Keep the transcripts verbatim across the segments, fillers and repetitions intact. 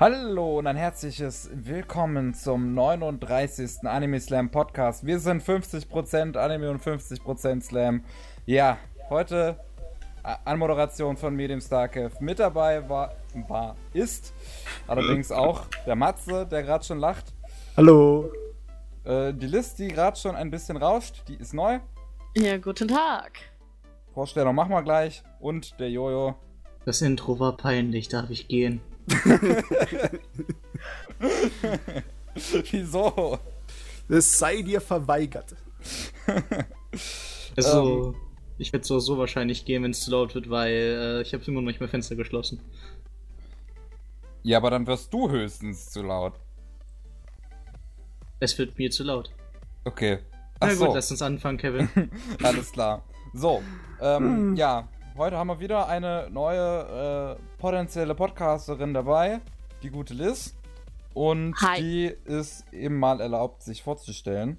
Hallo und ein herzliches Willkommen zum neununddreißigsten Anime Slam Podcast. Wir sind fünfzig Prozent Anime und fünfzig Prozent Slam. Ja, heute Anmoderation von mir, dem Starkev. Mit dabei war, war, ist allerdings auch der Matze, der gerade schon lacht. Hallo. Äh, die Liz, die gerade schon ein bisschen rauscht, die ist neu. Ja, guten Tag. Vorstellung machen wir gleich. Und der Jojo. Das Intro war peinlich, darf ich gehen? Wieso? Es sei dir verweigert. Also, ähm, ich werde so, so wahrscheinlich gehen, wenn es zu laut wird, weil äh, ich habe immer noch nicht mein Fenster geschlossen. Ja, aber dann wirst du höchstens zu laut. Es wird mir zu laut. Okay. Ach Na so. gut, lass uns anfangen, Kevin. Alles klar. So, ähm, ja, heute haben wir wieder eine neue äh, potenzielle Podcasterin dabei, die gute Liz. Und Hi. die ist eben mal erlaubt, sich vorzustellen.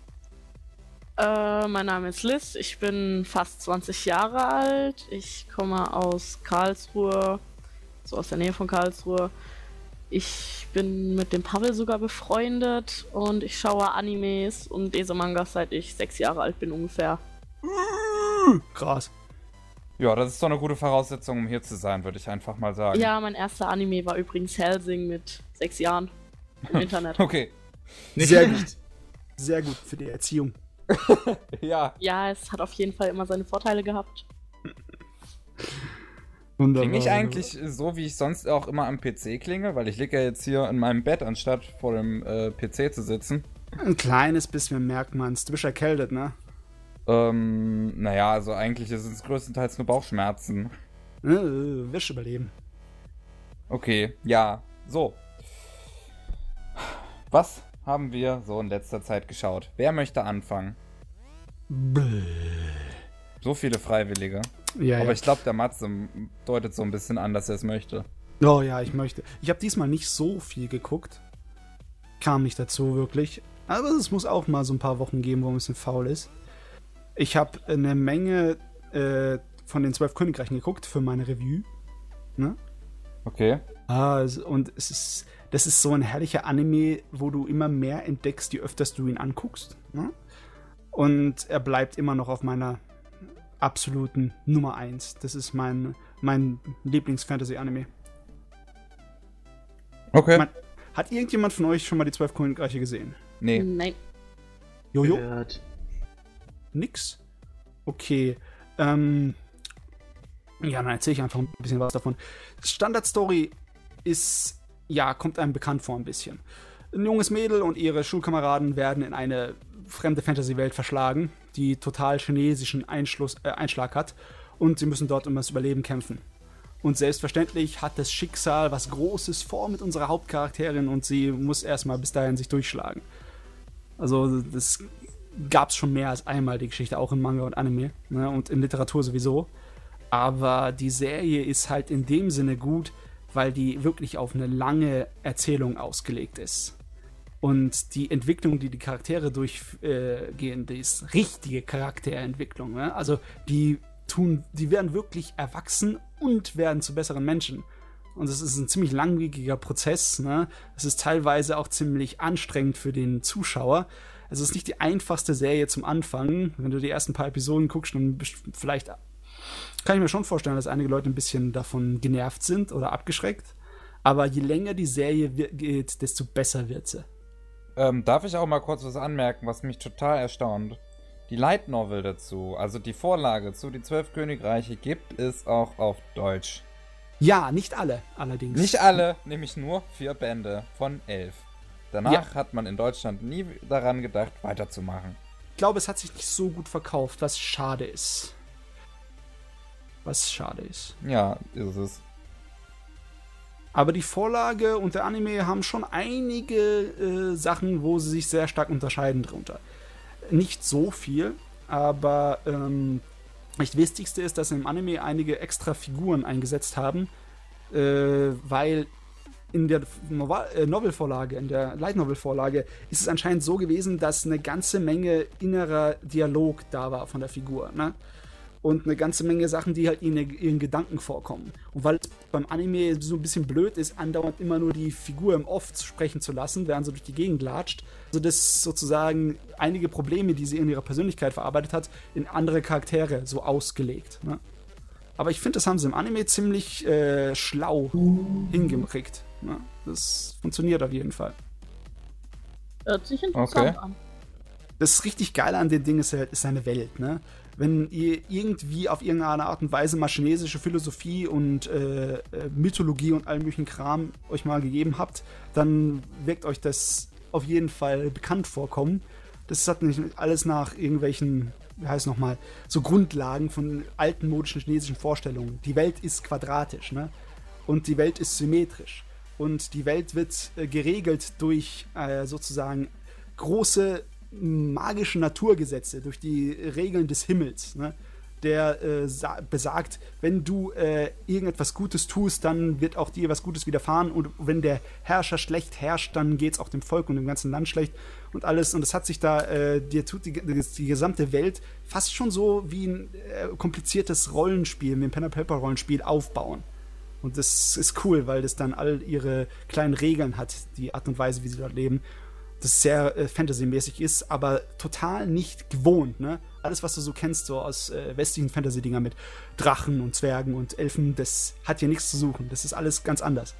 Äh, mein Name ist Liz, ich bin fast zwanzig Jahre alt. Ich komme aus Karlsruhe, so aus der Nähe von Karlsruhe. Ich bin mit dem Pavel sogar befreundet und ich schaue Animes und lese Mangas, seit ich sechs Jahre alt bin ungefähr. Krass. Ja, das ist doch eine gute Voraussetzung, um hier zu sein, würde ich einfach mal sagen. Ja, mein erster Anime war übrigens Hellsing mit sechs Jahren im Internet. Okay. Sehr gut. Sehr gut für die Erziehung. Ja. Ja, es hat auf jeden Fall immer seine Vorteile gehabt. Wunderbar. Klinge ich eigentlich so, wie ich sonst auch immer am P C klinge? Weil ich liege ja jetzt hier in meinem Bett, anstatt vor dem äh, P C zu sitzen. Ein kleines bisschen merkt man's. Du bist erkältet, ne? Ähm, naja, also eigentlich sind es größtenteils nur Bauchschmerzen. Äh, wirst überleben. Okay, ja, so. Was haben wir so in letzter Zeit geschaut? Wer möchte anfangen? Bäh. So viele Freiwillige. Ja, Aber ja. ich glaube, der Matze deutet so ein bisschen an, dass er es möchte. Oh ja, ich möchte. Ich habe diesmal nicht so viel geguckt. Kam nicht dazu, wirklich. Aber es muss auch mal so ein paar Wochen geben, wo man ein bisschen faul ist. Ich habe eine Menge äh, von den zwölf Königreichen geguckt für meine Review. Ne? Okay. Ah, es- und es ist, das ist so ein herrlicher Anime, wo du immer mehr entdeckst, je öfter du ihn anguckst. Ne? Und er bleibt immer noch auf meiner absoluten Nummer eins. Das ist mein, mein Lieblings-Fantasy-Anime. Okay. Man- Hat irgendjemand von euch schon mal die zwölf Königreiche gesehen? Nee. Nein. Jojo? Gehört. Nix? Okay. Ähm. Ja, dann erzähle ich einfach ein bisschen was davon. Standardstory ist, ja, kommt einem bekannt vor ein bisschen. Ein junges Mädel und ihre Schulkameraden werden in eine fremde Fantasy-Welt verschlagen, die total chinesischen Einschluss, äh, Einschlag hat, und sie müssen dort um das Überleben kämpfen. Und selbstverständlich hat das Schicksal was Großes vor mit unserer Hauptcharakterin und sie muss erstmal bis dahin sich durchschlagen. Also das gab's schon mehr als einmal, die Geschichte, auch in Manga und Anime, ne, und in Literatur sowieso. Aber die Serie ist halt in dem Sinne gut, weil die wirklich auf eine lange Erzählung ausgelegt ist. Und die Entwicklung, die die Charaktere durchgehen, die ist richtige Charakterentwicklung. Ne? Also die tun, die werden wirklich erwachsen und werden zu besseren Menschen. Und es ist ein ziemlich langwieriger Prozess. Ne? Es ist teilweise auch ziemlich anstrengend für den Zuschauer. Es ist nicht die einfachste Serie zum Anfang. Wenn du die ersten paar Episoden guckst, dann bist du vielleicht, kann ich mir schon vorstellen, dass einige Leute ein bisschen davon genervt sind oder abgeschreckt. Aber je länger die Serie wir- geht, desto besser wird sie. Ähm, darf ich auch mal kurz was anmerken, was mich total erstaunt? Die Light Novel dazu, also die Vorlage zu Die Zwölf Königreiche, gibt es auch auf Deutsch. Ja, nicht alle allerdings. Nicht alle, nämlich nur vier Bände von elf. Danach Ja. hat man in Deutschland nie daran gedacht, weiterzumachen. Ich glaube, es hat sich nicht so gut verkauft, was schade ist. Was schade ist. Ja, ist es. Aber die Vorlage und der Anime haben schon einige äh, Sachen, wo sie sich sehr stark unterscheiden drunter. Nicht so viel, aber ähm, das Wichtigste ist, dass im Anime einige extra Figuren eingesetzt haben, äh, weil in der Nova- äh, Novelvorlage, in der Light Novel Vorlage, ist es anscheinend so gewesen, dass eine ganze Menge innerer Dialog da war von der Figur. Ne? und eine ganze Menge Sachen, die halt in ihren Gedanken vorkommen. Und weil es beim Anime so ein bisschen blöd ist, andauernd immer nur die Figur im Off sprechen zu lassen, während sie durch die Gegend latscht, also das sozusagen einige Probleme, die sie in ihrer Persönlichkeit verarbeitet hat, in andere Charaktere so ausgelegt. Ne? Aber ich finde, das haben sie im Anime ziemlich äh, schlau hingekriegt. Ne? Das funktioniert auf jeden Fall. Hört sich interessant Okay. an. Das richtig Geile an dem Ding ist halt, ist seine Welt, ne? Wenn ihr irgendwie auf irgendeine Art und Weise mal chinesische Philosophie und äh, Mythologie und all möglichen Kram euch mal gegeben habt, dann wirkt euch das auf jeden Fall bekannt vorkommen. Das hat nicht alles nach irgendwelchen, wie heißt es nochmal, so Grundlagen von alten modischen chinesischen Vorstellungen. Die Welt ist quadratisch, ne? Und die Welt ist symmetrisch. Und die Welt wird äh, geregelt durch äh, sozusagen große magische Naturgesetze, durch die Regeln des Himmels, ne? Der äh, besagt, wenn du äh, irgendetwas Gutes tust, dann wird auch dir was Gutes widerfahren, und wenn der Herrscher schlecht herrscht, dann geht es auch dem Volk und dem ganzen Land schlecht und alles, und es hat sich da, äh, dir tut die, die, die gesamte Welt fast schon so wie ein äh, kompliziertes Rollenspiel, wie ein Pen-and-Paper-Rollenspiel aufbauen. Und das ist cool, weil das dann all ihre kleinen Regeln hat, die Art und Weise, wie sie dort leben. Das sehr äh, Fantasy-mäßig ist, aber total nicht gewohnt, ne? Alles, was du so kennst, so aus äh, westlichen Fantasy-Dinger mit Drachen und Zwergen und Elfen, das hat hier nichts zu suchen. Das ist alles ganz anders.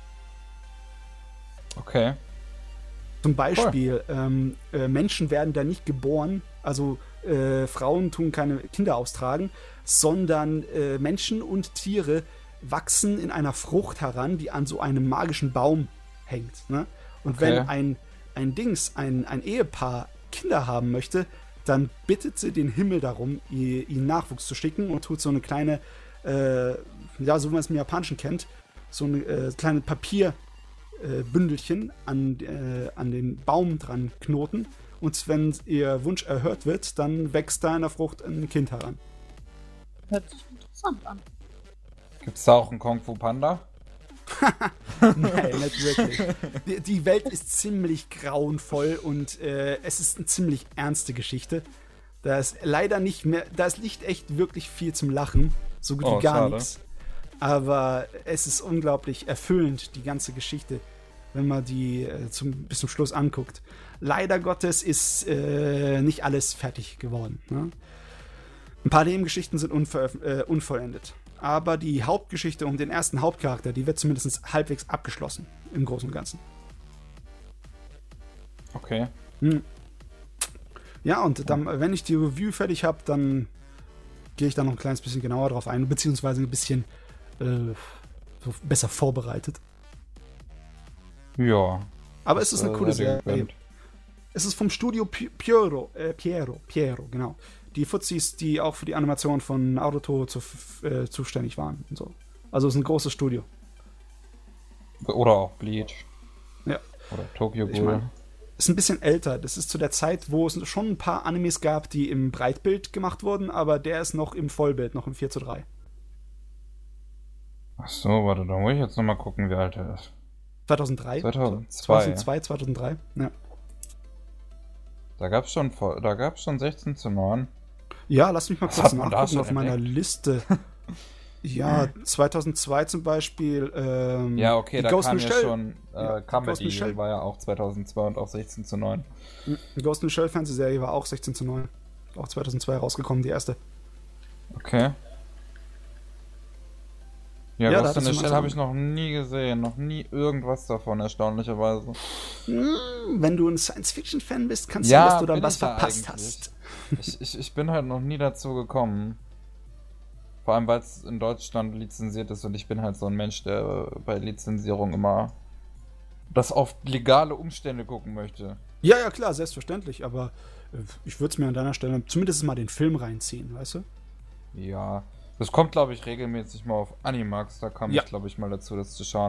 Okay. Zum Beispiel, ähm, äh, Menschen werden da nicht geboren, also äh, Frauen tun keine Kinder austragen, sondern äh, Menschen und Tiere wachsen in einer Frucht heran, die an so einem magischen Baum hängt, ne? Und Okay. wenn ein ein Dings, ein, ein Ehepaar Kinder haben möchte, dann bittet sie den Himmel darum, ihr, ihnen Nachwuchs zu schicken, und tut so eine kleine, äh, ja, so wie man es im Japanischen kennt, so eine äh, kleine Papierbündelchen äh, an, äh, an den Baum dran knoten, und wenn ihr Wunsch erhört wird, dann wächst da in der Frucht ein Kind heran. Hört sich interessant an. Gibt's da auch einen Kung Fu Panda? Nein, nicht wirklich. Die, die Welt ist ziemlich grauenvoll, und äh, es ist eine ziemlich ernste Geschichte. Da ist leider nicht mehr, da ist nicht echt wirklich viel zum Lachen, so gut Oh, wie gar schade. nichts. Aber es ist unglaublich erfüllend, die ganze Geschichte, wenn man die äh, zum, bis zum Schluss anguckt. Leider Gottes ist äh, nicht alles fertig geworden. Ne? Ein paar Nebengeschichten sind unveröf- äh, unvollendet. Aber die Hauptgeschichte um den ersten Hauptcharakter, die wird zumindest halbwegs abgeschlossen, im Großen und Ganzen. Okay. Hm. Ja, und dann, wenn ich die Review fertig habe, dann gehe ich da noch ein kleines bisschen genauer drauf ein, beziehungsweise ein bisschen äh, so besser vorbereitet. Ja. Aber es ist eine Äh, coole sei dir Serie. gegönnt. Es ist vom Studio Pi- Piero, äh, Piero, Piero, genau. Die Fuzis, die auch für die Animation von Naruto zu, äh, zuständig waren und so. Also es ist ein großes Studio. Oder auch Bleach. Ja. Oder Tokyo Ich Ghoul. mein, ist ein bisschen älter. Das ist zu der Zeit, wo es schon ein paar Animes gab, die im Breitbild gemacht wurden, aber der ist noch im Vollbild, noch im vier zu drei. Ach so, warte, da muss ich jetzt nochmal gucken, wie alt er ist. zweitausenddrei? zweitausendzwei. zweitausendzwei, zweitausenddrei, ja. Da gab's schon, voll- da gab's schon sechzehn zu neun. Ja, lass mich mal Was kurz hat man da nachgucken schon auf meiner entdeckt? Liste. Ja, zweitausendzwei zum Beispiel. Ähm, Ja, okay, die da Ghost kam in ja the Shell- schon äh, ja, die Ghost in Comedy, the Shell- war ja auch zweitausendzwei und auch sechzehn zu neun. Die Ghost in the Shell Fernsehserie war auch sechzehn zu neun. Auch zweitausendzwei rausgekommen, die erste. Okay. Ja, Ja, da Ghost in hattest the du mal Shell so- habe ich noch nie gesehen, noch nie irgendwas davon, erstaunlicherweise. Hm, wenn du ein Science-Fiction-Fan bist, kann es Ja, sein, dass du dann bin was ich ja verpasst eigentlich. hast. Ich, ich, ich bin halt noch nie dazu gekommen. Vor allem, weil es in Deutschland lizenziert ist, und ich bin halt so ein Mensch, der bei Lizenzierung immer das auf legale Umstände gucken möchte. Ja, ja, klar, selbstverständlich, aber äh, ich würde es mir an deiner Stelle zumindest mal den Film reinziehen, weißt du? Ja, das kommt, glaube ich, regelmäßig mal auf Animax, da kam Ja. ich, glaube ich, mal dazu, das zu schauen.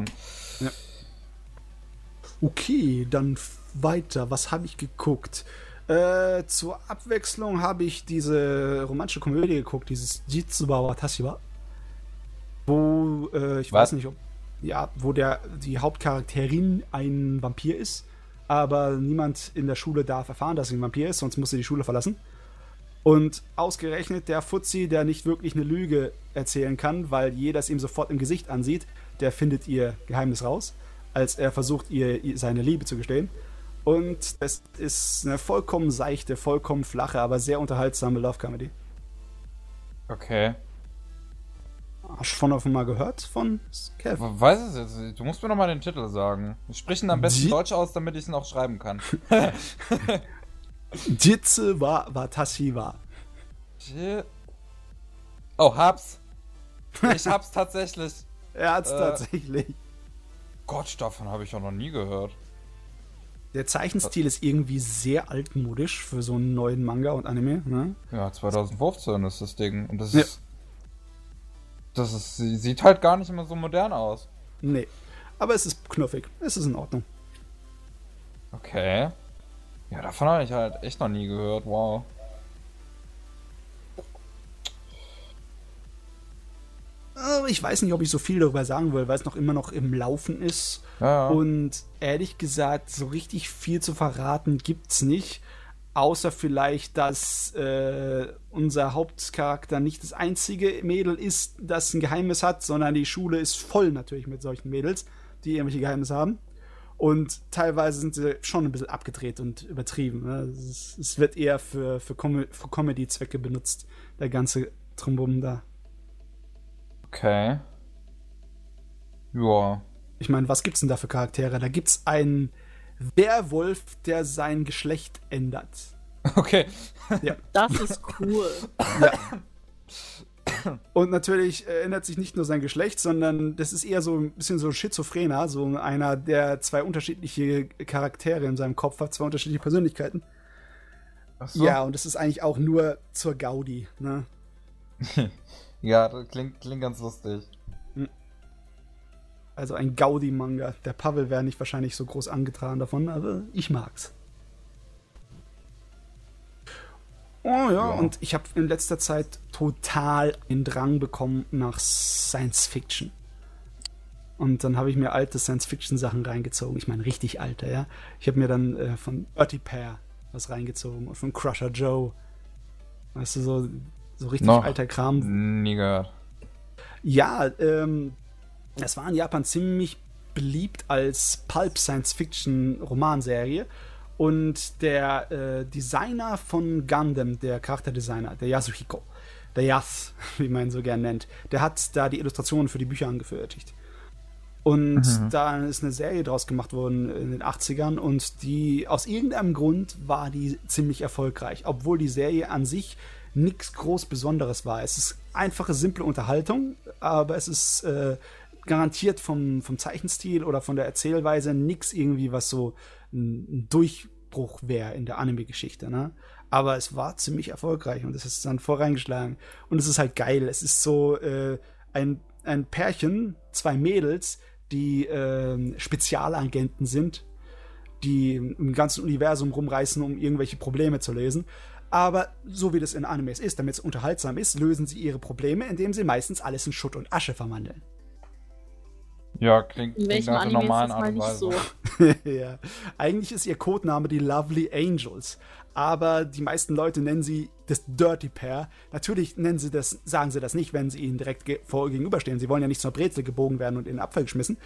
Okay, dann f- weiter. Was habe ich geguckt? Äh, zur Abwechslung habe ich diese romantische Komödie geguckt, dieses Jitsuba Watashiwa. Wo, äh, ich Was? weiß nicht, ob. Ja, wo der, die Hauptcharakterin ein Vampir ist, aber niemand in der Schule darf erfahren, dass sie ein Vampir ist, sonst muss sie die Schule verlassen. Und ausgerechnet der Fuzzi, der nicht wirklich eine Lüge erzählen kann, weil jeder es ihm sofort im Gesicht ansieht, der findet ihr Geheimnis raus, als er versucht, ihr seine Liebe zu gestehen. Und es ist eine vollkommen seichte, vollkommen flache, aber sehr unterhaltsame Love-Comedy. Okay. Hast du von davon mal gehört? Von Kev? Weiß es jetzt. Du musst mir nochmal den Titel sagen. Wir sprechen am besten Die- Deutsch aus, damit ich es noch schreiben kann. Jitze wa Watashi wa. Oh, hab's. Ich hab's tatsächlich. Er hat's Äh. tatsächlich. Gott, davon habe ich auch noch nie gehört. Der Zeichenstil ist irgendwie sehr altmodisch für so einen neuen Manga und Anime. Ne? Ja, zwanzig fünfzehn ist das Ding. Und das Ja. ist. Das ist. Sie sieht halt gar nicht immer so modern aus. Nee. Aber es ist knuffig. Es ist in Ordnung. Okay. Ja, davon habe ich halt echt noch nie gehört. Wow. Aber ich weiß nicht, ob ich so viel darüber sagen will, weil es noch immer noch im Laufen ist. Ja, ja. Und ehrlich gesagt, so richtig viel zu verraten gibt's nicht. Außer vielleicht, dass äh, unser Hauptcharakter nicht das einzige Mädel ist, das ein Geheimnis hat, sondern die Schule ist voll natürlich mit solchen Mädels, die irgendwelche Geheimnisse haben. Und teilweise sind sie schon ein bisschen abgedreht und übertrieben. Ne? Es, es wird eher für, für, Com für Comedy-Zwecke benutzt, der ganze Trumbum da. Okay. Ja. Ich meine, was gibt's denn da für Charaktere? Da gibt's einen Werwolf, der sein Geschlecht ändert. Okay. Ja. Das ist cool. Ja. Und natürlich äh, ändert sich nicht nur sein Geschlecht, sondern das ist eher so ein bisschen so Schizophrener, so einer, der zwei unterschiedliche Charaktere in seinem Kopf hat, zwei unterschiedliche Persönlichkeiten. Ach so. Ja, und das ist eigentlich auch nur zur Gaudi, ne? Ja, das klingt, klingt ganz lustig. Also ein Gaudi-Manga. Der Pavel wäre nicht wahrscheinlich so groß angetan davon, aber ich mag's. Oh ja, Ja. und ich habe in letzter Zeit total den Drang bekommen nach Science Fiction. Und dann habe ich mir alte Science-Fiction-Sachen reingezogen. Ich meine, richtig alte, ja. Ich habe mir dann äh, von Urti Pair was reingezogen und von Crusher Joe. Weißt du, so, so richtig Noch alter Kram. Nie gehört. Ja, ähm, es war in Japan ziemlich beliebt als Pulp-Science-Fiction-Romanserie. Und der äh, Designer von Gundam, der Charakterdesigner, der Yasuhiko, der Yas, wie man ihn so gern nennt, der hat da die Illustrationen für die Bücher angefertigt. Und Mhm. da ist eine Serie draus gemacht worden in den achtzigern und die, aus irgendeinem Grund war die ziemlich erfolgreich, obwohl die Serie an sich nichts groß Besonderes war. Es ist einfache, simple Unterhaltung, aber es ist äh, garantiert vom, vom Zeichenstil oder von der Erzählweise nichts irgendwie, was so ein Durchbruch wäre in der Anime-Geschichte, ne? Aber es war ziemlich erfolgreich und es ist dann voreingeschlagen. Und es ist halt geil. Es ist so äh, ein, ein Pärchen, zwei Mädels, die äh, Spezialagenten sind, die im ganzen Universum rumreißen, um irgendwelche Probleme zu lösen. Aber so wie das in Animes ist, damit es unterhaltsam ist, lösen sie ihre Probleme, indem sie meistens alles in Schutt und Asche verwandeln. Ja, klingt, In klingt welchem nach der Anime ist normalen das Art mal und nicht Weise. so? Ja. Eigentlich ist ihr Codename die Lovely Angels, aber die meisten Leute nennen sie das Dirty Pair. Natürlich nennen sie das, sagen sie das nicht, wenn sie ihnen direkt ge vor gegenüberstehen. Sie wollen ja nicht zur Brezel gebogen werden und in den Abfall geschmissen.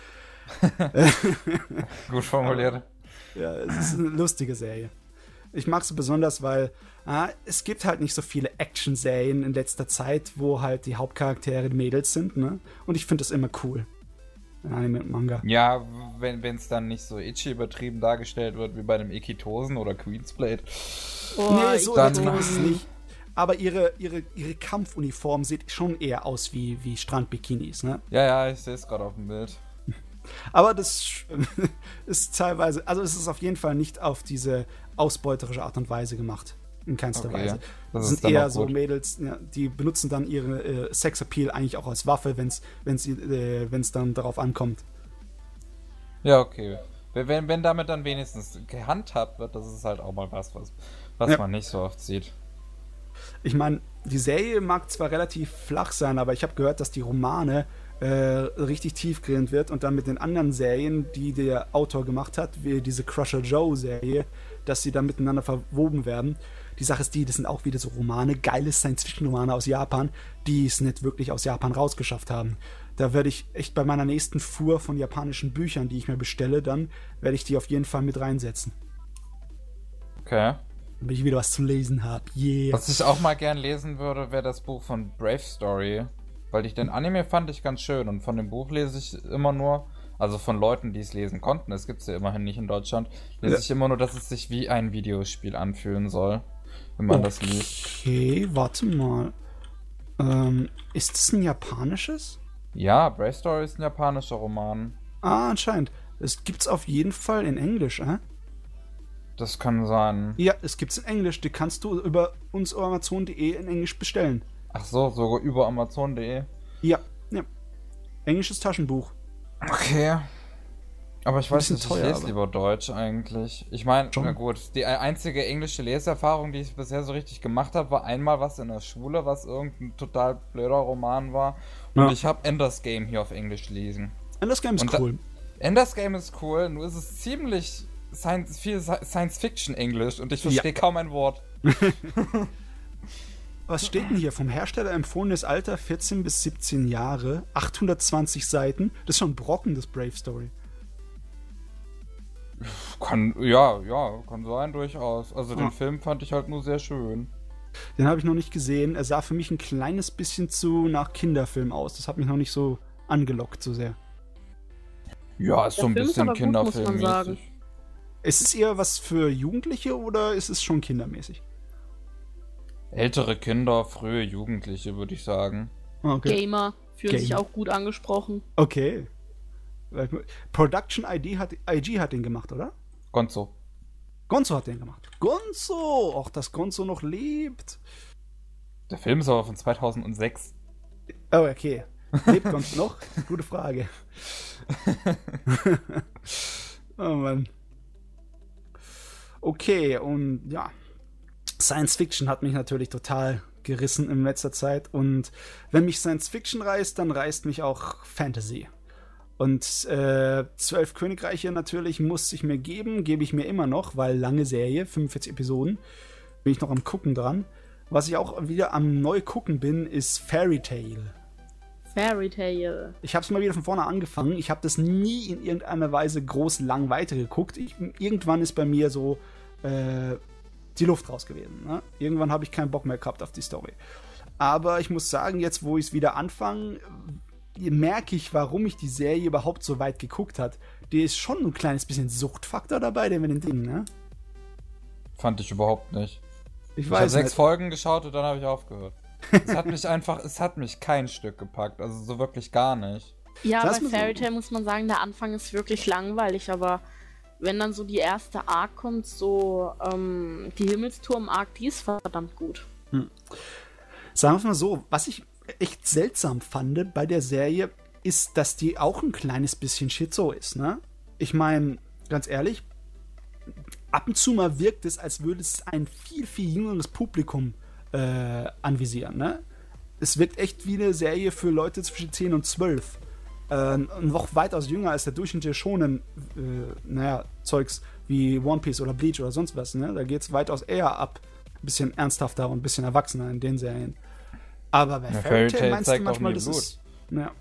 Gut formuliert. Ja, es ist eine lustige Serie. Ich mag sie besonders, weil ah, es gibt halt nicht so viele Action-Serien in letzter Zeit, wo halt die Hauptcharaktere Mädels sind, ne? Und ich finde das immer cool. In Anime und Manga. Ja, wenn es dann nicht so itchy übertrieben dargestellt wird wie bei dem Ikitosen oder Queensblade. Oh, Nee, ich so dann- übertrieben ist es nicht. Aber ihre, ihre, ihre Kampfuniform sieht schon eher aus wie, wie Strandbikinis, ne? Ja, ja, ich sehe es gerade auf dem Bild. Aber das ist teilweise, also es ist auf jeden Fall nicht auf diese ausbeuterische Art und Weise gemacht. In keinster Okay, Weise. das Das ist sind dann eher auch so gut. Mädels, ja, die benutzen dann ihre äh, Sexappeal eigentlich auch als Waffe, wenn es wenn's, äh, wenn's dann darauf ankommt. Ja, okay. Wenn- Wenn, wenn damit dann wenigstens gehandhabt wird, das ist halt auch mal was, was, was Ja. man nicht so oft sieht. Ich meine, die Serie mag zwar relativ flach sein, aber ich habe gehört, dass die Romane äh, richtig tiefgehend wird und dann mit den anderen Serien, die der Autor gemacht hat, wie diese Crusher Joe Serie, dass sie dann miteinander verwoben werden. Die Sache ist die, das sind auch wieder so Romane, geile Science-Fiction-Romane aus Japan, die es nicht wirklich aus Japan rausgeschafft haben. Da werde ich echt bei meiner nächsten Fuhr von japanischen Büchern, die ich mir bestelle, dann werde ich die auf jeden Fall mit reinsetzen. Okay. Damit ich wieder was zu lesen habe. Yeah. Was ich auch mal gern lesen würde, wäre das Buch von Brave Story. Weil ich den Anime fand ich ganz schön und von dem Buch lese ich immer nur, also von Leuten, die es lesen konnten, es gibt es ja immerhin nicht in Deutschland, lese ja. ich immer nur, dass es sich wie ein Videospiel anfühlen soll, wenn man okay, das liest. Okay, warte mal. Ähm, ist das ein japanisches? Ja, Brave Story ist ein japanischer Roman. Ah, anscheinend. Es gibt's auf jeden Fall in Englisch, äh? Das kann sein. Ja, es gibt's in Englisch. Die kannst du über uns amazon punkt de in Englisch bestellen. Ach so, sogar über amazon punkt de? Ja, ja. Englisches Taschenbuch. Okay. Aber ich weiß nicht, teuer, ich lese aber. lieber Deutsch eigentlich. Ich meine, na gut, die einzige englische Leseerfahrung, die ich bisher so richtig gemacht habe, war einmal was in der Schule, was irgendein total blöder Roman war. Und ja. ich habe Ender's Game hier auf Englisch gelesen. Ender's Game ist Und cool. Da, Ender's Game ist cool, nur ist es ziemlich Science, viel Science-Fiction-Englisch und ich verstehe ja. kaum ein Wort. Was steht denn hier? Vom Hersteller empfohlenes Alter vierzehn bis siebzehn Jahre, achthundertzwanzig Seiten. Das ist schon ein Brocken, das Brave Story. Kann, ja, ja, kann sein, durchaus. Also den ja. Film fand ich halt nur sehr schön. Den habe ich noch nicht gesehen. Er sah für mich ein kleines bisschen zu nach Kinderfilm aus. Das hat mich noch nicht so angelockt so sehr. Ja, ist Der so ein Film bisschen ist Kinderfilmmäßig. Ist es eher was für Jugendliche oder ist es schon kindermäßig? Ältere Kinder, frühe Jugendliche, würde ich sagen. Okay. Gamer fühlen Gamer. sich auch gut angesprochen. Okay. Production I D hat, I G hat den gemacht, oder? Gonzo. Gonzo hat den gemacht. Gonzo! Auch dass Gonzo noch lebt. Der Film ist aber von zweitausendsechs. Oh, okay. Lebt Gonzo noch? Gute Frage. Oh Mann. Okay, und ja. Science Fiction hat mich natürlich total gerissen in letzter Zeit. Und wenn mich Science Fiction reißt, dann reißt mich auch Fantasy. Und äh, Zwölf Königreiche natürlich muss ich mir geben, gebe ich mir immer noch, weil lange Serie, fünfundvierzig Episoden, bin ich noch am Gucken dran. Was ich auch wieder am neu gucken bin, ist Fairy Tail. Fairy Tail. Ich habe es mal wieder von vorne angefangen. Ich habe das nie in irgendeiner Weise groß lang weitergeguckt. Ich, irgendwann ist bei mir so äh, die Luft raus gewesen. Ne? Irgendwann habe ich keinen Bock mehr gehabt auf die Story. Aber ich muss sagen, jetzt wo ich es wieder anfange, merke ich, warum ich die Serie überhaupt so weit geguckt hat. Die ist schon ein kleines bisschen Suchtfaktor dabei, der mit den Dingen, ne? Fand ich überhaupt nicht. Ich, ich weiß habe sechs nicht. Folgen geschaut und dann habe ich aufgehört. Es hat mich einfach, es hat mich kein Stück gepackt, also so wirklich gar nicht. Ja, Sag's bei mir so. Fairy Tail muss man sagen, der Anfang ist wirklich langweilig, aber wenn dann so die erste Arc kommt, so ähm, die Himmelsturm-Arc, die ist verdammt gut. Hm. Sagen wir es mal so, was ich echt seltsam fand bei der Serie, ist, dass die auch ein kleines bisschen schizo ist, ne? Ich meine, ganz ehrlich, ab und zu mal wirkt es, als würde es ein viel, viel jüngeres Publikum äh, anvisieren, ne? Es wirkt echt wie eine Serie für Leute zwischen zehn und zwölf. Äh, noch weitaus jünger als der durchschnittliche Shonen, äh, naja, Zeugs wie One Piece oder Bleach oder sonst was, ne? Da geht's weitaus eher ab. Ein bisschen ernsthafter und ein bisschen erwachsener in den Serien. Aber bei ja, Fairy Tail meinst du zeigt manchmal, auch nie das ist... Ja.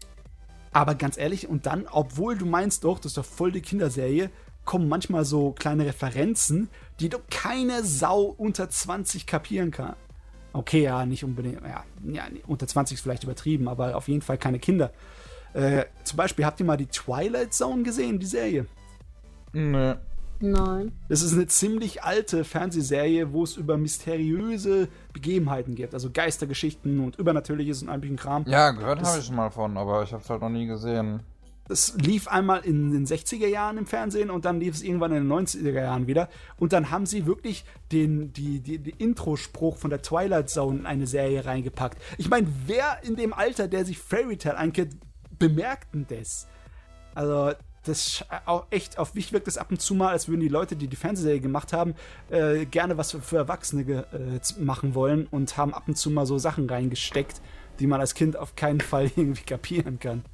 Aber ganz ehrlich, und dann, obwohl du meinst doch, das ist doch voll die Kinderserie, kommen manchmal so kleine Referenzen, die doch keine Sau unter zwanzig kapieren kann. Okay, ja, nicht unbedingt, ja, ja unter zwanzig ist vielleicht übertrieben, aber auf jeden Fall keine Kinder. Äh, zum Beispiel, habt ihr mal die Twilight Zone gesehen, die Serie? Nee. Nein. Das ist eine ziemlich alte Fernsehserie, wo es über mysteriöse Begebenheiten geht, also Geistergeschichten und Übernatürliches und all möglichen Kram. Ja, gehört habe ich schon mal von, aber ich habe es halt noch nie gesehen. Das lief einmal in den sechziger Jahren im Fernsehen und dann lief es irgendwann in den neunziger Jahren wieder. Und dann haben sie wirklich den die, die, die Intro-Spruch von der Twilight Zone in eine Serie reingepackt. Ich meine, wer in dem Alter, der sich Fairy Tail einkennt, bemerkt denn das? Also, das auch echt, auf mich wirkt das ab und zu mal, als würden die Leute, die die Fernsehserie gemacht haben, äh, gerne was für, für Erwachsene äh, machen wollen und haben ab und zu mal so Sachen reingesteckt, die man als Kind auf keinen Fall irgendwie kapieren kann.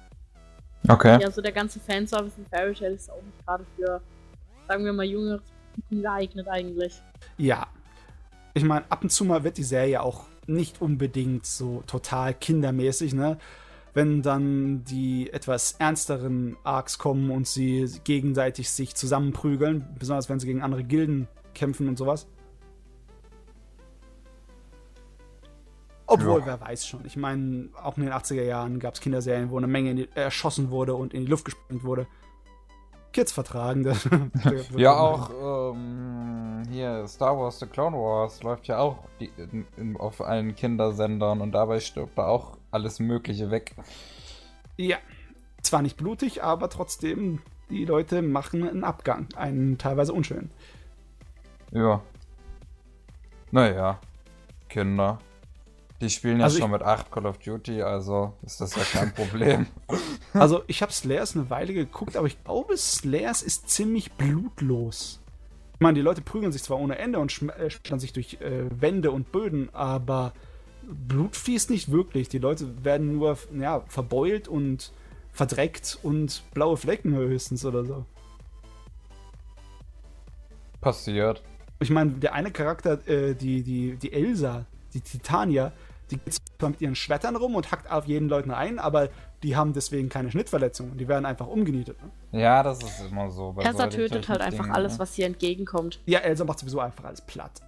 Ja, Okay. so also der ganze Fanservice in Fairy Tail ist auch nicht gerade für, sagen wir mal, jüngeres Publikum geeignet eigentlich. Ja. Ich meine, ab und zu mal wird die Serie auch nicht unbedingt so total kindermäßig, ne? Wenn dann die etwas ernsteren Arcs kommen und sie gegenseitig sich zusammenprügeln, besonders wenn sie gegen andere Gilden kämpfen und sowas. Obwohl, ja. Wer weiß schon. Ich meine, auch in den achtziger Jahren gab es Kinderserien, wo eine Menge in die, äh, erschossen wurde und in die Luft gesprengt wurde. Kids vertragen. Ja, auch ähm, hier Star Wars The Clone Wars läuft ja auch die, in, in, auf allen Kindersendern und dabei stirbt da auch alles Mögliche weg. Ja, zwar nicht blutig, aber trotzdem, die Leute machen einen Abgang. Einen teilweise unschönen. Ja. Naja, Kinder. Die spielen ja also schon mit acht Call of Duty, also ist das ja kein Problem. Also ich habe Slayers eine Weile geguckt, aber ich glaube, Slayers ist ziemlich blutlos. Ich meine, die Leute prügeln sich zwar ohne Ende und schmettern sich durch äh, Wände und Böden, aber Blut fließt nicht wirklich. Die Leute werden nur ja, verbeult und verdreckt und blaue Flecken höchstens oder so. Passiert. Ich meine, der eine Charakter, äh, die, die, die Elsa, die Titania, die geht zwar mit ihren Schwertern rum und hackt auf jeden Leuten ein, aber die haben deswegen keine Schnittverletzungen. Die werden einfach umgenietet. Ne? Ja, das ist immer so. Bei Elsa tötet halt einfach Dingen, alles, ne? was ihr entgegenkommt. Ja, Elsa macht sowieso einfach alles platt.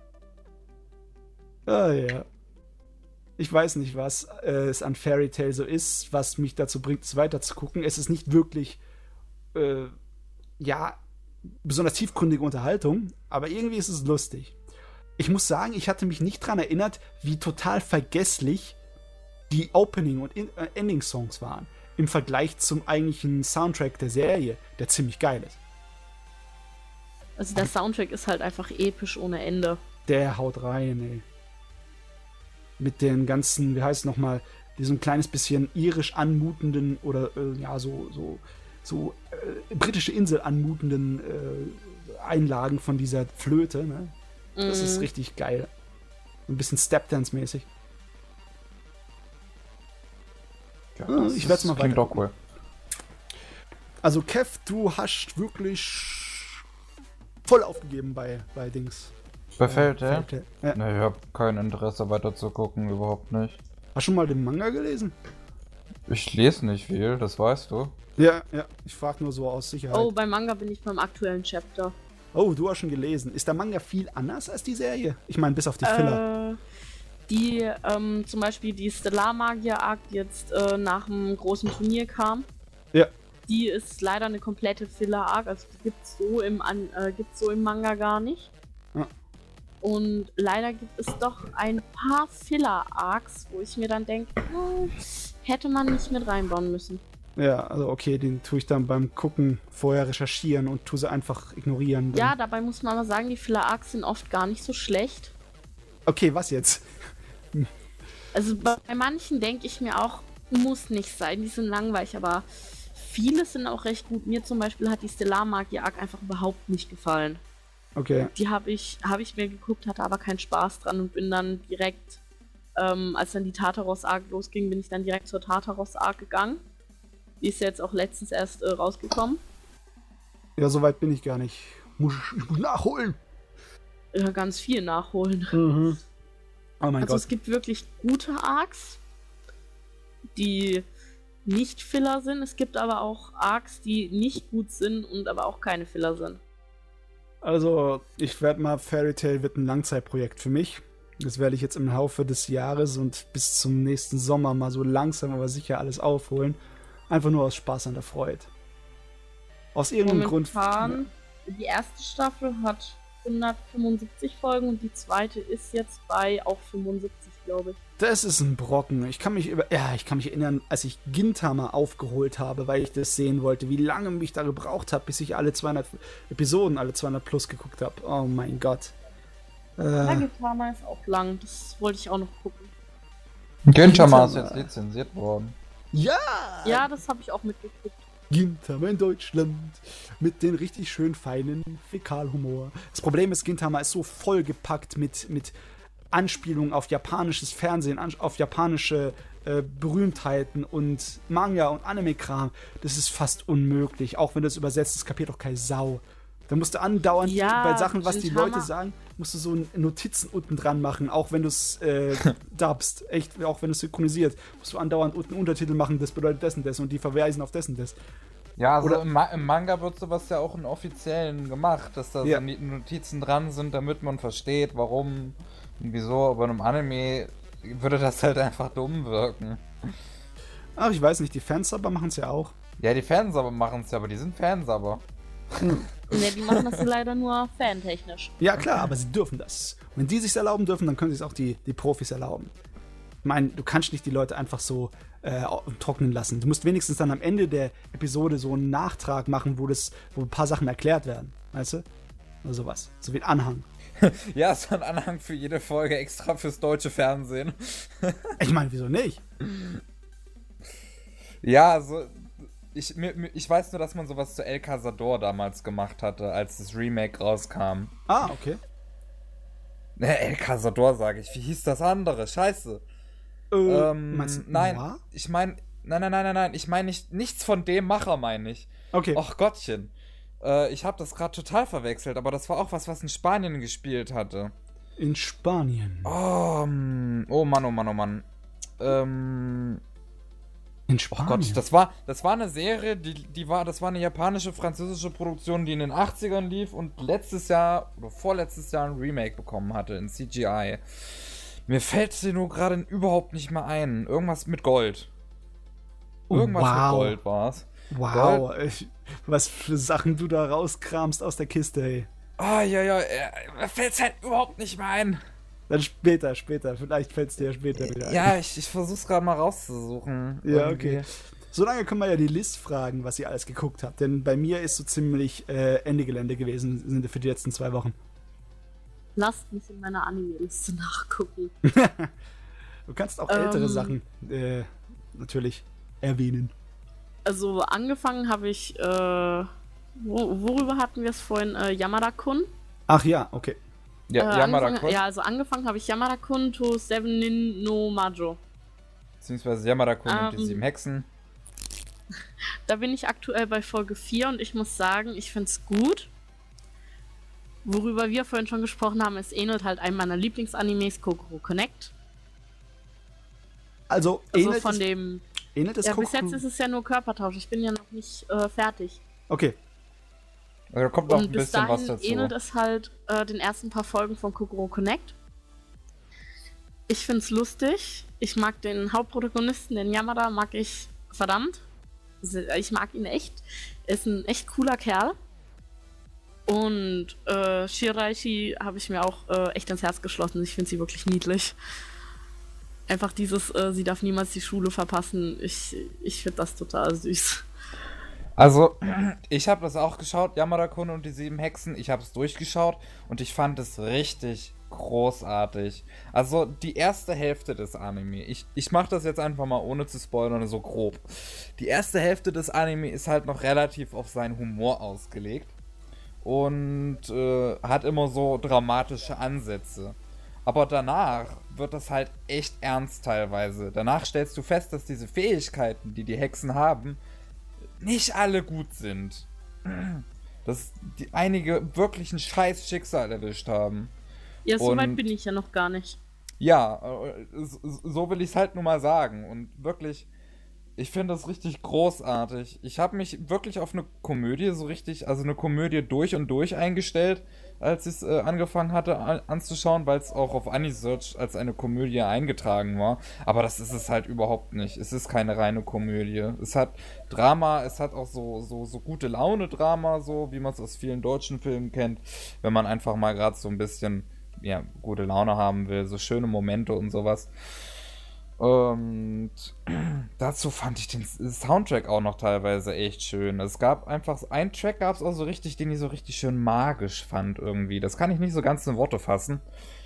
Ah ja. Ich weiß nicht, was äh, es an Fairy Tail so ist, was mich dazu bringt, es weiter zu gucken. Es ist nicht wirklich, äh, ja, besonders tiefgründige Unterhaltung, aber irgendwie ist es lustig. Ich muss sagen, ich hatte mich nicht daran erinnert, wie total vergesslich die Opening- und In- äh, Ending-Songs waren. Im Vergleich zum eigentlichen Soundtrack der Serie, der ziemlich geil ist. Also der Soundtrack ist halt einfach episch ohne Ende. Der haut rein, ey. Mit den ganzen, wie heißt es nochmal, diesem kleines bisschen irisch anmutenden oder äh, ja, so, so, so äh, britische Insel anmutenden äh, Einlagen von dieser Flöte, ne? Das ist richtig geil. Ein bisschen Stepdance-mäßig. Ja, ich werde es mal weiter. Klingt doch cool. Also Kev, du hast wirklich voll aufgegeben bei, bei Dings. Bei Fairytale? Ja. Ne, ich habe kein Interesse weiter zu gucken, überhaupt nicht. Hast du schon mal den Manga gelesen? Ich lese nicht viel, das weißt du. Ja, ja. Ich frage nur so aus Sicherheit. Oh, beim Manga bin ich beim aktuellen Chapter. Oh, du hast schon gelesen. Ist der Manga viel anders als die Serie? Ich meine, bis auf die Filler. Äh, die, ähm, zum Beispiel die Stellar-Magier-Arc, die jetzt äh, nach dem großen Turnier kam. Ja. Die ist leider eine komplette Filler-Arc, also die gibt's so im An äh, gibt's so im Manga gar nicht. Ja. Und leider gibt es doch ein paar Filler-Arcs, wo ich mir dann denke, hm, hätte man nicht mit reinbauen müssen. Ja, also okay, den tue ich dann beim Gucken vorher recherchieren und tue sie einfach ignorieren. Dann. Ja, dabei muss man aber sagen, die Filler-Arcs sind oft gar nicht so schlecht. Okay, was jetzt? Also bei manchen denke ich mir auch, muss nicht sein, die sind langweilig, aber viele sind auch recht gut. Mir zum Beispiel hat die Stellar-Magier-Arc einfach überhaupt nicht gefallen. Okay. Die habe ich, hab ich mir geguckt, hatte aber keinen Spaß dran und bin dann direkt, ähm, als dann die Tartaros-Arc losging, bin ich dann direkt zur Tartaros-Arc gegangen. Die ist ja jetzt auch letztens erst äh, rausgekommen. Ja, soweit bin ich gar nicht. Muss, ich muss nachholen. Ja, ganz viel nachholen. Mhm. Oh mein also Gott. es gibt wirklich gute Arcs, die nicht Filler sind. Es gibt aber auch Arcs, die nicht gut sind und aber auch keine Filler sind. Also, ich werde mal, Fairy Tail wird ein Langzeitprojekt für mich. Das werde ich jetzt im Laufe des Jahres und bis zum nächsten Sommer mal so langsam, aber sicher alles aufholen. Einfach nur aus Spaß an der Freude. Aus irgendeinem Grund. Die erste Staffel hat hundertfünfundsiebzig Folgen und die zweite ist jetzt bei auch fünfundsiebzig, glaube ich. Das ist ein Brocken. Ich kann mich über, ja, ich kann mich erinnern, als ich Gintama aufgeholt habe, weil ich das sehen wollte, wie lange mich da gebraucht habe, bis ich alle zweihundert Episoden, alle zweihundert plus geguckt habe. Oh mein Gott. Äh, ja, Gintama ist auch lang. Das wollte ich auch noch gucken. Gintama ist jetzt lizenziert worden. Ja! Ja, das habe ich auch mitgekriegt. Gintama in Deutschland mit den richtig schön feinen Fäkalhumor. Das Problem ist, Gintama ist so vollgepackt mit, mit Anspielungen auf japanisches Fernsehen, auf japanische äh, Berühmtheiten und Manga und Anime-Kram. Das ist fast unmöglich. Auch wenn das übersetzt ist, kapiert doch keine Sau. Da musst du andauernd Ja, bei Sachen, was die Gintama- Leute sagen, musst du so Notizen unten dran machen, auch wenn du es äh, dubst, echt, auch wenn du es synchronisiert, musst du andauernd unten Untertitel machen, das bedeutet das und das und die verweisen auf das und das. Ja, also Oder- im, Ma im Manga wird sowas ja auch in offiziellen gemacht, dass da Ja. so Notizen dran sind, damit man versteht, warum und wieso, aber in einem Anime würde das halt einfach dumm wirken. Ach, ich weiß nicht, die Fansubber machen es ja auch. Ja, die Fans aber machen es ja, aber die sind Fans aber. Ne, die machen das leider nur fantechnisch. Ja, klar, aber sie dürfen das. Und wenn die sich erlauben dürfen, dann können sich auch die, die Profis erlauben. Ich meine, du kannst nicht die Leute einfach so äh, trocknen lassen. Du musst wenigstens dann am Ende der Episode so einen Nachtrag machen, wo, das, wo ein paar Sachen erklärt werden. Weißt du? Oder sowas. So wie ein Anhang. Ja, so ein Anhang für jede Folge extra fürs deutsche Fernsehen. Ich meine, wieso nicht? Ja, also ich, mir, mir- ich weiß nur, dass man sowas zu El Cazador damals gemacht hatte, als das Remake rauskam. Ah, okay. Ne, El Cazador sage ich. Wie hieß das andere? Scheiße. Äh, Ähm, meinst du nein, Noir? ich meine, nein, nein, nein, nein, nein, ich meine nicht, nichts von dem Macher, meine ich. Okay. Och Gottchen. Äh, ich habe das gerade total verwechselt, aber das war auch was, was in Spanien gespielt hatte. In Spanien. Oh, mm, oh Mann, oh Mann, oh Mann. Ähm, In oh Spanien? Gott, das war, das war eine Serie, die, die war, das war eine japanische, französische Produktion, die in den achtzigern lief und letztes Jahr oder vorletztes Jahr ein Remake bekommen hatte in C G I. Mir fällt sie nur gerade überhaupt nicht mehr ein. Irgendwas mit Gold. Irgendwas wow. mit Gold war's. Wow, ich, was für Sachen du da rauskramst aus der Kiste, ey. Ah, ja, ja, äh, mir fällt's halt überhaupt nicht mehr ein. Dann später, später. Vielleicht fällt es dir ja später wieder ein. Ja, ich, ich versuch's gerade mal rauszusuchen. Ja, Irgendwie. okay. Solange können wir ja die List fragen, was ihr alles geguckt habt. Denn bei mir ist so ziemlich äh, Ende Gelände gewesen, sind für die letzten zwei Wochen. Lasst mich in meiner Anime-Liste nachgucken. Du kannst auch ältere Ähm. Sachen äh, natürlich erwähnen. Also angefangen habe ich, äh, wo, worüber hatten wir es vorhin? Äh, Yamada-kun. Ach ja, okay. Ja, äh, Yamada angefangen- Kun, ja, also angefangen habe ich Yamada-kun to Seven Nin no Majo. beziehungsweise Yamada Kun und die Ähm. sieben Hexen. Da bin ich aktuell bei Folge vier und ich muss sagen, ich finde es gut. Worüber wir vorhin schon gesprochen haben, es ähnelt halt einem meiner Lieblingsanimes, Kokoro Connect. Also, Also ähnelt von es, dem. ähnelt es Ja, bis Koku- jetzt ist es ja nur Körpertausch. Ich bin ja noch nicht äh, fertig. Okay. Also da kommt noch ein Und bis bisschen was dahin dazu. ähnelt es halt äh, den ersten paar Folgen von Kokoro Connect. Ich find's lustig. Ich mag den Hauptprotagonisten, den Yamada, mag ich verdammt. Ich mag ihn echt. Er ist ein echt cooler Kerl. Und äh, Shiraishi habe ich mir auch äh, echt ins Herz geschlossen. Ich finde sie wirklich niedlich. Einfach dieses, äh, sie darf niemals die Schule verpassen. Ich, ich finde das total süß. Also, ich habe das auch geschaut, Yamada Kun und die sieben Hexen. Ich habe es durchgeschaut und ich fand es richtig großartig. Also, die erste Hälfte des Anime, ich, ich mache das jetzt einfach mal ohne zu spoilern, so grob. Die erste Hälfte des Anime ist halt noch relativ auf seinen Humor ausgelegt und äh, hat immer so dramatische Ansätze. Aber danach wird das halt echt ernst teilweise. Danach stellst du fest, dass diese Fähigkeiten, die die Hexen haben, nicht alle gut sind. Dass die einige wirklich ein scheiß Schicksal erwischt haben. Ja, so weit Und- bin ich ja noch gar nicht. Ja, äh, s- so will ich es halt nur mal sagen. Und wirklich, ich finde das richtig großartig. Ich habe mich wirklich auf eine Komödie so richtig, also eine Komödie durch und durch eingestellt, als ich es äh, angefangen hatte an, anzuschauen, weil es auch auf Anisearch als eine Komödie eingetragen war. Aber das ist es halt überhaupt nicht. Es ist keine reine Komödie. Es hat Drama, es hat auch so, so, so gute Laune-Drama, so wie man es aus vielen deutschen Filmen kennt, wenn man einfach mal gerade so ein bisschen ja, gute Laune haben will, so schöne Momente und sowas. Und dazu fand ich den Soundtrack auch noch teilweise echt schön. Es gab einfach, einen Track gab es auch so richtig, den ich so richtig schön magisch fand irgendwie. Das kann ich nicht so ganz in Worte fassen.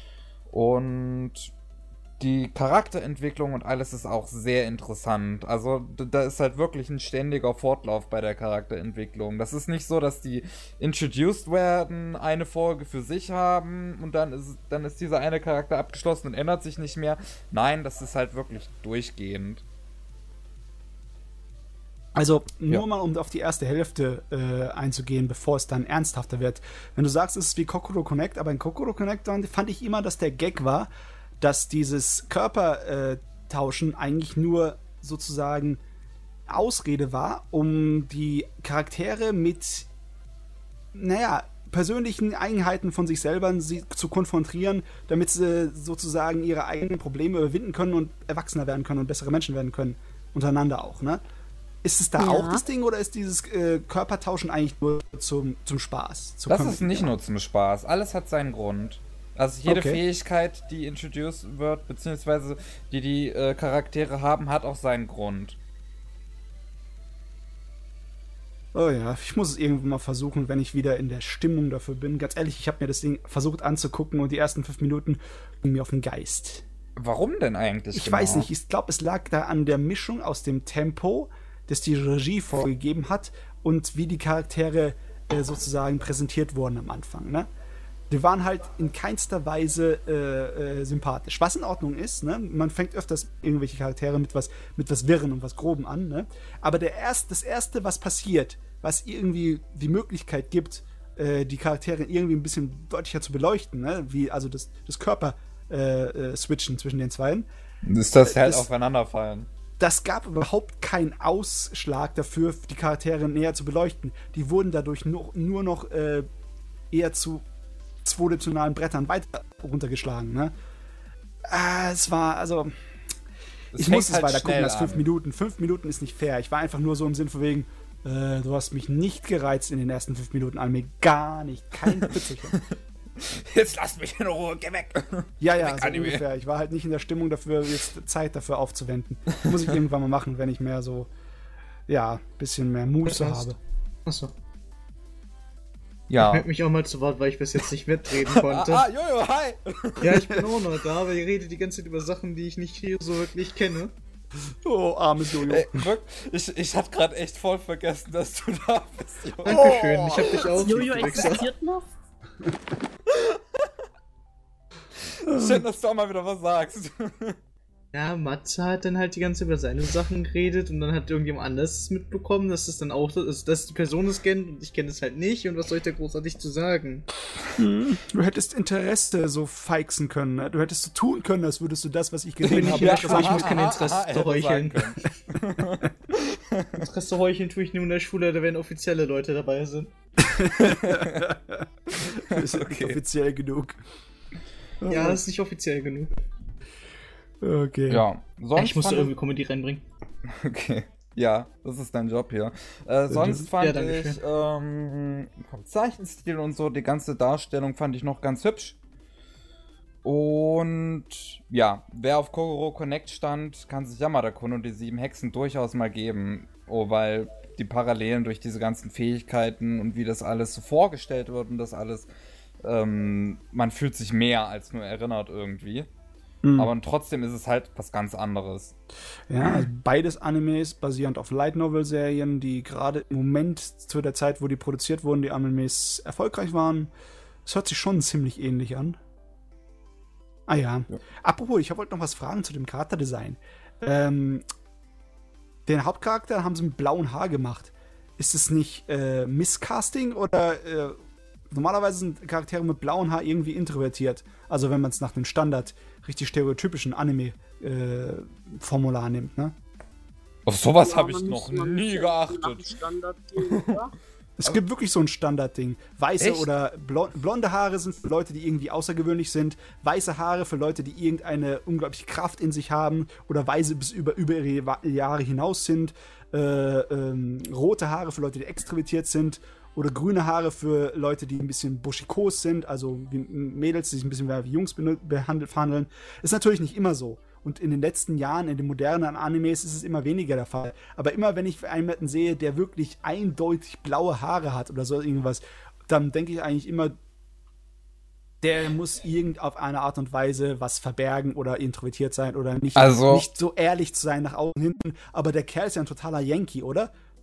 Und die Charakterentwicklung und alles ist auch sehr interessant. Also d- da ist halt wirklich ein ständiger Fortlauf bei der Charakterentwicklung. Das ist nicht so, dass die introduced werden, eine Folge für sich haben und dann ist, dann ist dieser eine Charakter abgeschlossen und ändert sich nicht mehr. Nein, das ist halt wirklich durchgehend. Also nur Ja. mal, um auf die erste Hälfte äh, einzugehen, bevor es dann ernsthafter wird. Wenn du sagst, es ist wie Kokoro Connect, aber in Kokoro Connect fand ich immer, dass der Gag war, dass dieses Körpertauschen eigentlich nur sozusagen Ausrede war, um die Charaktere mit, naja, persönlichen Eigenheiten von sich selber sie zu konfrontieren, damit sie sozusagen ihre eigenen Probleme überwinden können und erwachsener werden können und bessere Menschen werden können. Untereinander auch, ne? Ist es da Ja. auch das Ding oder ist dieses äh, Körpertauschen eigentlich nur zum, zum Spaß? Zum Das Kom- ist nicht nur zum Spaß. Alles hat seinen Grund. Also jede Okay. Fähigkeit, die introduced wird, beziehungsweise die die äh, Charaktere haben, hat auch seinen Grund. Oh ja, ich muss es irgendwann mal versuchen, wenn ich wieder in der Stimmung dafür bin. Ganz ehrlich, ich habe mir das Ding versucht anzugucken und die ersten fünf Minuten gingen mir auf den Geist. Warum denn eigentlich? Ich genau? weiß nicht, ich glaube, es lag da an der Mischung aus dem Tempo, das die Regie vorgegeben hat und wie die Charaktere äh, sozusagen präsentiert wurden am Anfang, ne? Die waren halt in keinster Weise äh, äh, sympathisch. Was in Ordnung ist, ne? Man fängt öfters irgendwelche Charaktere mit was, mit was Wirren und was Groben an, ne? Aber der erst, das Erste, was passiert, was irgendwie die Möglichkeit gibt, äh, die Charaktere irgendwie ein bisschen deutlicher zu beleuchten, ne? Wie also das, das Körper äh, äh, switchen zwischen den Zweien, Ist das halt das- aufeinanderfallen? das gab überhaupt keinen Ausschlag dafür, die Charaktere näher zu beleuchten. Die wurden dadurch nur, nur noch äh, eher zu zweidimensionalen Brettern weiter runtergeschlagen. Ne? Ah, es war, also, Es ich fängt muss es halt weiter gucken schnell als fünf an. Minuten. Fünf Minuten ist nicht fair. Ich war einfach nur so im Sinn von wegen, äh, du hast mich nicht gereizt in den ersten fünf Minuten an mir. Gar nicht. Kein Pützelchen. Jetzt lass mich in Ruhe, geh weg! Ja, ja, Weg, so Anime. ungefähr. Ich war halt nicht in der Stimmung dafür, jetzt Zeit dafür aufzuwenden. Muss ich irgendwann mal machen, wenn ich mehr so, ja, bisschen mehr Muße Was? habe. Achso. Ja. Ich melde mich auch mal zu Wort, weil ich bis jetzt nicht mitreden konnte. Ah, Jojo, hi! Ja, ich bin auch noch da, aber ihr redet die ganze Zeit über Sachen, die ich nicht hier so wirklich kenne. Oh, armes Jojo. Ey, wirk- ich, ich hatte gerade echt voll vergessen, dass du da bist, Jojo. Dankeschön, ich hab dich auch Jojo lieb, du Wichser. existiert noch? Schön, dass du auch mal wieder was sagst. Ja, Matze hat dann halt die ganze Zeit über seine Sachen geredet und dann hat irgendjemand anderes mitbekommen, dass es dann auch so ist, dass die Person es kennt und ich kenne es halt nicht und was soll ich da großartig zu sagen? Du hättest Interesse so feixen können. Ne? Du hättest so tun können, als würdest du das, was ich gesehen bin ich habe. ja nicht schon, ich sagen. muss kein Interesse Aha, hätte heucheln. sagen können. Interesse heucheln tue ich nur in der Schule, da werden offizielle Leute dabei sind. Das ist Okay. offiziell genug. Ja, ist nicht offiziell genug. Okay. Ja, sonst ich muss da fand irgendwie Comedy reinbringen. Okay. Ja, das ist dein Job hier. Äh, sonst fand Ja, danke ich ähm, vom Zeichenstil und so, die ganze Darstellung fand ich noch ganz hübsch. Und ja, wer auf Kokoro Connect stand, kann sich Yamada-kun und die sieben Hexen durchaus mal geben. Oh, weil die Parallelen durch diese ganzen Fähigkeiten und wie das alles so vorgestellt wird und das alles, ähm, man fühlt sich mehr als nur erinnert irgendwie. Mhm. Aber trotzdem ist es halt was ganz anderes. Ja, also beides Animes basierend auf Light Novel Serien, die gerade im Moment zu der Zeit, wo die produziert wurden, die Animes erfolgreich waren. Es hört sich schon ziemlich ähnlich an. Ah ja. Ja. Apropos, ich wollte noch was fragen zu dem Charakterdesign. Ähm, den Hauptcharakter haben sie mit blauem Haar gemacht. Ist es nicht äh, Misscasting oder äh, normalerweise sind Charaktere mit blauem Haar irgendwie introvertiert. Also wenn man es nach dem Standard richtig stereotypischen Anime-Formular nimmt, ne? Auf sowas Ja, habe ich man noch müsste- man nie müsste nach dem geachtet. Standard gehen, oder? Es gibt wirklich so ein Standardding. Weiße Echt? oder blo- blonde Haare sind für Leute, die irgendwie außergewöhnlich sind. Weiße Haare für Leute, die irgendeine unglaubliche Kraft in sich haben oder weise bis über, über ihre Wa- Jahre hinaus sind. Äh, ähm, rote Haare für Leute, die extrovertiert sind. Oder grüne Haare für Leute, die ein bisschen buschikos sind, also wie Mädels, die sich ein bisschen wie Jungs benu- behandelt, verhandeln. Ist natürlich nicht immer so. Und in den letzten Jahren, in den modernen Animes, ist es immer weniger der Fall. Aber immer, wenn ich jemanden sehe, der wirklich eindeutig blaue Haare hat oder so irgendwas, dann denke ich eigentlich immer, der muss irgend auf eine Art und Weise was verbergen oder introvertiert sein oder nicht, Also- nicht so ehrlich zu sein nach außen hinten. Aber der Kerl ist ja ein totaler Yankee, oder?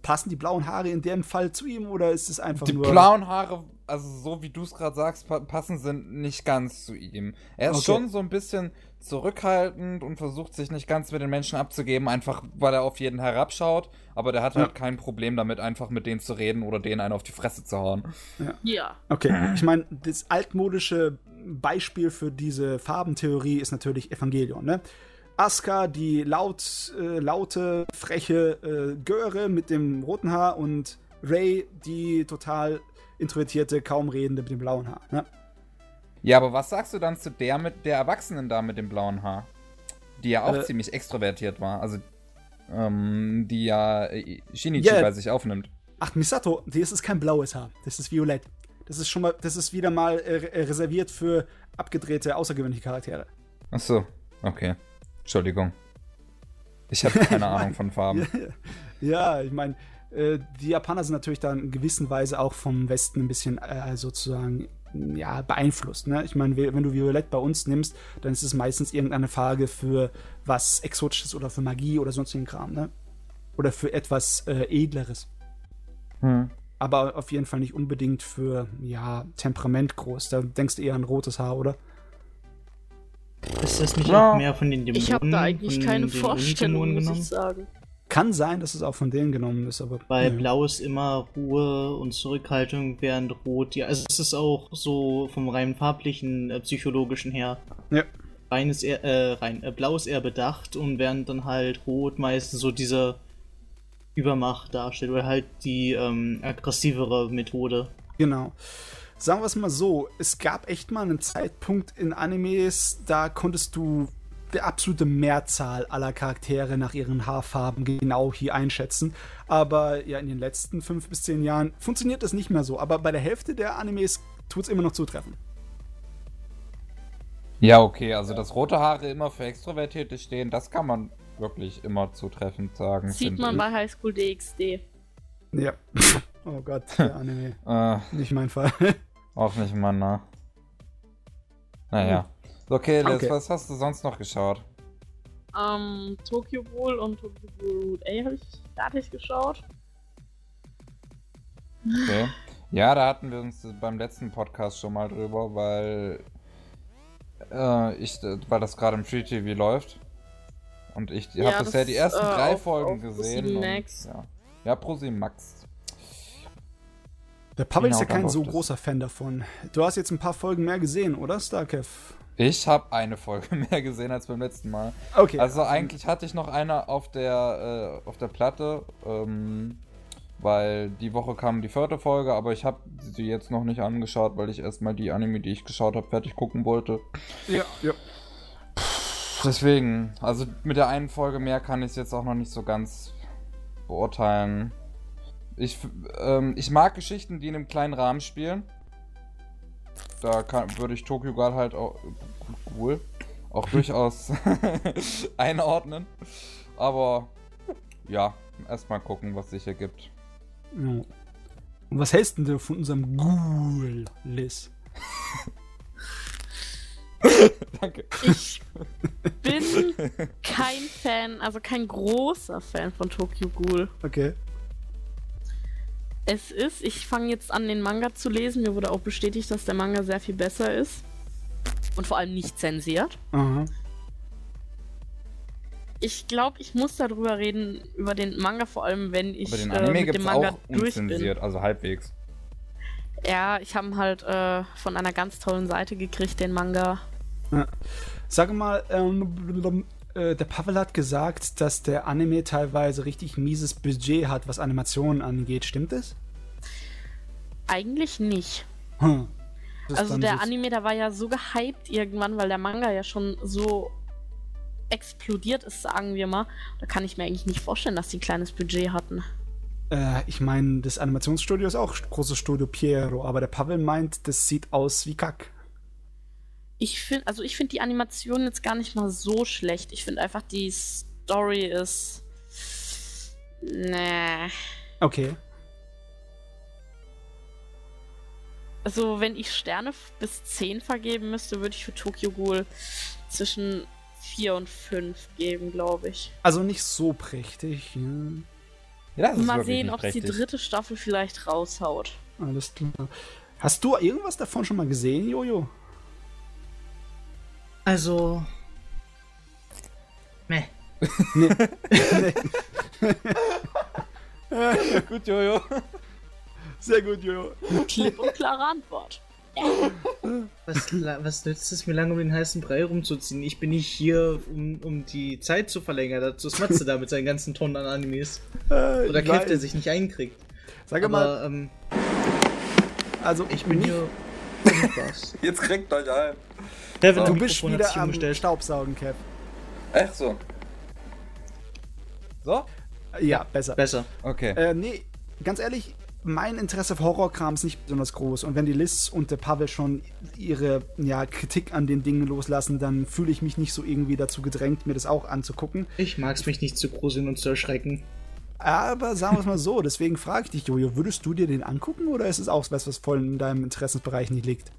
passen die blauen Haare in dem Fall zu ihm oder ist es einfach Die nur... blauen Haare, also so wie du es gerade sagst, pa- passen sind nicht ganz zu ihm. Er ist Okay. schon so ein bisschen zurückhaltend und versucht sich nicht ganz mit den Menschen abzugeben, einfach weil er auf jeden herabschaut, aber der hat halt Ja. kein Problem damit, einfach mit denen zu reden oder denen einen auf die Fresse zu hauen. Ja. Okay, ich meine, das altmodische Beispiel für diese Farbentheorie ist natürlich Evangelion, ne? Asuka, die laut, äh, laute, freche äh, Göre mit dem roten Haar und Rey, die total introvertierte, kaum redende mit dem blauen Haar, ne? Ja, aber was sagst du dann zu der mit der Erwachsenen da mit dem blauen Haar? Die ja auch Äh, ziemlich extrovertiert war, also ähm, die ja äh, Shinichi Ja. bei sich aufnimmt. Ach, Misato, das ist kein blaues Haar, das ist violett. Das ist schon mal, das ist wieder mal äh, reserviert für abgedrehte, außergewöhnliche Charaktere. Ach so, okay. Entschuldigung. Ich habe keine Ahnung von Farben. Ja, ich meine, äh, die Japaner sind natürlich dann in gewisser Weise auch vom Westen ein bisschen äh, sozusagen ja, beeinflusst. Ne? Ich meine, wenn du Violett bei uns nimmst, dann ist es meistens irgendeine Frage für was Exotisches oder für Magie oder sonstigen Kram. Ne? Oder für etwas äh, Edleres. Hm. Aber auf jeden Fall nicht unbedingt für, ja, Temperament groß. Da denkst du eher an rotes Haar, oder? Ist das nicht Ja. auch mehr von den Dämonen? Ich habe da eigentlich von keine den Vorstellung, Unidämonen muss genommen? ich sagen. Kann sein, dass es auch von denen genommen ist, aber. Weil ja. Blau ist immer Ruhe und Zurückhaltung, während Rot, ja, also es ist auch so vom rein farblichen, äh, psychologischen her. Ja. Rein ist eher, äh, rein, äh, Blau ist eher bedacht und während dann halt Rot meistens so diese Übermacht darstellt oder halt die ähm, aggressivere Methode. Genau. Sagen wir es mal so, es gab echt mal einen Zeitpunkt in Animes, da konntest du die absolute Mehrzahl aller Charaktere nach ihren Haarfarben genau hier einschätzen. Aber ja, in den letzten fünf bis zehn Jahren funktioniert das nicht mehr so. Aber bei der Hälfte der Animes tut es immer noch zutreffen. Ja, okay, also dass rote Haare immer für Extrovertierte stehen, das kann man wirklich immer zutreffend sagen. Sieht finde man ich. bei High School D X D. Ja. Oh Gott, der Anime. Äh, Nicht mein Fall. auch nicht mal, ne? Naja. Okay, Liz, Okay. was hast du sonst noch geschaut? Ähm, Tokyo Ghoul und Tokyo Ghoul Route A habe ich fertig geschaut. Okay. Ja, da hatten wir uns beim letzten Podcast schon mal drüber, weil äh, ich, weil das gerade im Free T V läuft. Und ich Ja, habe bisher das, die ersten äh, drei auf- Folgen auf gesehen. ProSieben Und, Max. ja, ja ProSieben Max. Der Pavel ist Genau, ja kein da so läuft es. großer Fan davon. Du hast jetzt ein paar Folgen mehr gesehen, oder, Starkev? Ich habe eine Folge mehr gesehen als beim letzten Mal. Okay. Also eigentlich hatte ich noch eine auf der äh, auf der Platte, ähm, weil die Woche kam die vierte Folge, aber ich habe sie jetzt noch nicht angeschaut, weil ich erstmal die Anime, die ich geschaut habe, fertig gucken wollte. Ja, ja. Deswegen, also mit der einen Folge mehr kann ich es jetzt auch noch nicht so ganz beurteilen. Ich, f- ähm, ich mag Geschichten, die in einem kleinen Rahmen spielen. Da kann, würde ich Tokyo Ghoul halt auch, cool, auch durchaus einordnen. Aber ja, erstmal gucken, was sich ergibt. Ja. Und was hältst denn du von unserem Ghoul, Liz? Danke. Ich bin kein Fan, also kein großer Fan von Tokyo Ghoul. Okay. Es ist, ich fange jetzt an, den Manga zu lesen. Mir wurde auch bestätigt, dass der Manga sehr viel besser ist. Und vor allem nicht zensiert. Aha. Ich glaube, ich muss darüber reden, über den Manga, vor allem wenn ich Aber den äh, Anime mit gibt dem es Manga auch durch bin. unzensiert, also halbwegs. Ja, ich habe ihn halt äh, von einer ganz tollen Seite gekriegt, den Manga. Ja. Sag mal, ähm, äh, der Pavel hat gesagt, dass der Anime teilweise richtig mieses Budget hat, was Animationen angeht. Stimmt das? Eigentlich nicht. Hm. Das ist Also dann der so- Anime, der war ja so gehypt irgendwann, weil der Manga ja schon so explodiert ist, sagen wir mal. Da kann ich mir eigentlich nicht vorstellen, dass die ein kleines Budget hatten. Äh, ich meine, das Animationsstudio ist auch großes Studio Piero, aber der Pavel meint, das sieht aus wie Kack. Ich finde, also ich finde die Animation jetzt gar nicht mal so schlecht. Ich finde einfach, die Story ist. Nee. Okay. Also, wenn ich Sterne f- bis zehn vergeben müsste, würde ich für Tokyo Ghoul zwischen vier und fünf geben, glaube ich. Also nicht so prächtig. Ne? Ja, das ist Mal wirklich sehen, nicht ob die prächtig. dritte Staffel vielleicht raushaut. Alles klar. Hast du irgendwas davon schon mal gesehen, Jojo? Also. Meh. Nee. Gut, Jojo. Sehr gut, Jojo. Klipp und klare Antwort. Was, la- was nützt es mir lange um den heißen Brei rumzuziehen? Ich bin nicht hier, um, um die Zeit zu verlängern. Dazu ist Matze da mit seinen ganzen Tonnen an Animes. Äh, Oder ich Kev, der weiß. sich nicht einkriegt. Sag Aber mal, ähm, also ich bin nicht- hier. um Spaß. Jetzt kriegt euch ein. Kevin, Du das bist Mikrofon hat wieder sich am umgestellt. Staubsaugen, Kev. Echt so. So? Ja, besser. Besser. Okay. Äh, nee, ganz ehrlich, mein Interesse für Horrorkram ist nicht besonders groß. Und wenn die Liz und der Pavel schon ihre ja, Kritik an den Dingen loslassen, dann fühle ich mich nicht so irgendwie dazu gedrängt, mir das auch anzugucken. Ich mag's mich nicht zu gruseln und zu erschrecken. Aber sagen wir es mal so, deswegen frage ich dich, Jojo, würdest du dir den angucken oder ist es auch was, was voll in deinem Interessensbereich nicht liegt?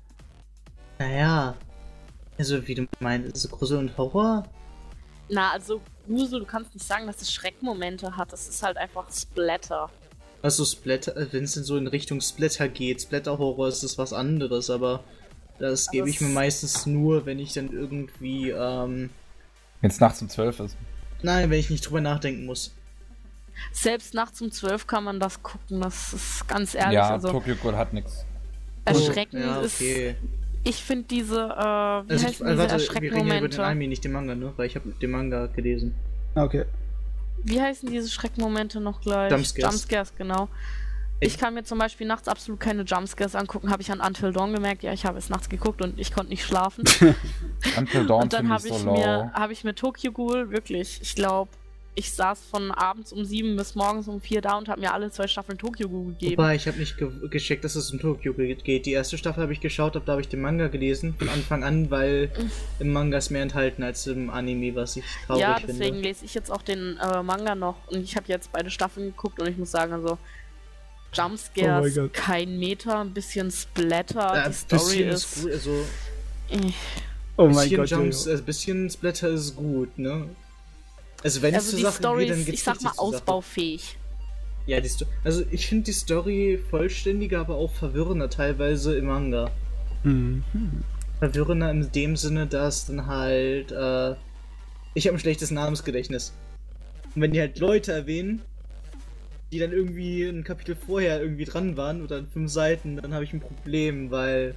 Naja. Also, wie du meinst, so Grusel und Horror? Na, also Grusel, du kannst nicht sagen, dass es Schreckmomente hat. Das ist halt einfach Splatter. Also, Splatter, wenn es denn so in Richtung Splatter geht. Splatter-Horror ist das was anderes, aber das Aber gebe ich es- mir meistens nur, wenn ich dann irgendwie, ähm. Wenn es nachts um zwölf ist. Nein, wenn ich nicht drüber nachdenken muss. Selbst nachts um zwölf kann man das gucken. Das ist ganz ehrlich. Ja, also Tokyo Ghoul hat nix. erschreckend ja, ist. okay. Ich finde diese, äh, wie Also, ich, heißen äh, diese warte, wir reden ja über den Erschreckmomente? Anime, nicht den Manga, ne? Weil ich habe den Manga gelesen. Okay. Wie heißen diese Schreckmomente noch gleich? Jumpscares. Jumpscares, genau. Ich kann mir zum Beispiel nachts absolut keine Jumpscares angucken, habe ich an Until Dawn gemerkt. Ja, ich habe es nachts geguckt und ich konnte nicht schlafen. Until Dawn Und dann finde habe ich ich, so low. mir, hab ich mir Tokyo Ghoul, wirklich, ich glaube, ich saß von abends um sieben bis morgens um vier da und habe mir alle zwei Staffeln Tokyo Ghoul gegeben. Wobei, ich habe nicht ge gecheckt, dass es um Tokyo geht. Die erste Staffel habe ich geschaut, ab da habe ich den Manga gelesen, von Anfang an, weil im Manga ist mehr enthalten als im Anime, was ich traurig Ja, finde. deswegen lese ich jetzt auch den äh, Manga noch und ich habe jetzt beide Staffeln geguckt und ich muss sagen, also Oh Jumpscares, mein Gott. kein Meter, ein bisschen Splatter, Äh, die Story bisschen ist... gut, also, äh, Oh mein bisschen Gott, Jumps, Jojo. also bisschen Splatter ist gut, ne? Also wenn es Also zur die Sache Story geht, dann ist, geht's ich sag mal, richtig zur Sache. ausbaufähig. Ja, die Sto also ich finde die Story vollständiger, aber auch verwirrender teilweise im Manga. Mhm. Verwirrender in dem Sinne, dass dann halt, äh, ich habe ein schlechtes Namensgedächtnis. Und wenn die halt Leute erwähnen, die dann irgendwie ein Kapitel vorher irgendwie dran waren oder in fünf Seiten, dann habe ich ein Problem, weil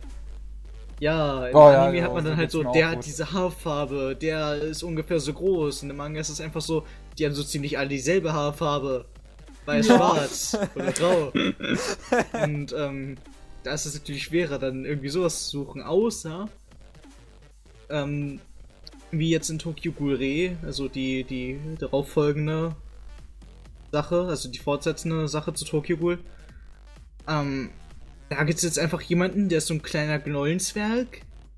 ja, im Oh, ja, Anime ja, hat man so dann halt geht's so, mir auch der gut. hat diese Haarfarbe, der ist ungefähr so groß und im Manga ist es einfach so, die haben so ziemlich alle dieselbe Haarfarbe. Weiß, schwarz oder grau. Und ähm, da ist es natürlich schwerer, dann irgendwie sowas zu suchen, außer ähm, wie jetzt in Tokyo Ghoul Re, also die, die darauffolgende Sache, also die fortsetzende Sache zu Tokyo Ghoul. Ähm, da gibt es jetzt einfach jemanden, der ist so ein kleiner Gnollenzwerg.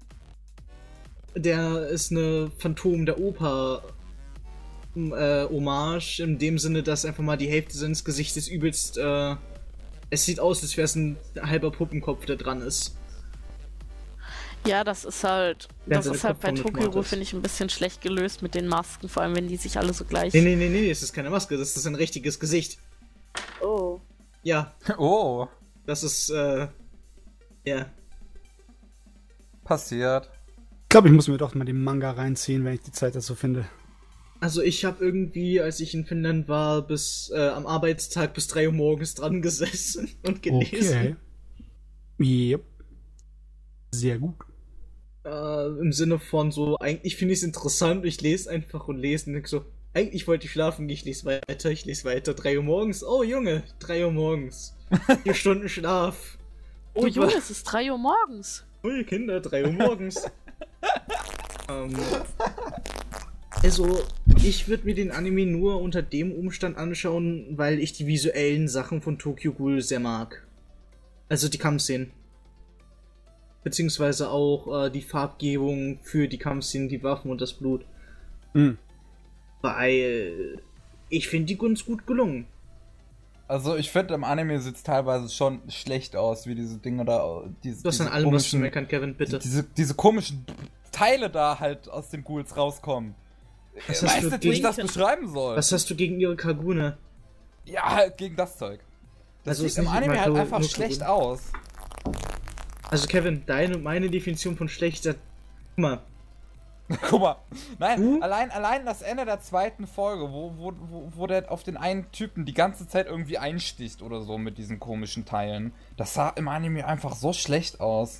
Der ist eine Phantom der Oper äh, Hommage, in dem Sinne, dass einfach mal die Hälfte seines Gesichtes übelst, äh, es sieht aus, als wäre es ein halber Puppenkopf, der dran ist. Ja, das ist halt, Ja, das seine ist halt bei Kopfform mit Tokyo Ghoul, Tomate. finde ich, ein bisschen schlecht gelöst mit den Masken, vor allem wenn die sich alle so gleich... Nee, nee, nee, nee, es ist keine Maske, das ist ein richtiges Gesicht. Oh. Ja, Oh, das ist, äh, ja. passiert. Ich glaube, ich muss mir doch mal den Manga reinziehen, wenn ich die Zeit dazu finde. Also ich habe irgendwie, als ich in Finnland war, bis äh, am Arbeitstag bis drei Uhr morgens dran gesessen und gelesen. Okay. Yep. Sehr gut. Äh, Im Sinne von so, eigentlich finde ich es interessant, ich lese einfach und lese und denk so, eigentlich wollte ich schlafen, ich lese weiter, ich lese weiter, drei Uhr morgens, oh Junge, drei Uhr morgens, vier Stunden Schlaf. Oh Junge, es ist drei Uhr morgens. Ui, Kinder, drei Uhr morgens. ähm, also, ich würde mir den Anime nur unter dem Umstand anschauen, weil ich die visuellen Sachen von Tokyo Ghoul sehr mag. Also die Kampfszenen. Beziehungsweise auch äh, die Farbgebung für die Kampfszenen, die Waffen und das Blut. Mhm. Weil ich finde die ganz gut gelungen. Also ich finde, im Anime sieht es teilweise schon schlecht aus, wie diese Dinge da... Diese, Du hast an diese allem was zu komischen- meckern, Kevin, bitte. Diese, diese komischen Teile da halt aus den Ghouls rauskommen. Was Ich hast weiß du nicht, wie ich gegen- das beschreiben soll. Was hast du gegen ihre Kagune? Ja, gegen das Zeug. Das Also sieht ist im nicht Anime immer halt nur- einfach nur schlecht grün. aus. Also Kevin, deine und meine Definition von schlecht, das- guck mal, Guck mal. Nein, Hm? allein, allein das Ende der zweiten Folge, wo, wo, wo, wo der auf den einen Typen die ganze Zeit irgendwie einsticht oder so mit diesen komischen Teilen. Das sah im Anime einfach so schlecht aus,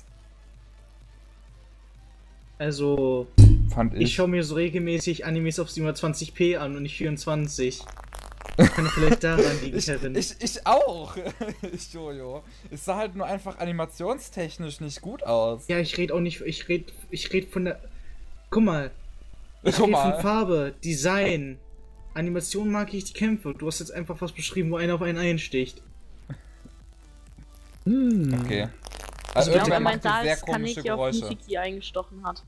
also fand ich. ich schaue mir so regelmäßig Animes auf siebenhundertzwanzig p an und nicht vierundzwanzig. Kann vielleicht daran liegen, Ich, Kevin. ich, ich auch, Jojo. Es sah halt nur einfach animationstechnisch nicht gut aus. Ja, ich rede auch nicht, ich rede ich red von der, guck mal, ich Guck rede von mal. Farbe, Design, Animation mag ich, die Kämpfe. Du hast jetzt einfach was beschrieben, wo einer auf einen einsticht. Hm. Okay. Ich Also glaube, er irgendwer meint macht da, sehr als komische Kaneki auf Geräusche. Nishiki eingestochen hat.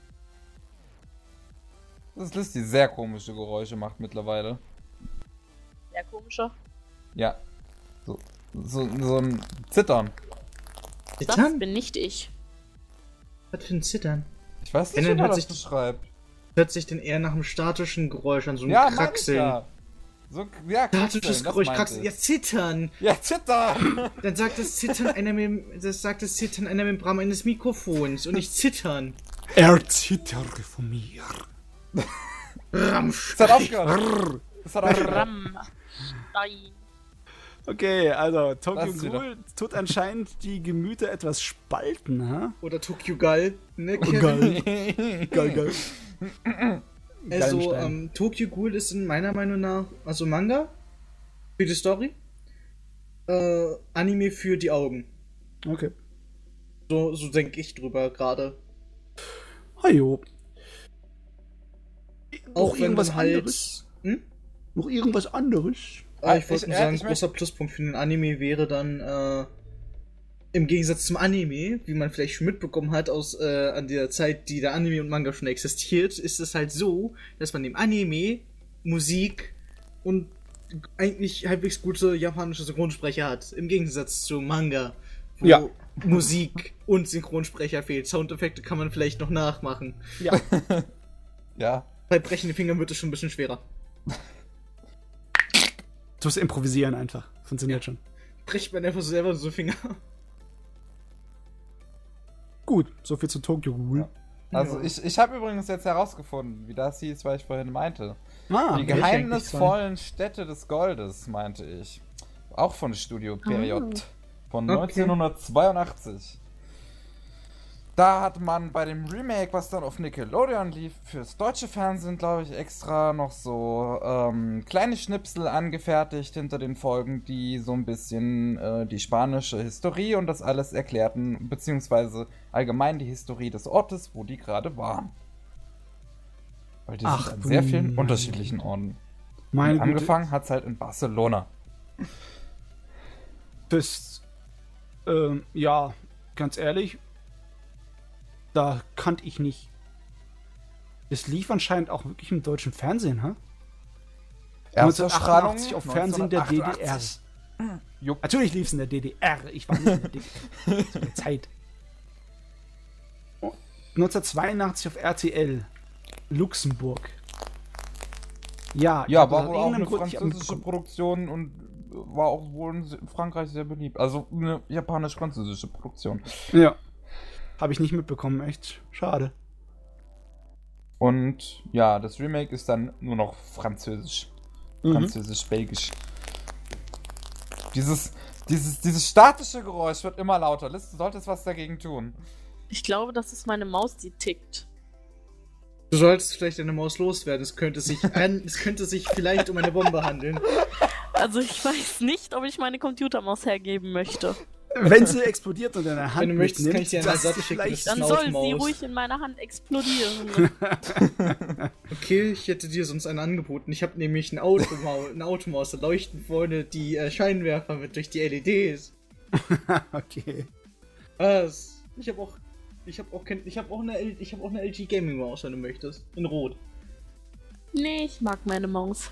Das ist Listy sehr komische Geräusche macht mittlerweile. Sehr komischer. Ja. So, so, so ein Zittern. Das Zittern? bin nicht ich. Was für ein Zittern? Ich weiß nicht, Wenn wie dann man hört das sich- beschreibt. Hört sich denn eher nach einem statischen Geräusch an, so ein Ja, mein ich Kraxeln. ja. So, ja, Statisches Kraxeln, das Geräusch, meinte Kraxeln. ich. Ja, Zittern! Ja, Zittern! Dann sagt das Zittern einer Mem das sagt das Zittern einer Membran eines Mikrofons und nicht Zittern. Er zittere von mir. Ramsch. Das hat aufgehört. Das hat aufgehört. Ram. Nein. Okay, also Das Tokyo ist wieder- Ghoul tut anscheinend die Gemüter etwas spalten, ha? Oder Tokyo Ghoul, ne, Oh, Kevin? geil. Geil, geil. Also, Gallenstein. ähm, Tokyo Ghoul ist in meiner Meinung nach, also Manga für die Story, äh, Anime für die Augen. Okay. So, so denke ich drüber gerade. Hajo. Auch Noch wenn irgendwas man halt. anderes? Hm? Noch irgendwas anderes? Ah, ich Ich- wollte nur äh, sagen, ich möcht- großer Pluspunkt für den Anime wäre dann, äh, im Gegensatz zum Anime, wie man vielleicht schon mitbekommen hat, aus äh, an der Zeit, die der Anime und Manga schon existiert, ist es halt so, dass man im Anime Musik und eigentlich halbwegs gute japanische Synchronsprecher hat. Im Gegensatz zum Manga, wo Ja. Musik und Synchronsprecher fehlt. Soundeffekte kann man vielleicht noch nachmachen. Ja. Ja. Bei brechenden Fingern wird es schon ein bisschen schwerer. Du musst improvisieren einfach. Funktioniert schon. Bricht man einfach so selber so Finger. Gut, soviel zu Tokyo Ghoul. Ja. Also Ja. ich, ich habe übrigens jetzt herausgefunden, wie das hieß, weil ich vorhin meinte. Ah, Die okay. geheimnisvollen Städte des Goldes, meinte ich. Auch von Studio Period. Von Okay. neunzehnhundertzweiundachtzig. Da hat man bei dem Remake, was dann auf Nickelodeon lief, fürs deutsche Fernsehen, glaube ich, extra noch so ähm, kleine Schnipsel angefertigt hinter den Folgen, die so ein bisschen äh, die spanische Historie und das alles erklärten, beziehungsweise allgemein die Historie des Ortes, wo die gerade waren. Weil die Ach, sind an sehr vielen meine unterschiedlichen Orten. Meine Und Güte. angefangen hat es halt in Barcelona. Das, ähm, ja, ganz ehrlich, da kannte ich nicht. Es lief anscheinend auch wirklich im deutschen Fernsehen, ha? Erstausstrahlung neunzehnhundertachtundachtzig auf Fernsehen der D D R. neunzehnhundertachtundachtzig. Jupp. Natürlich lief es in der D D R. Ich war nicht in der D D R zu der Zeit. Oh, neunzehnhundertzweiundachtzig auf R T L. Luxemburg. Ja, ich Ja, hab war das wohl aus auch eine irgendeinem Grund nicht französische mitbekommen. Produktion und war auch wohl in Frankreich sehr beliebt. Also eine japanisch-französische Produktion. Ja. Habe ich nicht mitbekommen, echt schade. Und ja, das Remake ist dann nur noch französisch. Mhm. Französisch-belgisch. Dieses, dieses, dieses statische Geräusch wird immer lauter. Liz, du solltest was dagegen tun. Ich glaube, das ist meine Maus, die tickt. Du solltest vielleicht eine Maus loswerden. Es könnte sich an, es könnte sich vielleicht um eine Bombe handeln. Also ich weiß nicht, ob ich meine Computermaus hergeben möchte. Wenn sie explodiert und in der Hand Wenn du möchtest, kann ich dir einen dass sie Ersatz schicken, vielleicht das Dann eine soll sie Automaus. ruhig in meiner Hand explodieren. Okay, ich hätte dir sonst einen angeboten. Ich habe nämlich ein Automaus, ein Automaus, da leuchten vorne die äh, Scheinwerfer mit durch die L E Ds. Okay. Was? Ich habe auch, ich habe auch, kein, ich habe auch eine, L- ich habe auch eine L G Gaming Maus, wenn du möchtest, in Rot. Nee, ich mag meine Maus.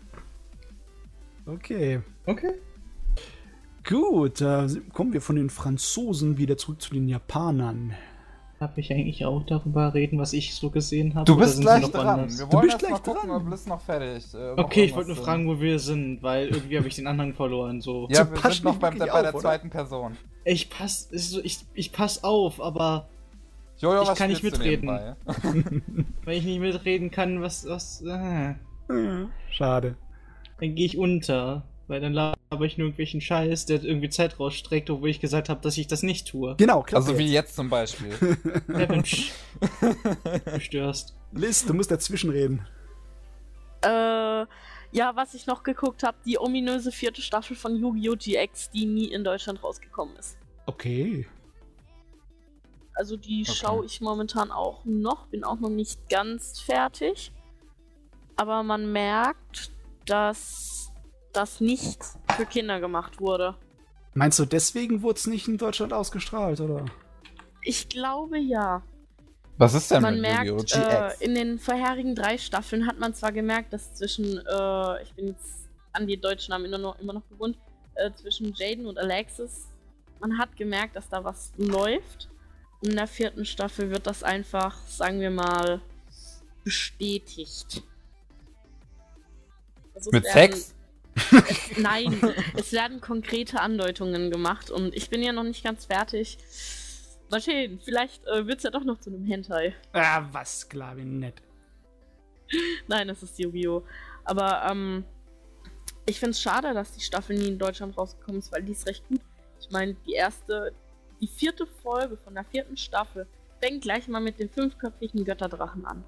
Okay. Okay. Gut, äh, kommen wir von den Franzosen wieder zurück zu den Japanern. Darf ich eigentlich auch darüber reden, was ich so gesehen habe? Du oder bist sind gleich Sie noch dran. woanders? Wir Du wollen bist erst mal gleich gucken, dran. ob Bliss noch fertig. Äh, Okay, ich wollte nur fragen, wo wir sind, weil irgendwie habe ich den Anhang verloren. So. Ja, Du wir passt sind noch nicht beim, wirklich bei auf, der oder? zweiten Person. Ich pass, es ist so, ich, ich pass auf, aber Jojo, Ich was kann nicht spielst du mitreden. nebenbei? wenn ich nicht mitreden kann, was, was, äh, Schade. dann gehe ich unter. Weil dann laber ich nur irgendwelchen Scheiß, der irgendwie Zeit rausstreckt, obwohl ich gesagt habe, dass ich das nicht tue. Genau, klappt Also wie jetzt. jetzt zum Beispiel. Kevin, psch. Du störst. Liz, du musst dazwischen reden. Äh, ja, was ich noch geguckt habe, die ominöse vierte Staffel von Yu-Gi-Oh! G X, die nie in Deutschland rausgekommen ist. Okay. Also die Okay. schaue ich momentan auch noch, bin auch noch nicht ganz fertig. Aber man merkt, dass das nicht für Kinder gemacht wurde. Meinst du, deswegen wurde es nicht in Deutschland ausgestrahlt, oder? Ich glaube ja. Was ist denn Man mit Yu-Gi-Oh! merkt, G X? äh, in den vorherigen drei Staffeln hat man zwar gemerkt, dass zwischen, äh, ich bin jetzt an die deutschen Namen immer noch, immer noch gewohnt, äh, zwischen Jaden und Alexis, man hat gemerkt, dass da was läuft. Und in der vierten Staffel wird das einfach, sagen wir mal, bestätigt. Also es Mit werden- Sex? Es, nein, es werden konkrete Andeutungen gemacht und ich bin ja noch nicht ganz fertig. Mal sehen, vielleicht äh, wird es ja doch noch zu einem Hentai. Ah, was, klar, wie nett. Nein, es ist Yu-Gi-Oh! Aber ähm, ich finde es schade, dass die Staffel nie in Deutschland rausgekommen ist, weil die ist recht gut. Ich meine, die erste, die vierte Folge von der vierten Staffel fängt gleich mal mit dem fünfköpfigen Götterdrachen an.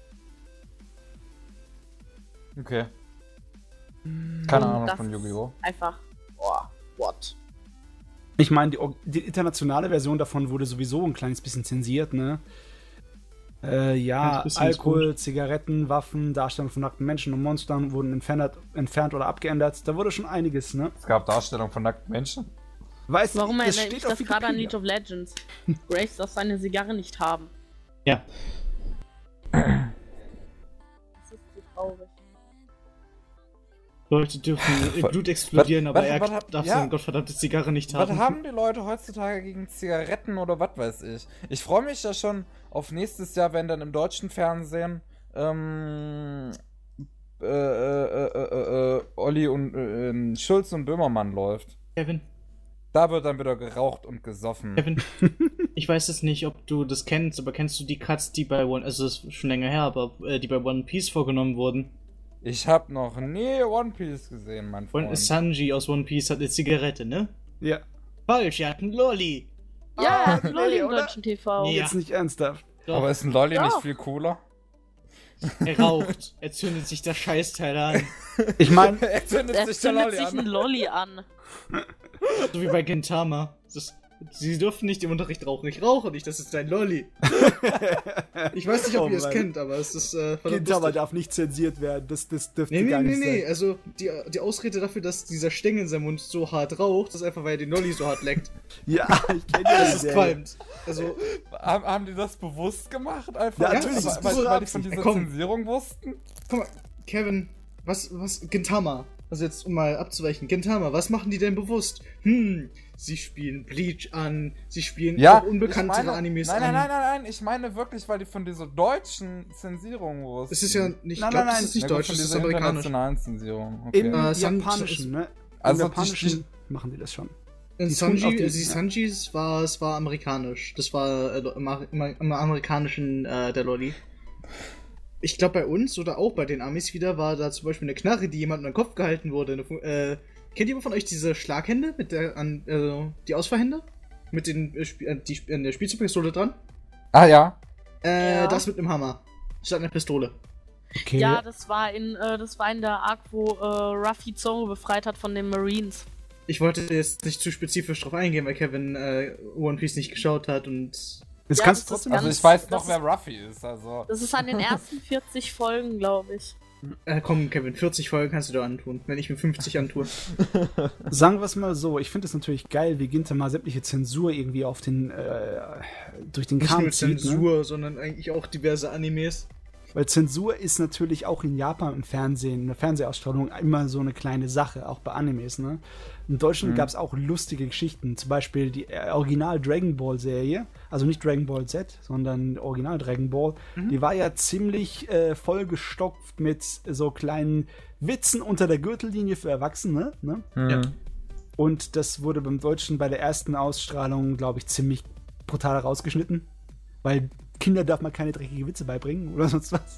Okay. Keine Und Ahnung das von Yu-Gi-Oh! Einfach, boah, what? Ich meine, die, Or- die internationale Version davon wurde sowieso ein kleines bisschen zensiert, ne? Äh, ja, Ganz bisschen ist Alkohol, Zigaretten, Waffen, Darstellung von nackten Menschen und Monstern wurden entfernt, entfernt oder abgeändert. Da wurde schon einiges, ne? Es gab Darstellung von nackten Menschen. Weißt Warum das erinnert mich steht auf das gerade an Wikipedia. League of Legends? Graves darf seine Zigarre nicht haben. Ja. Das ist so traurig. Leute dürfen im Was- Blut explodieren, was- aber was- er was hab- darf ja. seine gottverdammte Zigarre nicht Was haben. haben die Leute heutzutage gegen Zigaretten oder was weiß ich? Ich freue mich ja schon auf nächstes Jahr, wenn dann im deutschen Fernsehen ähm, äh, äh, äh, äh, äh, Olli und äh, Schulz und Böhmermann läuft. Kevin, Da wird dann wieder geraucht und gesoffen. Kevin, ich weiß jetzt nicht, ob du das kennst, aber kennst du die Cuts, die bei One, also das ist schon länger her, aber äh, die bei One Piece vorgenommen wurden? Ich habe noch nie One Piece gesehen, mein Freund. Und Sanji aus One Piece hat eine Zigarette, ne? Ja. Falsch, er hat einen Lolli. Ja, Ah, ah, Lolli nee, im oder? deutschen T V. Ja. Jetzt nicht ernsthaft. Doch, Aber ist ein Lolli nicht Doch. viel cooler? er raucht. Er zündet sich das Scheißteil an. Ich meine, er zündet Er sich der zündet Lolli sich an. ein Lolli an. So wie bei Gintama. Das, sie dürfen nicht im Unterricht rauchen. Ich rauche nicht, das ist dein Lolli. Ich weiß nicht, ob Oh ihr es Mann. kennt, aber es ist äh, verdammt Gintama lustig. darf nicht zensiert werden. Das, das dürfte Nee, nee, gar nee, nicht nee. sein. Also die, die Ausrede dafür, dass dieser Stängel in seinem Mund so hart raucht, ist einfach, weil er den Lolli so hart leckt. Ja, ich kenne ja Das ist qualmt. Also, Haben, haben die das bewusst gemacht? Einfach? Ja, natürlich, weil, das ist weil, pure weil die von Absicht. dieser Komm. Zensierung wussten? guck mal, Kevin, was, was, Gintama. Also jetzt, um mal abzuweichen. Gintama, was machen die denn bewusst? Hm, sie spielen Bleach an, sie spielen Ja, auch unbekanntere ich meine, Animes nein, an. nein, nein, nein, nein, ich meine wirklich, weil die von dieser deutschen Zensierung wussten. Es ist ja nicht, Nein, ich glaube, nein, das nein. ist nicht Ja, gut, deutsch, von das ist dieser amerikanisch. internationalen Zensierung. Okay. Im Äh, San- Japanischen, ne? Im Also die- Japanischen die- machen die das schon. In Die tun auf Sanji, die- also die ja. Sanjis war, es war amerikanisch. Das war äh, im, im, im amerikanischen äh, der Lolli. Ich glaube bei uns oder auch bei den Amis wieder war da zum Beispiel eine Knarre, die jemandem an den Kopf gehalten wurde. Eine, Fu- äh, kennt jemand von euch diese Schlaghände mit der an äh, die Ausfahrhände mit den äh, Sp- äh, die Sp- äh, der Spielzeugpistole dran? Ah ja. Äh, Ja. das mit einem Hammer statt einer Pistole. Okay. Ja, das war in, äh, das war in der Arc, wo äh, Ruffy Zoro befreit hat von den Marines. Ich wollte jetzt nicht zu spezifisch drauf eingehen, weil Kevin äh, One Piece nicht geschaut hat und Jetzt Ja, kannst du das ist trotzdem. Also ganz- ich weiß das noch, ist- wer Ruffy ist, also. Das ist an den ersten vierzig Folgen, glaube ich. äh, komm Kevin, vierzig Folgen kannst du dir antun, wenn ich mir fünfzig antue. Sagen wir es mal so, ich finde es natürlich geil, wie Gintama sämtliche Zensur irgendwie auf den, äh, durch den Nicht Kram nur zieht, ne? Zensur, sondern eigentlich auch diverse Animes. Weil Zensur ist natürlich auch in Japan im Fernsehen, in der Fernsehausstrahlung immer so eine kleine Sache, auch bei Animes, ne? In Deutschland mhm. gab es auch lustige Geschichten, zum Beispiel die äh, Original Dragon Ball Serie, also nicht Dragon Ball Z, sondern Original Dragon Ball, mhm. die war ja ziemlich äh, vollgestopft mit so kleinen Witzen unter der Gürtellinie für Erwachsene, ne? Mhm. Ja. Und das wurde beim Deutschen bei der ersten Ausstrahlung, glaube ich, ziemlich brutal rausgeschnitten, weil Kinder darf man keine dreckige Witze beibringen oder sonst was.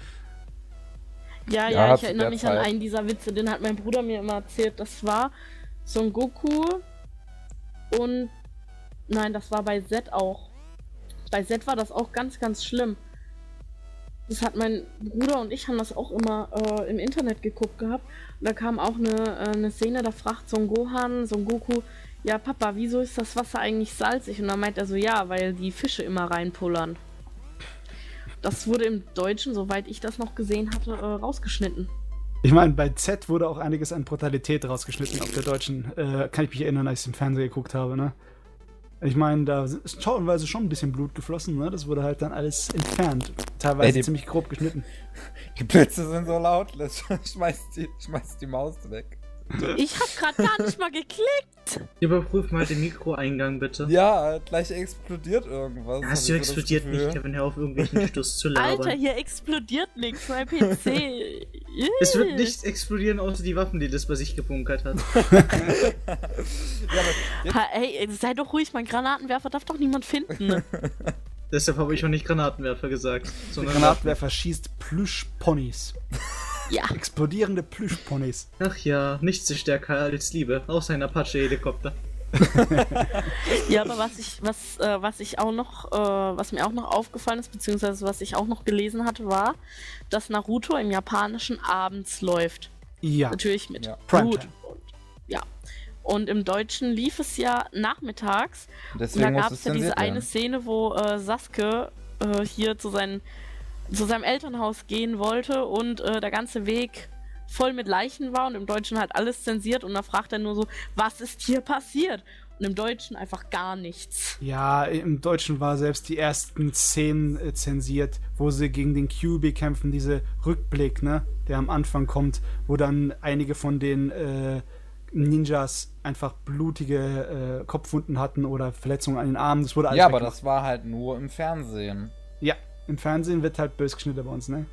Ja, ja, ja ich erinnere mich Zeit. an einen dieser Witze, den hat mein Bruder mir immer erzählt. Das war Son Goku und nein, das war bei Z auch. Bei Z war das auch ganz, ganz schlimm. Das hat mein Bruder und ich haben das auch immer äh, im Internet geguckt gehabt. Und da kam auch eine, äh, eine Szene, da fragt Son Gohan, Son Goku, ja Papa, wieso ist das Wasser eigentlich salzig? Und dann meint er so, ja, weil die Fische immer reinpullern. Das wurde im Deutschen, soweit ich das noch gesehen hatte, äh, rausgeschnitten. Ich meine, bei Z wurde auch einiges an Brutalität rausgeschnitten auf der Deutschen. Äh, kann ich mich erinnern, als ich im Fernsehen geguckt habe, ne? Ich meine, da ist teilweise schon ein bisschen Blut geflossen, ne? Das wurde halt dann alles entfernt. Teilweise Ey, die, ziemlich grob geschnitten. Die Blitze sind so laut, schmeiß die, schmeiß die Maus weg. Ich hab grad gar nicht mal geklickt. Überprüf mal den Mikroeingang, bitte. Ja, gleich explodiert irgendwas. Hast du explodiert nicht, Kevin, hör auf irgendwelchen Stuss zu labern. Alter, hier explodiert nichts, mein P C. Es wird nichts explodieren, außer die Waffen, die das bei sich gebunkert hat. ja, ha, ey, sei doch ruhig, mein Granatenwerfer darf doch niemand finden. Deshalb habe ich auch nicht Granatenwerfer gesagt. Der Granatenwerfer schießt Plüschponys. Ja. Explodierende Plüschponys. Ach ja, nichts ist stärker als Liebe, außer ein Apache-Helikopter. Ja, aber was ich, was, äh, was ich auch noch, äh, was mir auch noch aufgefallen ist, beziehungsweise was ich auch noch gelesen hatte, war, dass Naruto im Japanischen abends läuft. Ja. Natürlich mit ja. Blut. Und, ja. Und im Deutschen lief es ja nachmittags. Deswegen und da gab es ja diese werden. eine Szene, wo äh, Sasuke äh, hier zu seinen zu seinem Elternhaus gehen wollte und äh, der ganze Weg voll mit Leichen war und im Deutschen halt alles zensiert und da fragt er nur so, was ist hier passiert? Und im Deutschen einfach gar nichts. Ja, im Deutschen war selbst die ersten Szenen äh, zensiert, wo sie gegen den Kyuubi kämpfen, diese Rückblick, ne, der am Anfang kommt, wo dann einige von den äh, Ninjas einfach blutige äh, Kopfwunden hatten oder Verletzungen an den Armen. Das wurde alles Ja, aber das war halt nur im Fernsehen. Ja. Im Fernsehen wird halt böse geschnitten bei uns, ne?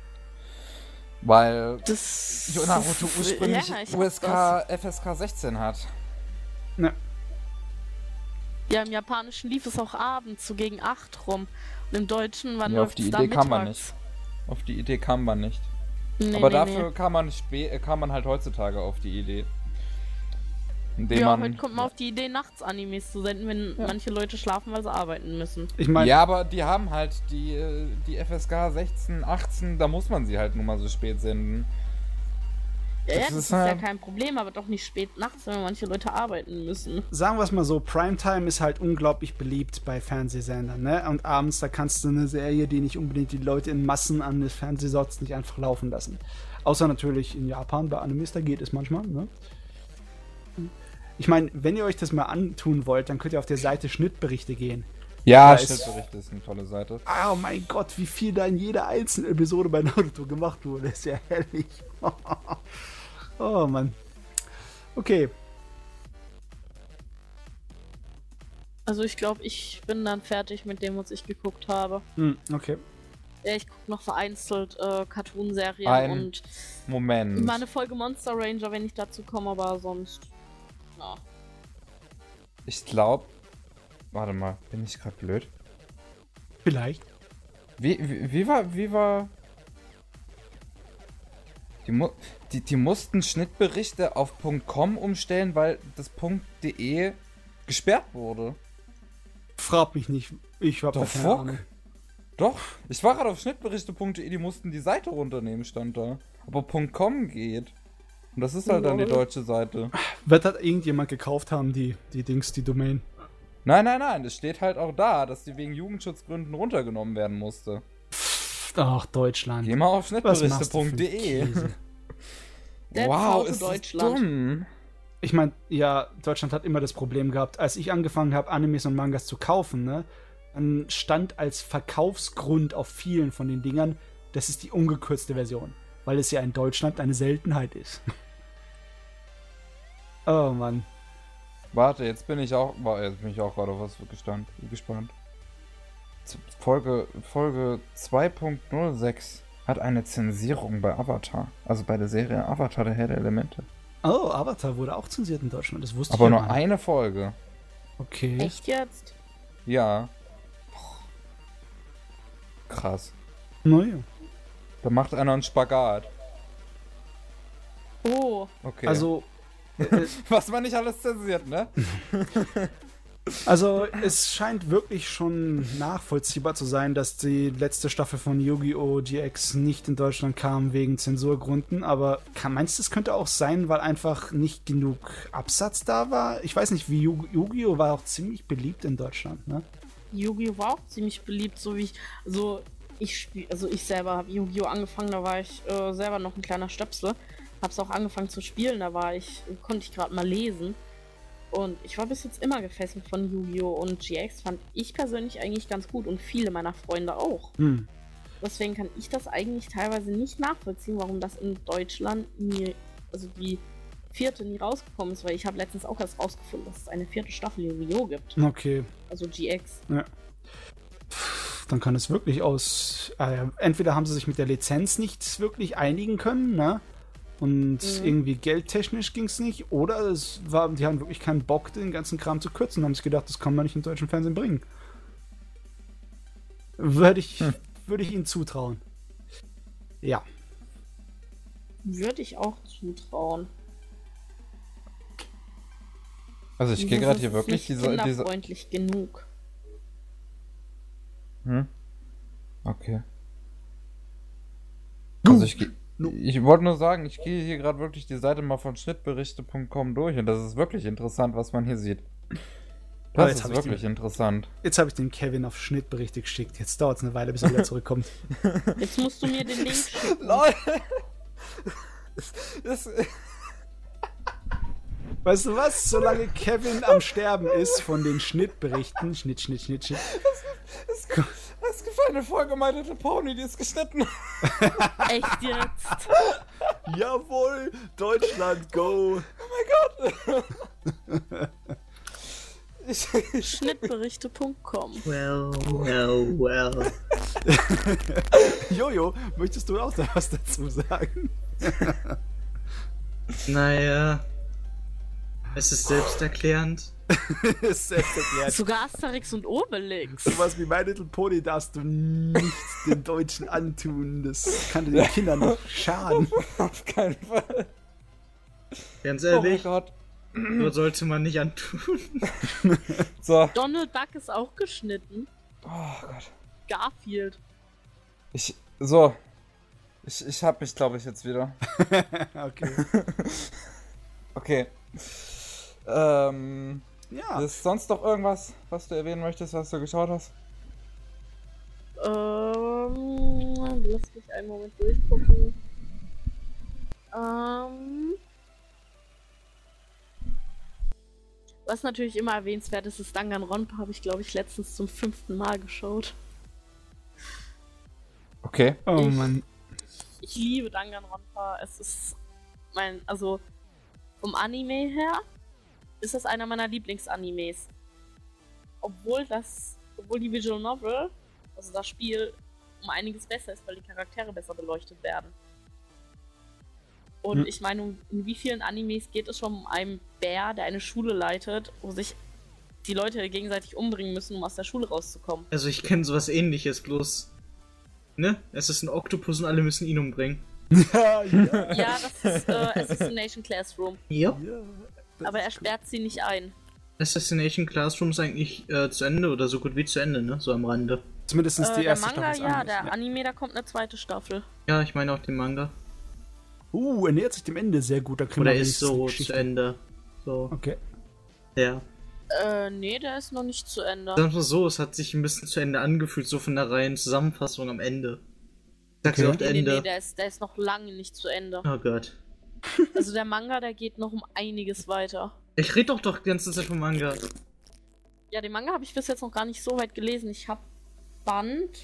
Weil das Naruto ursprünglich ja, U S K, F S K sechzehn hat. Ne. Ja, im Japanischen lief es auch abends, so gegen acht rum. Und im Deutschen war ja, nur auf die Idee kam man nicht. Auf die Idee kam man nicht. Nee, aber nee, dafür nee. Kam, man spä- kam man halt heutzutage auf die Idee. Indem ja, man, heute kommt man auf die Idee, nachts Animes zu senden, wenn ja. manche Leute schlafen, weil sie arbeiten müssen. Ich mein, ja, aber die haben halt die, die F S K sechzehn, achtzehn, da muss man sie halt nur mal so spät senden. Ja, das, ja, das ist, ist ja kein Problem, aber doch nicht spät nachts, wenn manche Leute arbeiten müssen. Sagen wir es mal so, Primetime ist halt unglaublich beliebt bei Fernsehsendern, ne? Und abends, da kannst du eine Serie, die nicht unbedingt die Leute in Massen an das Fernsehsatz nicht einfach laufen lassen. Außer natürlich in Japan, bei Animes, da geht es manchmal, ne? Ich meine, wenn ihr euch das mal antun wollt, dann könnt ihr auf der Seite Schnittberichte gehen. Ja, Schnittberichte ist eine tolle Seite. Oh mein Gott, wie viel da in jeder einzelnen Episode bei Naruto gemacht wurde. Das ist ja herrlich. Oh Mann. Okay. Also ich glaube, ich bin dann fertig mit dem, was ich geguckt habe. Hm, okay. Ja, ich gucke noch vereinzelt äh, Cartoon-Serien Ein und Moment. mal eine Folge Monster Ranger, wenn ich dazu komme, aber sonst... Ja. Ich glaube... Warte mal, bin ich gerade blöd? Vielleicht. Wie, wie, wie war... Wie war... Die, mu die, die mussten Schnittberichte auf .com umstellen, weil das .de gesperrt wurde. Frag mich nicht. Ich hab da keine fuck? Ahnung. Doch, ich war gerade auf schnittberichte punkt de, die mussten die Seite runternehmen, stand da. Aber .com geht. Und das ist halt dann die deutsche Seite. Wird das irgendjemand gekauft haben, die, die Dings, die Domain? Nein, nein, nein, es steht halt auch da, dass die wegen Jugendschutzgründen runtergenommen werden musste. Ach, Deutschland. Geh mal auf schnittberichte punkt de. Wow, ist das dumm. Ich meine, ja, Deutschland hat immer das Problem gehabt, als ich angefangen habe, Animes und Mangas zu kaufen, ne, dann stand als Verkaufsgrund auf vielen von den Dingern das ist die ungekürzte Version, weil es ja in Deutschland eine Seltenheit ist. Oh Mann. Warte, jetzt bin ich auch, jetzt bin ich auch gerade auf was gespannt. gespannt. Folge, Folge zwei Punkt null sechs hat eine Zensierung bei Avatar. Also bei der Serie Avatar, der Herr der Elemente. Oh, Avatar wurde auch zensiert in Deutschland, das wusste Aber ich nur ja gar nicht. eine Folge. Okay. Echt jetzt? Ja. Krass. Naja. Da macht einer einen Spagat. Oh. Okay. Also, äh, was man nicht alles zensiert, ne? also es scheint wirklich schon nachvollziehbar zu sein, dass die letzte Staffel von Yu-Gi-Oh! G X nicht in Deutschland kam wegen Zensurgründen, aber kann, meinst du, es könnte auch sein, weil einfach nicht genug Absatz da war? Ich weiß nicht, wie Yu- Yu-Gi-Oh! War auch ziemlich beliebt in Deutschland, ne? Yu-Gi-Oh! War auch ziemlich beliebt, so wie ich, also ich spiel, also ich selber habe Yu-Gi-Oh! Angefangen, da war ich äh, selber noch ein kleiner Stöpsel, hab's auch angefangen zu spielen, da war ich, konnte ich gerade mal lesen und ich war bis jetzt immer gefesselt von Yu-Gi-Oh! Und G X fand ich persönlich eigentlich ganz gut und viele meiner Freunde auch. Hm. Deswegen kann ich das eigentlich teilweise nicht nachvollziehen, warum das in Deutschland nie, also die vierte nie rausgekommen ist, weil ich habe letztens auch erst rausgefunden, dass es eine vierte Staffel Yu-Gi-Oh! Gibt. Okay. Also G X. Ja. Pff, dann kann es wirklich aus. Äh, entweder haben sie sich mit der Lizenz nicht wirklich einigen können, ne? Und Mhm. irgendwie geldtechnisch ging es nicht, oder es war, die haben wirklich keinen Bock, den ganzen Kram zu kürzen, haben sich gedacht, das kann man nicht im deutschen Fernsehen bringen. Würde ich, Hm. würde ich ihnen zutrauen. Ja. Würde ich auch zutrauen. Also ich gehe Das gerade ist hier wirklich nicht diese, diese... kinderfreundlich genug. Hm? Okay. Also ich, geh- ich wollte nur sagen, ich gehe hier gerade wirklich die Seite mal von schnittberichte punkt com durch und das ist wirklich interessant, was man hier sieht. Aber Das jetzt ist hab ich wirklich die- interessant. Jetzt habe ich den Kevin auf Schnittberichte geschickt. Jetzt dauert es eine Weile, bis er wieder zurückkommt. Jetzt musst du mir den Link schicken. Leute! Das, Weißt du was? Solange Kevin am Sterben ist von den Schnittberichten, Schnitt, Schnitt, Schnitt, Schnitt, es, es gibt eine Folge My Little Pony, die ist geschnitten. Echt jetzt? jawohl, Deutschland, go! Ich, Schnittberichte punkt com. Well, well, well. Jojo, möchtest du auch da was dazu sagen? Naja. Es ist selbsterklärend. Ist selbst erklärt. Sogar Asterix und Obelix. Sowas wie My Little Pony darfst du nicht den Deutschen antun. Das kann den Kindern noch schaden. auf keinen Fall. Ganz Oh mein ehrlich, Gott. so sollte man nicht antun. So. Donald Duck ist auch geschnitten. Oh Gott. Garfield. Ich. So. Ich, ich hab mich, glaube ich, jetzt wieder. Okay. Okay. Ähm. Ja. Ist sonst noch irgendwas, was du erwähnen möchtest, was du geschaut hast? Ähm, lass mich einen Moment durchgucken. Ähm, was natürlich immer erwähnenswert ist, ist Danganronpa, habe ich glaube ich letztens zum fünften Mal geschaut. Okay. Oh Ich- Mann. Ich liebe Danganronpa. Es ist mein, also vom Anime her ist das einer meiner Lieblingsanimes. Obwohl das, obwohl die Visual Novel, also das Spiel, um einiges besser ist, weil die Charaktere besser beleuchtet werden. Und Hm. ich meine, in wie vielen Animes geht es schon um einen Bär, der eine Schule leitet, wo sich die Leute gegenseitig umbringen müssen, um aus der Schule rauszukommen? Also ich kenne sowas ähnliches, bloß. Ne? Es ist ein Oktopus und alle müssen ihn umbringen. ja, ja. Ja, das ist äh, Assassination Classroom. Ja. ja. Aber er sperrt sie nicht ein. Assassination Classroom ist eigentlich äh, zu Ende oder so gut wie zu Ende, ne? So am Rande. Zumindest Äh, die der erste Manga, Staffel. des ja, Animes, der Anime, da kommt eine zweite Staffel. Ja, ich meine auch den Manga. Uh, er nähert sich dem Ende sehr gut. Da kriegen Oder wir ist wenigstens eine so Geschichte. zu Ende. So. Okay. Ja. Äh, nee, der ist noch nicht zu Ende. Sagen wir mal so, es hat sich ein bisschen zu Ende angefühlt, so von der reinen Zusammenfassung am Ende. Sagst Okay. du oft Nee, nee, Ende? nee, der ist, der ist noch lange nicht zu Ende. Oh Gott. Also der Manga, der geht noch um einiges weiter. Ich rede doch doch die ganze Zeit vom Manga. Ja, den Manga habe ich bis jetzt noch gar nicht so weit gelesen. Ich habe Band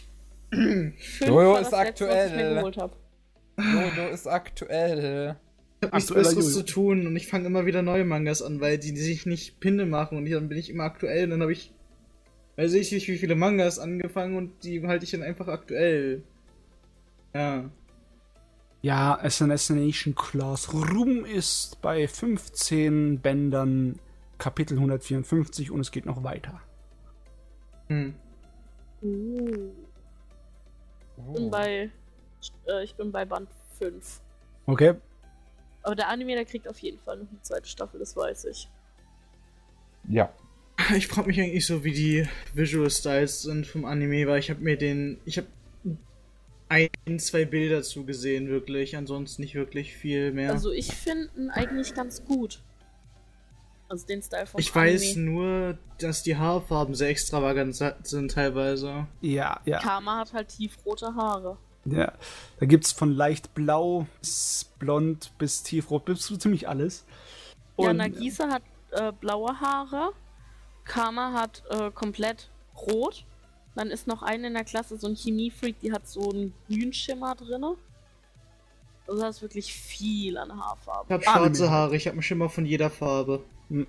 Fünf Jojo war ist das letzte, was ich aktuell. mir geholt habe. Jojo ist aktuell. Ich hab nichts Aktueller Besseres Jojo. zu tun und ich fange immer wieder neue Mangas an, weil die, die sich nicht Pinde machen und dann bin ich immer aktuell und dann habe ich, weiß ich nicht, wie viele Mangas angefangen und die halte ich dann einfach aktuell. Ja. Ja, Assassination Classroom ist bei fünfzehn Bändern Kapitel hundertvierundfünfzig und es geht noch weiter. Hm. Uh. Ich bin bei, äh, ich bin bei Band fünf. Okay. Aber der Anime, der kriegt auf jeden Fall noch eine zweite Staffel, das weiß ich. Ja. Ich frage mich eigentlich so, wie die Visual Styles sind vom Anime, weil ich habe mir den, ich habe ein, zwei Bilder zugesehen, wirklich, ansonsten nicht wirklich viel mehr. Also ich finde ihn eigentlich ganz gut. Also den Style vom Ich Anime. weiß nur, dass die Haarfarben sehr extravagant sind teilweise. Ja, ja. Karma hat halt tiefrote Haare. Ja. Da gibt's von leicht blau bis blond bis tiefrot bis so ziemlich alles. Ja, Und- Nagisa hat äh, blaue Haare. Karma hat äh, komplett rot. Dann ist noch eine in der Klasse, so ein Chemiefreak, die hat so einen Grünschimmer drin. Also da ist wirklich viel an Ich Haarfarbe. habe schwarze Anime. Haare, ich habe einen Schimmer von jeder Farbe.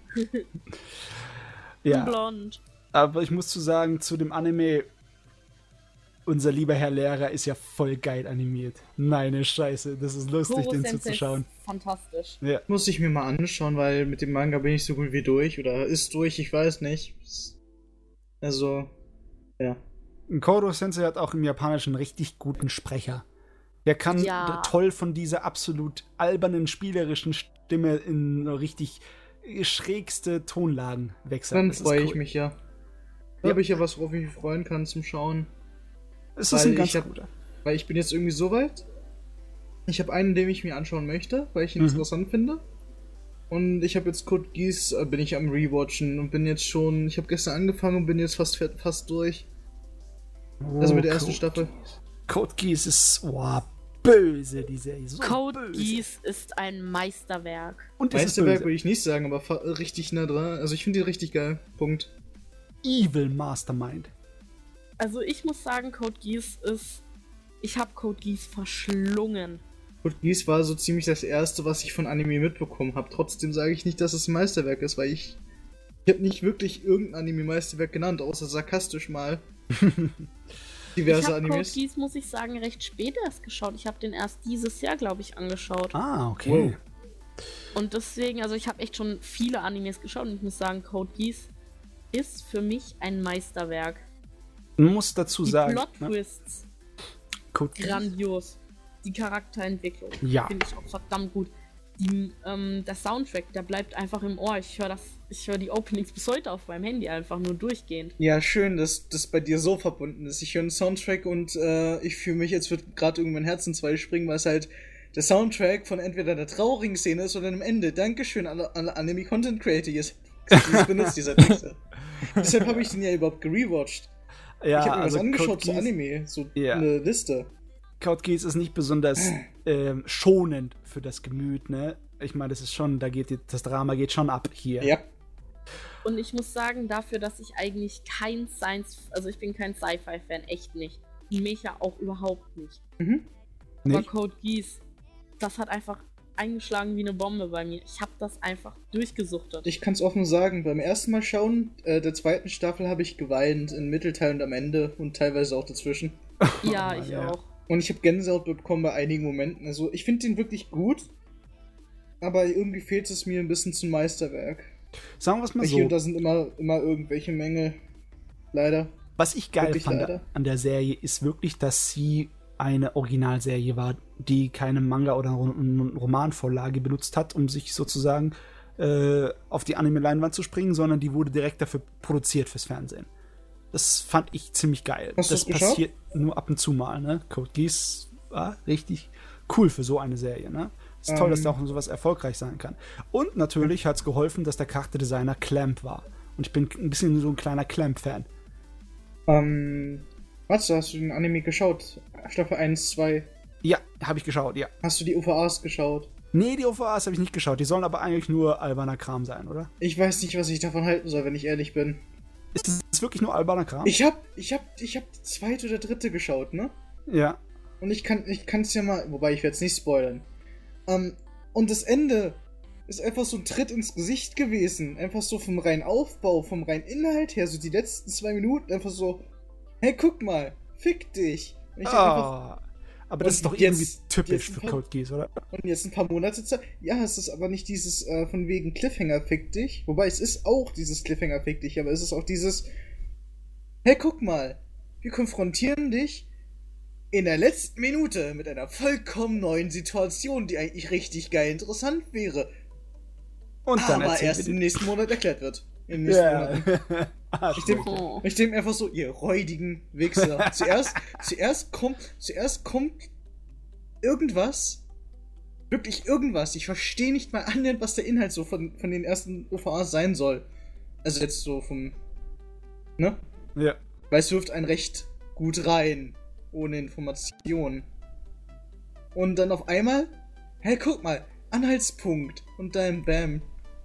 Ja. Blond. Aber ich muss zu sagen, zu dem Anime, unser lieber Herr Lehrer ist ja voll geil animiert. Meine Scheiße, das ist lustig, Koro den Sensei zuzuschauen. ist fantastisch. Ja. Muss ich mir mal anschauen, weil mit dem Manga bin ich so gut wie durch. Oder ist durch, ich weiß nicht. Also, ja. Koro Sensei hat auch im Japanischen einen richtig guten Sprecher. Der kann Ja. toll von dieser absolut albernen, spielerischen Stimme in so richtig schrägste Tonlagen wechseln. Dann Das ist freue cool. ich mich ja. Da Ja. habe ich ja was, worauf ich mich freuen kann zum Schauen. Es ist weil ein ganz ich hab- guter. Weil ich bin jetzt irgendwie so weit. Ich habe einen, den ich mir anschauen möchte, weil ich ihn Mhm. interessant finde. Und ich habe jetzt Code Geass, äh, bin ich am Rewatchen und bin jetzt schon, ich habe gestern angefangen und bin jetzt fast fer- fast durch. Also mit der ersten Code Staffel. Geass. Code Geass ist, boah, böse, die Serie. So Code böse. Geass ist ein Meisterwerk. Und es ist Meisterwerk böse. würde ich nicht sagen, aber fa- richtig nah dran. Also ich finde die richtig geil. Punkt. Evil Mastermind. Also ich muss sagen, Code Geass ist... Ich habe Code Geass verschlungen. Code Geass war so ziemlich das erste, was ich von Anime mitbekommen habe. Trotzdem sage ich nicht, dass es ein Meisterwerk ist, weil ich. Ich habe nicht wirklich irgendein Anime-Meisterwerk genannt, außer sarkastisch mal. Ich Diverse habe Code Animes. Geass, muss ich sagen, recht spät erst geschaut. Ich habe den erst dieses Jahr, glaube ich, angeschaut. Ah, okay. Und deswegen, also ich habe echt schon viele Animes geschaut und ich muss sagen, Code Geass ist für mich ein Meisterwerk. Man muss dazu Die sagen, ne? Plot-Twists, Code Geass. grandios. Die Charakterentwicklung Ja. finde ich auch verdammt gut. Die, ähm, der Soundtrack, der bleibt einfach im Ohr. Ich höre das, ich höre die Openings bis heute auf meinem Handy einfach nur durchgehend. Ja, schön, dass das bei dir so verbunden ist. Ich höre einen Soundtrack und äh, ich fühle mich, als würde gerade irgendwie mein Herz in zwei springen, weil es halt der Soundtrack von entweder der traurigen Szene ist oder dem Ende. Dankeschön, alle, alle Anime-Content-Creator. Ihr das benutzt dieser Texte. Deshalb habe ich den ja überhaupt gerewatcht. Ja, ich habe mir also was angeschaut Code zu Geass, Anime, so Ja. eine Liste. Code Geass ist nicht besonders ähm, schonend für das Gemüt, ne? Ich meine, das ist schon, da geht die, das Drama geht schon ab hier. Ja. Und ich muss sagen, dafür, dass ich eigentlich kein Science, also ich bin kein Sci-Fi-Fan, echt nicht. Mecha auch überhaupt nicht. Mhm. Aber Nicht? Code Geass, das hat einfach eingeschlagen wie eine Bombe bei mir. Ich habe das einfach durchgesuchtet. Ich kann es offen sagen, beim ersten Mal schauen, äh, der zweiten Staffel habe ich geweint, im Mittelteil und am Ende und teilweise auch dazwischen. Ja, Oh, ich ja. auch. Und ich habe Gänsehaut bekommen bei einigen Momenten. Also ich finde den wirklich gut, aber irgendwie fehlt es mir ein bisschen zum Meisterwerk. Sagen wir es mal Hier und so. da sind immer, immer irgendwelche Mängel. Leider. Was ich geil Wirklich fand leider. an der Serie ist wirklich, dass sie eine Originalserie war, die keine Manga- oder Ro- Romanvorlage benutzt hat, um sich sozusagen äh, auf die Anime-Leinwand zu springen, sondern die wurde direkt dafür produziert fürs Fernsehen. Das fand ich ziemlich geil. Hast das du's geschaut? passiert nur ab und zu mal, ne? Code Geass war richtig cool für so eine Serie, ne? Ist toll, Ähm. dass da auch sowas erfolgreich sein kann. Und natürlich hat es geholfen, dass der Charakterdesigner Clamp war. Und ich bin ein bisschen so ein kleiner Clamp-Fan. Ähm, was, hast du den Anime geschaut? Staffel eins, zwei. Ja, habe ich geschaut, ja. Hast du die O V As geschaut? Nee, die O V As habe ich nicht geschaut. Die sollen aber eigentlich nur alberner Kram sein, oder? Ich weiß nicht, was ich davon halten soll, wenn ich ehrlich bin. Es es wirklich nur alberner Kram? Ich hab, ich hab, ich hab die zweite oder dritte geschaut, ne? Ja. Und ich kann, ich kann's ja mal, wobei ich werde es nicht spoilern. Ähm, und das Ende ist einfach so ein Tritt ins Gesicht gewesen. Einfach so vom reinen Aufbau, vom reinen Inhalt her, so die letzten zwei Minuten einfach so, hey, guck mal, fick dich. Und ich Oh, einfach, aber das ist doch jetzt- irgendwie typisch jetzt für ein paar- Code Geass, oder? und jetzt ein paar Monate Zeit. Ja, es ist aber nicht dieses äh, von wegen Cliffhanger fick dich. Wobei es ist auch dieses Cliffhanger fick dich, aber es ist auch dieses, hey, guck mal, wir konfrontieren dich in der letzten Minute mit einer vollkommen neuen Situation, die eigentlich richtig geil interessant wäre, Und dann aber erzählen erst wir im die- nächsten Monat erklärt wird. Im nächsten Monat. Ja. Ah, Ich denke Oh. ich denk mir einfach so, ihr räudigen Wichser. Zuerst, zuerst kommt, zuerst kommt irgendwas, wirklich irgendwas. Ich verstehe nicht mal annähernd, was der Inhalt so von, von den ersten O V As sein soll. Also jetzt so vom, ne? Ja. Weil es wirft einen recht gut rein, ohne Information. Und dann auf einmal, hey, guck mal, Anhaltspunkt. Und dann bam.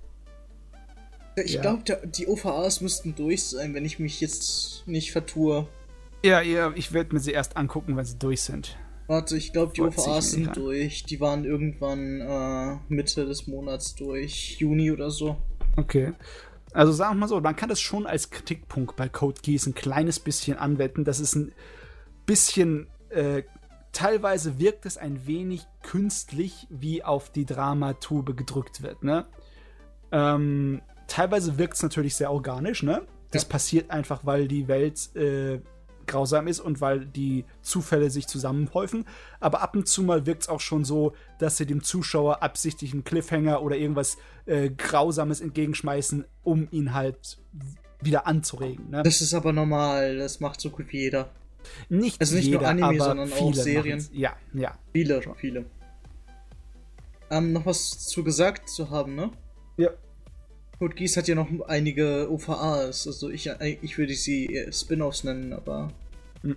Ich Ja. glaube, die O V As müssten durch sein, wenn ich mich jetzt nicht vertue. Ja, ja, ich werde mir sie erst angucken, wenn sie durch sind. Warte, ich glaube, die O Vollzieht V As mich sind an. durch. Die waren irgendwann äh, Mitte des Monats durch. Juni oder so. Okay. Also sagen wir mal so, man kann das schon als Kritikpunkt bei Code Geass ein kleines bisschen anwenden. Das ist ein bisschen, äh, teilweise wirkt es ein wenig künstlich, wie auf die Dramatube gedrückt wird, ne? Ähm, teilweise wirkt es natürlich sehr organisch, ne? Das Ja. passiert einfach, weil die Welt äh, grausam ist und weil die Zufälle sich zusammenhäufen. Aber ab und zu mal wirkt es auch schon so, dass sie dem Zuschauer absichtlich einen Cliffhanger oder irgendwas äh, Grausames entgegenschmeißen, um ihn halt wieder anzuregen. Ne? Das ist aber normal. Das macht so gut wie jeder. Nicht also nicht jeder, nur Anime, aber sondern auch viele Serien. machen's. Ja, ja. Viele, viele. Ähm, noch was zu gesagt zu haben, ne? Ja. Code Geass hat ja noch einige O V As. Also ich, ich würde sie eher Spin-Offs nennen, aber... Hm.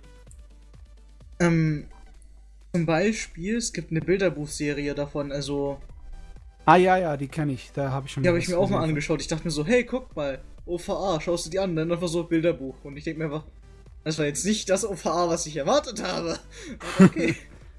Ähm, zum Beispiel, es gibt eine Bilderbuchserie davon, also... Ah ja, ja, die kenne ich. Da habe ich schon Die habe was ich mir auch mal gesehen. angeschaut. Ich dachte mir so, hey, guck mal, O V A, schaust du die an? Dann einfach so Bilderbuch. Und ich denke mir einfach, das war jetzt nicht das O V A, was ich erwartet habe. Aber okay.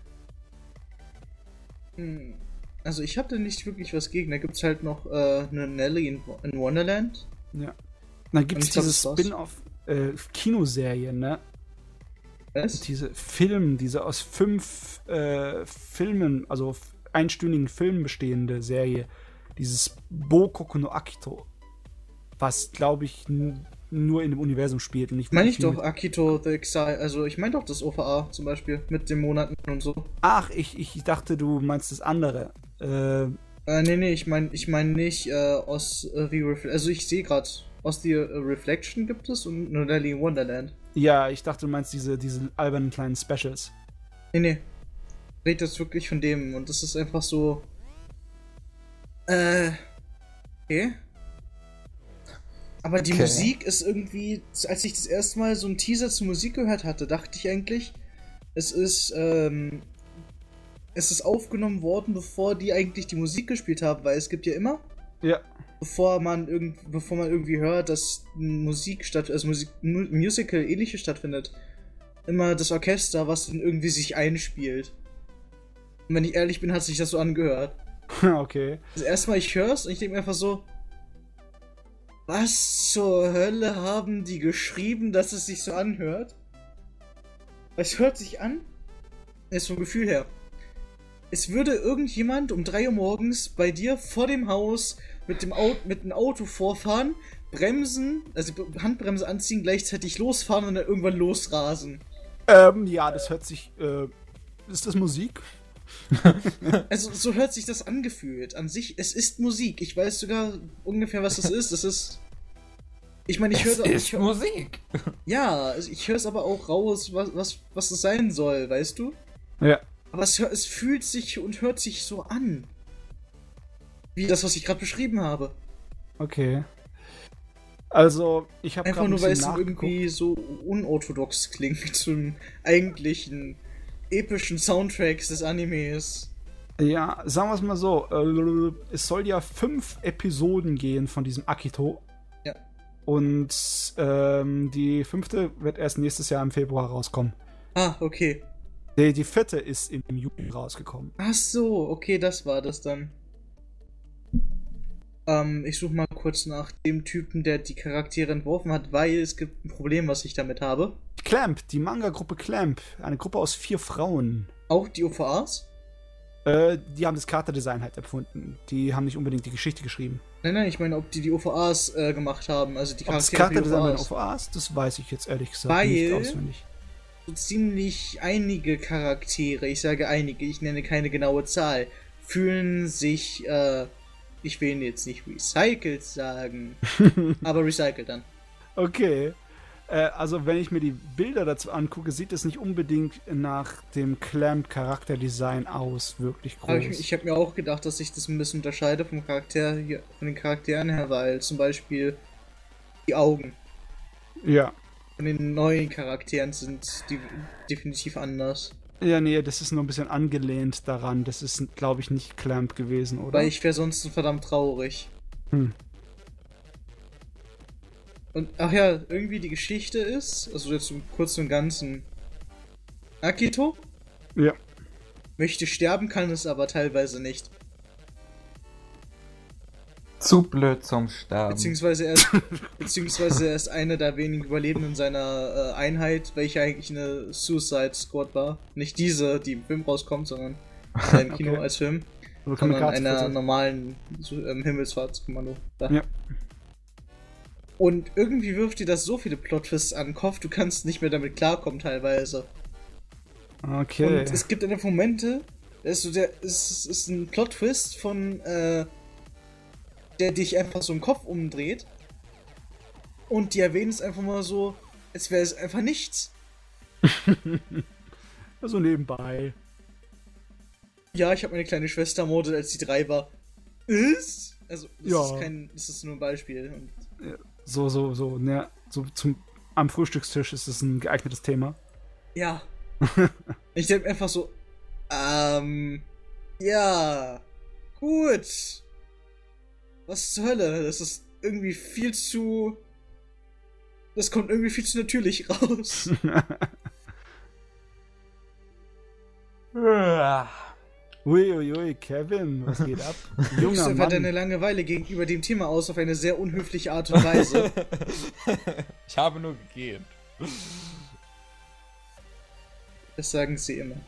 hm. Also ich habe da nicht wirklich was gegen. Da gibt's halt noch äh, eine Nelly in, in Wonderland. Ja. Dann gibt es Und ich glaub, diese das war's. Spin-off-Kinoserien, ne? Was? Diese Film, diese aus fünf äh, Filmen, also f- einstündigen Filmen bestehende Serie. Dieses Boku no Akito. Was, glaube ich, n- nur in dem Universum spielt und nicht Meine ich wirklich doch mit- Akito the Exile. Also ich meine doch das O V A zum Beispiel. Mit den Monaten und so. Ach, ich, ich dachte, du meinst das andere. Äh, Äh, nee, nee, ich meine ich mein nicht äh, aus äh, The Reflection. Also ich sehe gerade, aus The äh, Reflection gibt es und eine Nelly in Wonderland. ja, ich dachte, du meinst diese, diese albernen kleinen Specials. Nee, nee. Redet das wirklich von dem und das ist einfach so. Äh. Okay. Aber die Okay. Musik ist irgendwie. Als ich das erste Mal so einen Teaser zur Musik gehört hatte, dachte ich eigentlich, es ist, ähm. Es ist aufgenommen worden, bevor die eigentlich die Musik gespielt haben, weil es gibt ja immer, Ja. bevor man irgend, bevor man irgendwie hört, dass Musik statt, also Musik, Mu- Musical ähnliches stattfindet, immer das Orchester, was dann irgendwie sich einspielt. Und wenn ich ehrlich bin, hat sich das so angehört. Okay. Das erste Mal, ich hör's und ich denke mir einfach so, was zur Hölle haben die geschrieben, dass es sich so anhört? Es hört sich an, ist vom Gefühl her. Es würde irgendjemand um drei Uhr morgens bei dir vor dem Haus mit dem Auto, mit dem Auto vorfahren, bremsen, also Handbremse anziehen, gleichzeitig losfahren und dann irgendwann losrasen. Ähm, ja, das hört sich. Äh, ist das Musik? Also so hört sich das angefühlt. An sich, es ist Musik. Ich weiß sogar ungefähr, was das ist. Das ist... Ich meine, ich höre... Es ist ich hör, Musik. ja, also ich höre es aber auch raus, was, was, was es sein soll, weißt du? Ja. Aber es, hör- es fühlt sich und hört sich so an. Wie das, was ich gerade beschrieben habe. Okay. Also, ich habe Einfach nur, weil es irgendwie so unorthodox klingt zum eigentlichen epischen Soundtracks des Animes. Ja, sagen wir es mal so. Äh, es soll ja fünf Episoden gehen von diesem Akito. Ja. Und ähm, die fünfte wird erst nächstes Jahr im Februar rauskommen. Ah, okay. Die, die vierte ist im Juli rausgekommen. Ach so, okay, das war das dann. Ähm, ich suche mal kurz nach dem Typen, der die Charaktere entworfen hat, weil es gibt ein Problem, was ich damit habe. Clamp, die Manga-Gruppe Clamp. Eine Gruppe aus vier Frauen. Auch die O V As? Äh, die haben das Charakterdesign halt erfunden. Die haben nicht unbedingt die Geschichte geschrieben. Nein, nein, ich meine, ob die die O V As äh, gemacht haben, also die Ob das Charaktere für die Charakterdesign bei den O V O V As, das weiß ich jetzt ehrlich gesagt Weil- nicht auswendig. so ziemlich einige Charaktere, ich sage einige, ich nenne keine genaue Zahl, fühlen sich, äh, ich will jetzt nicht recycelt sagen, aber recycelt dann. Okay. Äh, also wenn ich mir die Bilder dazu angucke, sieht es nicht unbedingt nach dem Clamp-Charakterdesign aus, wirklich groß. Aber ich ich habe mir auch gedacht, dass ich das ein bisschen unterscheide vom Charakter hier, von den Charakteren her, weil zum Beispiel die Augen Ja. von den neuen Charakteren sind die definitiv anders. Ja, nee, das ist nur ein bisschen angelehnt daran. Das ist, glaube ich, nicht Clamp gewesen, oder? Weil ich wäre sonst verdammt traurig. Hm. Und, ach ja, irgendwie die Geschichte ist, also jetzt so kurz und Ganzen, Akito Ja. möchte sterben, kann es aber teilweise nicht. Zu blöd zum Sterben. Beziehungsweise er ist, beziehungsweise er ist einer der wenigen Überlebenden seiner äh, Einheit, welche eigentlich eine Suicide Squad war. Nicht diese, die im Film rauskommt, sondern äh, im Kino Okay. als Film. Also Sondern Kamikaze einer versetzt. normalen so, ähm, Himmelsfahrtskommando. Da. Ja. Und irgendwie wirft dir das so viele Plot-Twists an den Kopf, du kannst nicht mehr damit klarkommen teilweise. Okay. Und es gibt eine Momente, da ist so der, es ist ein Plot-Twist von, äh, der dich einfach so im Kopf umdreht. Und die erwähnen es einfach mal so, als wäre es einfach nichts. Also nebenbei. Ja, ich habe meine kleine Schwester ermordet, als sie drei war. Ist? Also, das Ja. ist kein, das ist nur ein Beispiel. Und So, so, so, ne, so zum, am Frühstückstisch ist es ein geeignetes Thema. ja. Ich denke einfach so, ähm, ja, gut. Was zur Hölle? Das ist irgendwie viel zu, das kommt irgendwie viel zu natürlich raus. Uiuiui, Kevin, was geht ab? Du Junger einfach Mann. deine Langeweile gegenüber dem Thema aus auf eine sehr unhöfliche Art und Weise. Ich habe nur gegeben. Das sagen sie immer.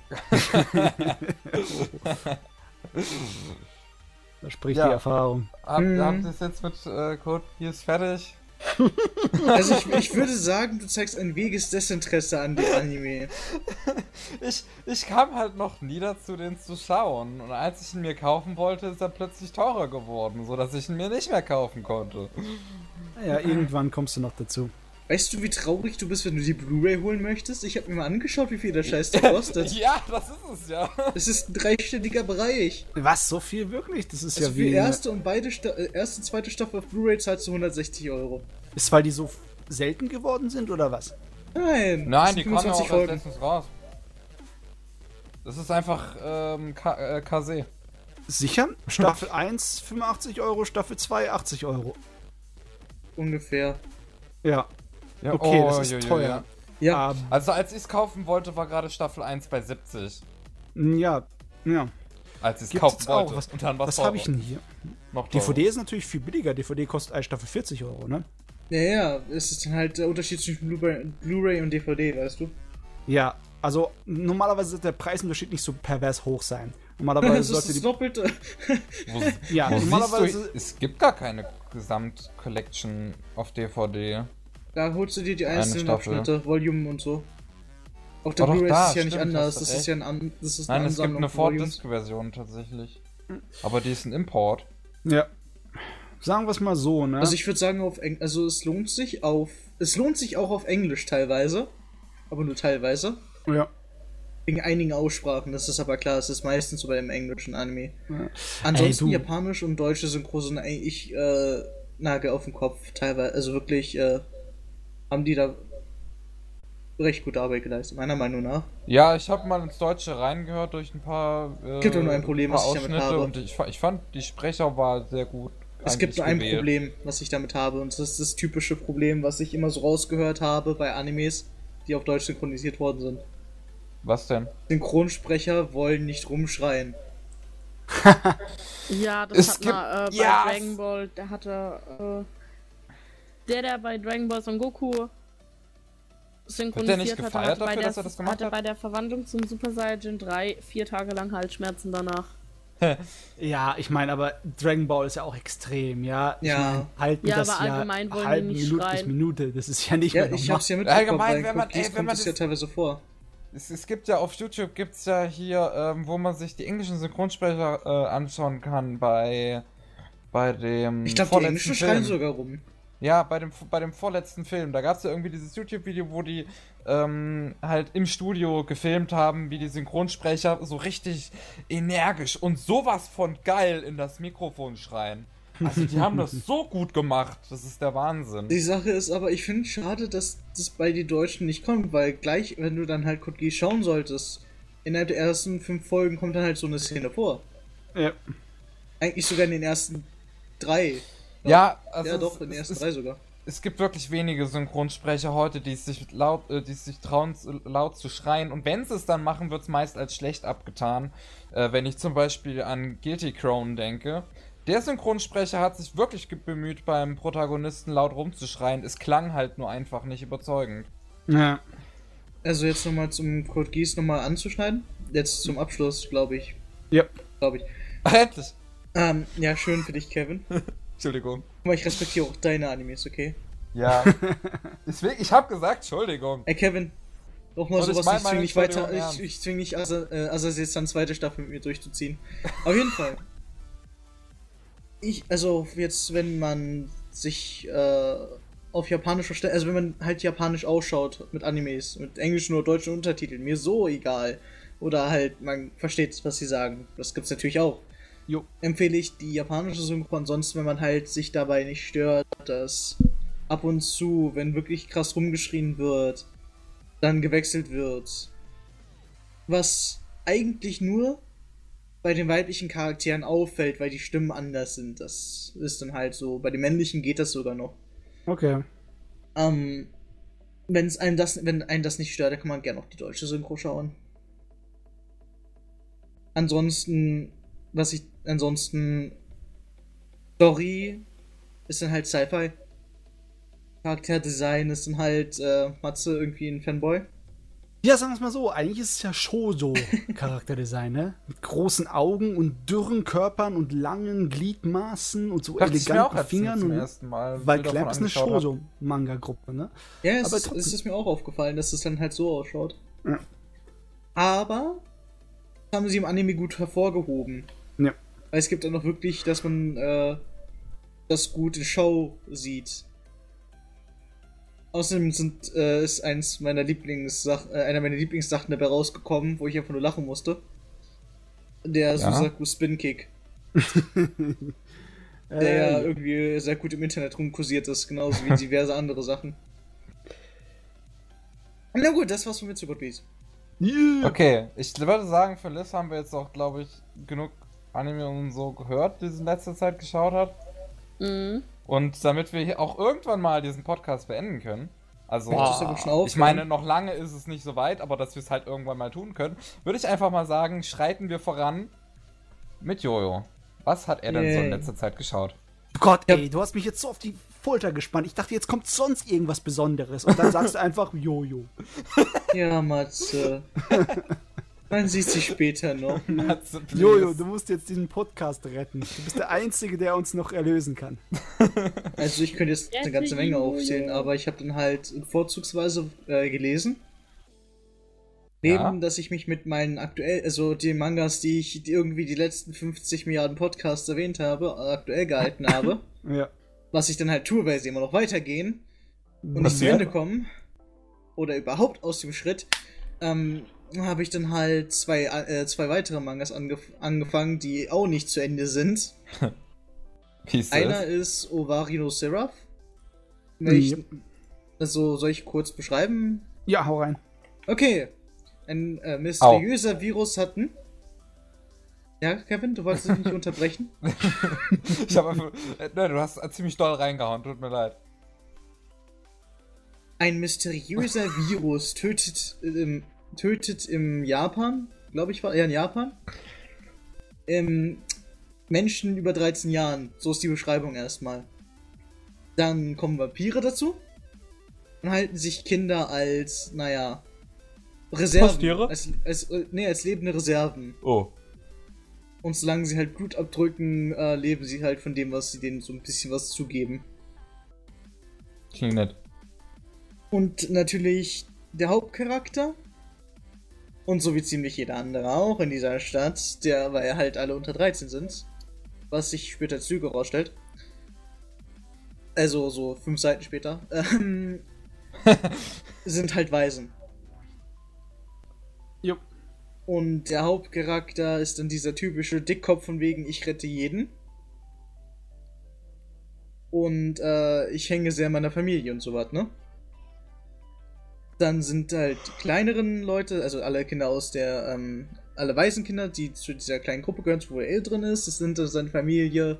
Da spricht Ja. die Erfahrung. Habt Mhm. habt ihr es jetzt mit äh, Code Geass fertig? Also ich, ich würde sagen, du zeigst ein weges Desinteresse an dem Anime. Ich, ich kam halt noch nie dazu, den zu schauen. Und als ich ihn mir kaufen wollte, ist er plötzlich teurer geworden, sodass ich ihn mir nicht mehr kaufen konnte. Ja, irgendwann kommst du noch dazu. Weißt du, wie traurig du bist, wenn du die Blu-ray holen möchtest? Ich habe mir mal angeschaut, wie viel der Scheiß da kostet. Ja, das ist es ja. Es ist ein dreistelliger Bereich. Was, so viel wirklich? Das ist Also ja für wie... die erste und beide Sta äh, erste und zweite Staffel auf Blu-ray zahlst du hundertsechzig Euro. Ist, weil die so f- selten geworden sind, oder was? Nein. das Nein, sind die kommen ja auch fünfundzwanzig erst Folgen. letztens raus. Das ist einfach ähm, K äh, K C. Sicher? Staffel eins fünfundachtzig Euro, Staffel zwei achtzig Euro. Ungefähr. Ja, Ja, okay, oh, das ist jo, jo, teuer. Ja. Ähm, Also als ich es kaufen wollte, war gerade Staffel eins bei siebzig. ja, ja. Als ich es Gibt's kaufen jetzt auch. wollte. Was, Und dann war's was habe ich teurer. denn hier? Noch D V D teurer. ist natürlich viel billiger. D V D kostet eine Staffel vierzig Euro, ne? Ja, ja, es ist dann halt der Unterschied zwischen Blu-ray Blu-ray und D V D, weißt du? Ja, also normalerweise sollte der Preisunterschied nicht so pervers hoch sein. Normalerweise Das ist sollte das die... Doppelte. Wo, Ja, wo siehst normalerweise... du, es gibt gar keine Gesamt-Collection auf D V D. Da holst du dir die Eine einzelnen Staffel. Abschnitte, Volumen und so. Auf der Oh, doch, Blu-ray da, ist es ja nicht stimmt, anders. hast du Das ist recht. ja ein an, das ist Nein, es gibt Ansammlung eine von Volumes. Four-Disc-Version tatsächlich. Aber die ist ein Import. Ja. Sagen wir es mal so, ne? Also ich würde sagen, auf Eng also es lohnt sich auf. Es lohnt sich auch auf Englisch teilweise. Aber nur teilweise. ja. Wegen einigen Aussprachen, das ist aber klar, es ist meistens so bei dem englischen Anime. Ja. Ansonsten Ey, du. Japanisch und deutsche Synchro sind eigentlich äh, Nagel auf den Kopf, teilweise. Also wirklich äh, haben die da recht gute Arbeit geleistet, meiner Meinung nach. Ja, ich habe mal ins Deutsche reingehört durch ein paar, äh, Gibt doch nur ein Problem, paar was ich damit Ausschnitte habe. und ich, fa- ich fand, die Sprecher war sehr gut. Es gibt nur ein gewählt. Problem, was ich damit habe, und das ist das typische Problem, was ich immer so rausgehört habe bei Animes, die auf Deutsch synchronisiert worden sind. Was denn? Synchronsprecher wollen nicht rumschreien. Ja, das es hat gibt, man äh, bei ja, Dragon Ball, der hatte äh, der, der bei Dragon Ball Son Goku synchronisiert nicht hat, gefeiert hatte, dafür, bei dass der, er das gemacht hatte hat? bei der Verwandlung zum Super Saiyan drei vier Tage lang Halsschmerzen danach. Ja, ich meine, aber Dragon Ball ist ja auch extrem, ja. Ich Ja. mein, halten Ja, das aber ja allgemein wollen die halbe nicht Minute bis schreien. Minute. Das ist ja nicht Ja, mehr ich normal. hab's ja mitbekommen, Allgemein, bei wenn man- Code Geass ey, wenn kommt man es ja das- teilweise vor. Es, es gibt ja auf YouTube gibt's ja hier, ähm, wo man sich die englischen Synchronsprecher äh, anschauen kann bei bei dem Ich glaube, die vorletzten Englischen Film. schreien sogar rum. Ja, bei dem bei dem vorletzten Film. Da gab's ja irgendwie dieses YouTube-Video, wo die ähm, halt im Studio gefilmt haben, wie die Synchronsprecher so richtig energisch und sowas von geil in das Mikrofon schreien. Also die haben das so gut gemacht. Das ist der Wahnsinn. Die Sache ist aber, ich finde es schade, dass das bei den Deutschen nicht kommt, weil gleich, wenn du dann halt Code Geass schauen solltest, innerhalb der ersten fünf Folgen kommt dann halt so eine Szene vor. Ja. Eigentlich sogar in den ersten drei. Ja, also ja es- doch, in den es ersten ist- drei sogar. Es gibt wirklich wenige Synchronsprecher heute, die es sich laut, äh, die es sich trauen, zu- laut zu schreien. Und wenn sie es dann machen, wird es meist als schlecht abgetan. Äh, wenn ich zum Beispiel an Guilty Crown denke. Der Synchronsprecher hat sich wirklich ge- bemüht, beim Protagonisten laut rumzuschreien. Es klang halt nur einfach nicht überzeugend. Ja. Also jetzt nochmal zum Code Geass nochmal anzuschneiden. Jetzt zum Abschluss, glaube ich. Ja. Glaube ich. Ach, endlich! Ähm, ja, schön für dich, Kevin. Entschuldigung. Aber ich respektiere auch deine Animes, okay? Ja. Deswegen, ich hab gesagt, Entschuldigung. Ey, Kevin. Nochmal Und ich sowas, mein ich zwing meine nicht weiter, Entschuldigung ich, ernst. ich zwing nicht Asa- äh, Azazel zweite Staffel mit mir durchzuziehen. Auf jeden Fall. Ich, also jetzt, wenn man sich äh, auf Japanisch versteht, also wenn man halt Japanisch ausschaut mit Animes, mit englischen oder deutschen Untertiteln, mir so egal. Oder halt, man versteht, was sie sagen. Das gibt's natürlich auch. Jo. Empfehle ich die japanische Synchro, ansonsten, wenn man halt sich dabei nicht stört, dass ab und zu, wenn wirklich krass rumgeschrien wird, dann gewechselt wird. Was eigentlich nur bei den weiblichen Charakteren auffällt, weil die Stimmen anders sind. Das ist dann halt so. Bei den männlichen geht das sogar noch. Okay. Ähm, wenn's einem das, wenn einen das nicht stört, dann kann man gerne auf die deutsche Synchro schauen. Ansonsten, was ich, ansonsten, Story ist dann halt Sci-Fi. Charakterdesign ist dann halt, äh, Matze irgendwie ein Fanboy. Ja, sagen wir es mal so, eigentlich ist es ja Shoujo-Charakterdesign, ne? Mit großen Augen und dürren Körpern und langen Gliedmaßen und so Dachte ich mir auch eleganten als Fingern. zum Und, ersten Mal. weil Bilder Clamp von ist eine angeschaut hab. Shoujo-Manga-Gruppe, ne? Ja, es, Aber ist, trotzdem- es ist mir auch aufgefallen, dass es dann halt so ausschaut. Ja. Aber das haben sie im Anime gut hervorgehoben. Ja. Weil es gibt dann noch wirklich, dass man äh, das gut in Show sieht. Außerdem sind, äh, ist eins meiner Lieblingssach äh, einer meiner Lieblingssachen dabei rausgekommen, wo ich einfach nur lachen musste. Der Ja? Susaku Spin Kick, der ja Äh, irgendwie sehr gut im Internet rumkursiert ist, genauso wie diverse andere Sachen. Na gut, das war's von mir zu Code Geass. yeah. Okay, ich würde sagen, für Liz haben wir jetzt auch, glaube ich, genug Anime und so gehört, die sie in letzter Zeit geschaut hat. Mhm. Und damit wir hier auch irgendwann mal diesen Podcast beenden können, also Boah. Das ist aber schon aufhören. ich meine, noch lange ist es nicht so weit, aber dass wir es halt irgendwann mal tun können, würde ich einfach mal sagen, schreiten wir voran mit Jojo. Was hat er denn so in Yay. letzter Zeit geschaut? Gott, Ja. ey, du hast mich jetzt so auf die Folter gespannt. Ich dachte, jetzt kommt sonst irgendwas Besonderes. Und dann sagst du einfach Jojo. Ja, Matze. Man sieht sich später noch. Matze, please. Jojo, du musst jetzt diesen Podcast retten. Du bist der Einzige, der uns noch erlösen kann. Also ich könnte jetzt eine ganze Menge aufzählen, aber ich habe dann halt vorzugsweise äh, gelesen. Neben, Ja. dass ich mich mit meinen aktuell, also den Mangas, die ich die irgendwie die letzten fünfzig Milliarden Podcasts erwähnt habe, aktuell gehalten habe, Ja. was ich dann halt tue, weil sie immer noch weitergehen und Was nicht zu wäre? Ende kommen oder überhaupt aus dem Schritt, ähm, habe ich dann halt zwei, äh, zwei weitere Mangas angef angefangen, die auch nicht zu Ende sind. Wie ist Einer das? ist Ovari no Seraph. Welch, Ja. Also soll ich kurz beschreiben? Ja, hau rein. Okay. Ein äh, mysteriöser Virus hatten. Ja, Kevin, du wolltest mich nicht unterbrechen? Ich hab einfach. Äh, nein, du hast ziemlich doll reingehauen, tut mir leid. Ein mysteriöser Virus tötet, ähm, tötet im Japan, glaube ich, war ja in Japan, ähm, Menschen über dreizehn Jahren. So ist die Beschreibung erstmal. Dann kommen Vampire dazu und halten sich Kinder als, naja, Reserven. Haustiere? Als, als, äh, nee, als lebende Reserven. Oh. Und solange sie halt Blut abdrücken, äh, leben sie halt von dem, was sie denen so ein bisschen was zugeben. Klingt nett. Und natürlich der Hauptcharakter. Und so wie ziemlich jeder andere auch in dieser Stadt, der, weil halt alle unter dreizehn sind. Was sich später als Lüge rausstellt. Also so fünf Seiten später. Ähm, sind halt Waisen. Jupp. Und der Hauptcharakter ist dann dieser typische Dickkopf von wegen ich rette jeden. Und äh, ich hänge sehr an meiner Familie und sowas, ne? Dann sind halt die kleineren Leute, also alle Kinder aus der, ähm, alle Waisenkinder, die zu dieser kleinen Gruppe gehören, wo er drin ist, das sind also seine Familie.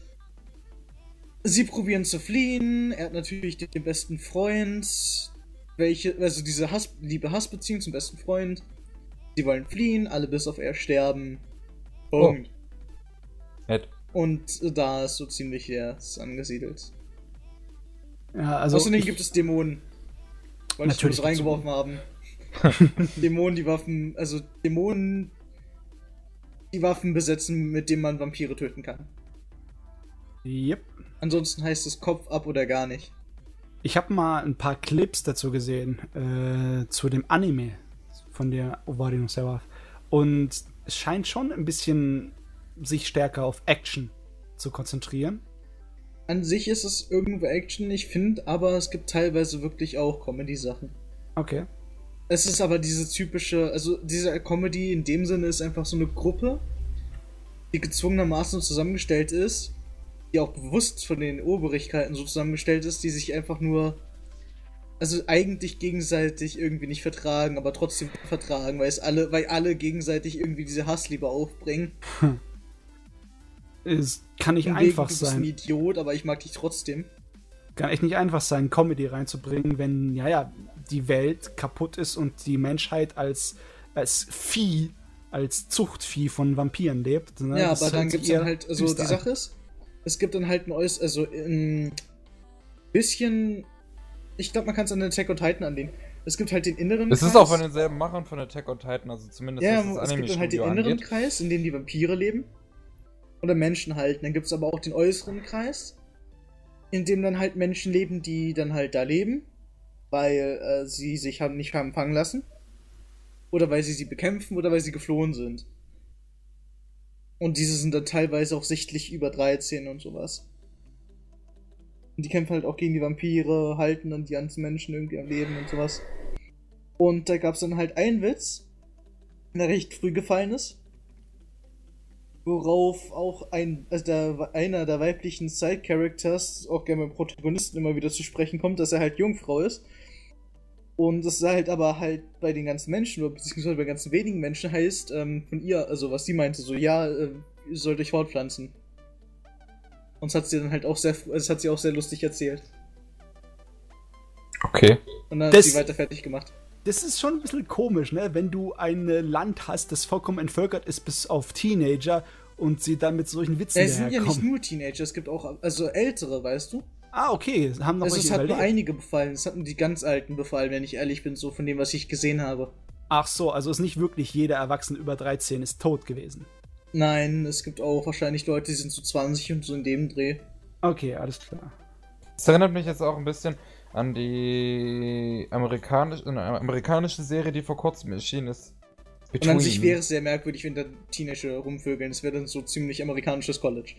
Sie probieren zu fliehen, er hat natürlich den besten Freund, welche, also diese Hass, Liebe-Hass-Beziehung zum besten Freund. Sie wollen fliehen, alle bis auf er sterben. Punkt. Oh. Nett. Und da ist so ziemlich der angesiedelt. Ja, also Außerdem ich, gibt es Dämonen. Wollte ich Natürlich das reingeworfen haben. Dämonen, die Waffen, also Dämonen, die Waffen besetzen, mit denen man Vampire töten kann. Yep. Ansonsten heißt es Kopf ab oder gar nicht. Ich habe mal ein paar Clips dazu gesehen, äh, zu dem Anime von der Owari no Seraph. Und es scheint schon ein bisschen sich stärker auf Action zu konzentrieren. An sich ist es irgendwo Action, ich finde, aber es gibt teilweise wirklich auch Comedy-Sachen. Okay. Es ist aber diese typische, also diese Comedy in dem Sinne ist einfach so eine Gruppe, die gezwungenermaßen zusammengestellt ist, die auch bewusst von den Obrigkeiten so zusammengestellt ist, die sich einfach nur, also eigentlich gegenseitig irgendwie nicht vertragen, aber trotzdem vertragen, weil es alle, weil alle gegenseitig irgendwie diese Hassliebe aufbringen. Es kann nicht Wegen, einfach du bist sein. ein Idiot, aber ich mag dich trotzdem. Kann echt nicht einfach sein, Comedy reinzubringen, wenn, ja, ja, die Welt kaputt ist und die Menschheit als, als Vieh, als Zuchtvieh von Vampiren lebt. Ne? Ja, Das aber hört dann sich gibt's dann eher halt, also düster die an. Sache ist, es gibt dann halt ein äuß, also ein bisschen, ich glaube, man kann es an Attack on Titan anlehnen. Es gibt halt den inneren Es Kreis. ist auch von denselben Machern von Attack on Titan, also zumindest Ja, was das es gibt dann halt den Anime-Studio inneren angeht. Kreis, in dem die Vampire leben. Oder Menschen halten. Dann gibt es aber auch den äußeren Kreis, in dem dann halt Menschen leben, die dann halt da leben, weil äh, sie sich haben nicht haben fangen lassen. Oder weil sie sie bekämpfen oder weil sie geflohen sind. Und diese sind dann teilweise auch sichtlich über dreizehn und sowas. Und die kämpfen halt auch gegen die Vampire, halten dann die ganzen Menschen irgendwie am Leben und sowas. Und da gab es dann halt einen Witz, der recht früh gefallen ist. Worauf auch ein, also der, einer der weiblichen Side-Characters, auch gerne beim Protagonisten immer wieder zu sprechen kommt, dass er halt Jungfrau ist. Und das halt aber halt bei den ganzen Menschen, oder beziehungsweise bei ganz wenigen Menschen heißt, ähm, von ihr, also was sie meinte, so, ja, äh, ihr sollt euch fortpflanzen. Und das hat sie dann halt auch sehr, das hat sie auch sehr lustig erzählt. Okay. Und dann Das- hat sie weiter fertig gemacht. Das ist schon ein bisschen komisch, ne? Wenn du ein Land hast, das vollkommen entvölkert ist bis auf Teenager und sie dann mit solchen Witzen Ja, es sind ja nicht daherkommen. nur Teenager, es gibt auch, also ältere, weißt du? Ah, okay, haben noch Also es welche hat nur überlebt. einige befallen, es hatten die ganz Alten befallen, wenn ich ehrlich bin, so von dem, was ich gesehen habe. Ach so, also ist nicht wirklich jeder Erwachsene über dreizehn ist tot gewesen. Nein, es gibt auch wahrscheinlich Leute, die sind so zwanzig und so in dem Dreh. Okay, alles klar. Das erinnert mich jetzt auch ein bisschen an die amerikanische, eine amerikanische Serie, die vor kurzem erschienen ist. Und an sich wäre es sehr merkwürdig, wenn da Teenager rumvögeln. Es wäre dann so ziemlich amerikanisches College.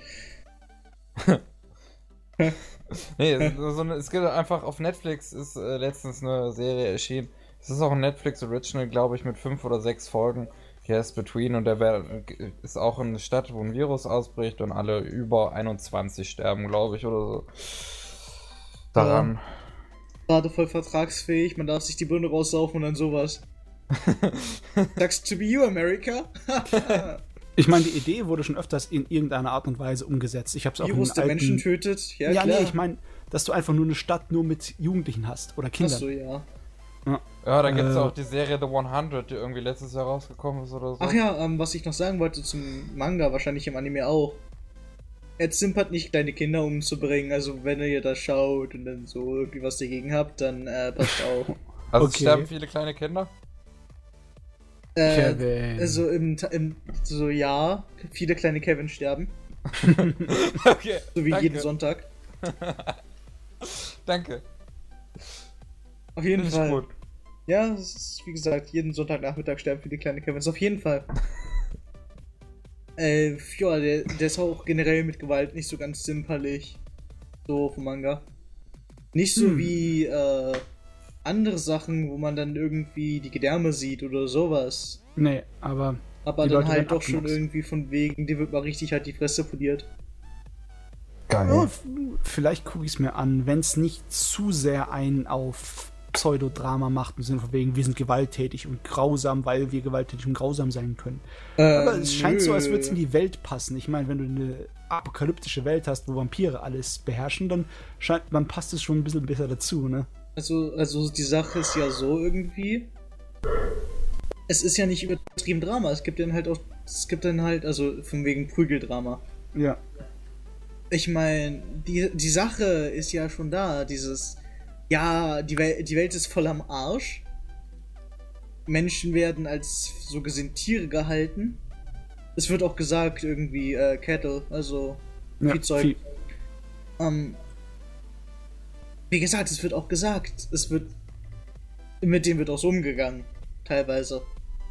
Nee, es, so eine, es gibt einfach auf Netflix ist äh, letztens eine Serie erschienen. Es ist auch ein Netflix Original, glaube ich, mit fünf oder sechs Folgen. Die heißt Between und der wär, ist auch in einer Stadt, wo ein Virus ausbricht und alle über einundzwanzig sterben, glaube ich, oder so. Daran. Gerade voll vertragsfähig, man darf sich die Birne raussaufen und dann sowas. Sucks to be you, America. Ich meine, die Idee wurde schon öfters in irgendeiner Art und Weise umgesetzt. Ich habe es auch Virus, in der alten... Menschen tötet. Ja, ja, klar. nee, ich meine, dass du einfach nur eine Stadt nur mit Jugendlichen hast oder Kindern. Achso, ja. Ja, dann gibt's Äh. auch die Serie The hundert, die irgendwie letztes Jahr rausgekommen ist oder so. Ach ja, ähm, was ich noch sagen wollte zum Manga, wahrscheinlich im Anime auch. Ed Simp hat nicht kleine Kinder umzubringen, also wenn ihr das schaut und dann so irgendwie was dagegen habt, dann äh, passt auf. Also es Okay. sterben viele kleine Kinder? Äh, Kevin. also im, Ta- im so ja, viele kleine Kevin sterben, Okay. so wie danke. jeden Sonntag. Danke. Auf jeden Finde ich Fall. gut. Ja, es ist, wie gesagt, jeden Sonntagnachmittag sterben viele kleine Kevins, auf jeden Fall. äh, ja, der, der ist auch generell mit Gewalt nicht so ganz zimperlich. So vom Manga. Nicht so Hm. wie äh, andere Sachen, wo man dann irgendwie die Gedärme sieht oder sowas. Nee, aber Aber Die dann Leute halt werden doch schon abgemurkst. irgendwie von wegen, dir wird mal richtig halt die Fresse poliert. ja, Geil. f- vielleicht gucke ich es mir an, wenn es nicht zu sehr einen auf Pseudodrama macht, im Sinne von wegen, wir sind gewalttätig und grausam, weil wir gewalttätig und grausam sein können. Aber es scheint so, als würde es in die Welt passen. Ich meine, wenn du eine apokalyptische Welt hast, wo Vampire alles beherrschen, dann, scheint, dann passt es schon ein bisschen besser dazu, ne? Also, also die Sache ist ja so irgendwie. Es ist ja nicht übertrieben Drama. Es gibt dann halt auch. Es gibt dann halt, also von wegen Prügeldrama. Ja. Ich meine, die, die Sache ist ja schon da. Dieses. Ja, die, Wel die Welt ist voll am Arsch. Menschen werden als so gesehen Tiere gehalten. Es wird auch gesagt, irgendwie, äh, Cattle, also ja Viehzeug. Vieh. Ähm, wie gesagt, es wird auch gesagt, es wird. Mit dem wird auch so umgegangen, teilweise.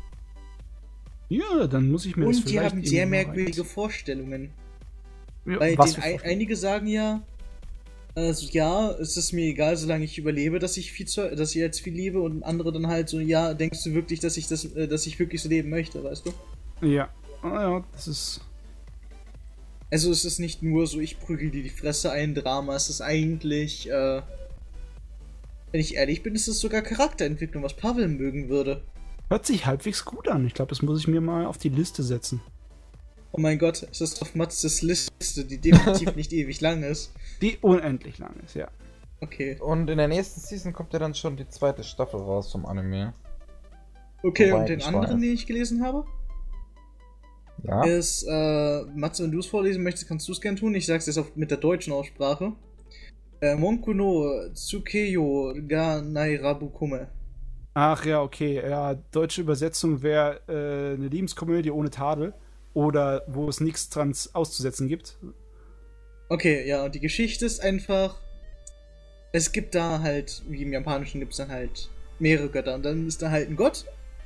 Ja, dann muss ich mir das Und die vielleicht haben sehr irgendwann mal merkwürdige rein- Vorstellungen. Ja, Weil was den, für ein, Vorstellungen? einige sagen ja, also ja, es ist mir egal, solange ich überlebe, dass ich viel zu, dass ich jetzt viel lebe, und andere dann halt so, ja, denkst du wirklich, dass ich das, äh, dass ich wirklich so leben möchte, weißt du? Ja. Ah, ja, das ist. Also es ist nicht nur so, ich prügel dir die Fresse ein Drama, es ist eigentlich, äh, wenn ich ehrlich bin, ist es sogar Charakterentwicklung, was Pavel mögen würde. Hört sich halbwegs gut an. Ich glaube, das muss ich mir mal auf die Liste setzen. Oh mein Gott, es ist auf Matzes Liste, die definitiv nicht ewig lang ist. Die unendlich lang ist, ja. Okay. Und in der nächsten Season kommt ja dann schon die zweite Staffel raus vom Anime. Okay, Soweit und den ich anderen, weiß. den ich gelesen habe, Ja. ist, äh, Matze, wenn du es vorlesen möchtest, kannst du es gern tun. Ich sag's jetzt auf, mit der deutschen Aussprache. Äh, Monku no Tsukeyo ga Nairabukume. Ach ja, okay. Ja, deutsche Übersetzung wäre äh, eine Liebeskomödie ohne Tadel. Oder wo es nichts dran auszusetzen gibt. Okay, ja, und die Geschichte ist einfach. Es gibt da halt, wie im Japanischen gibt es dann halt mehrere Götter. Und dann ist da halt ein Gott.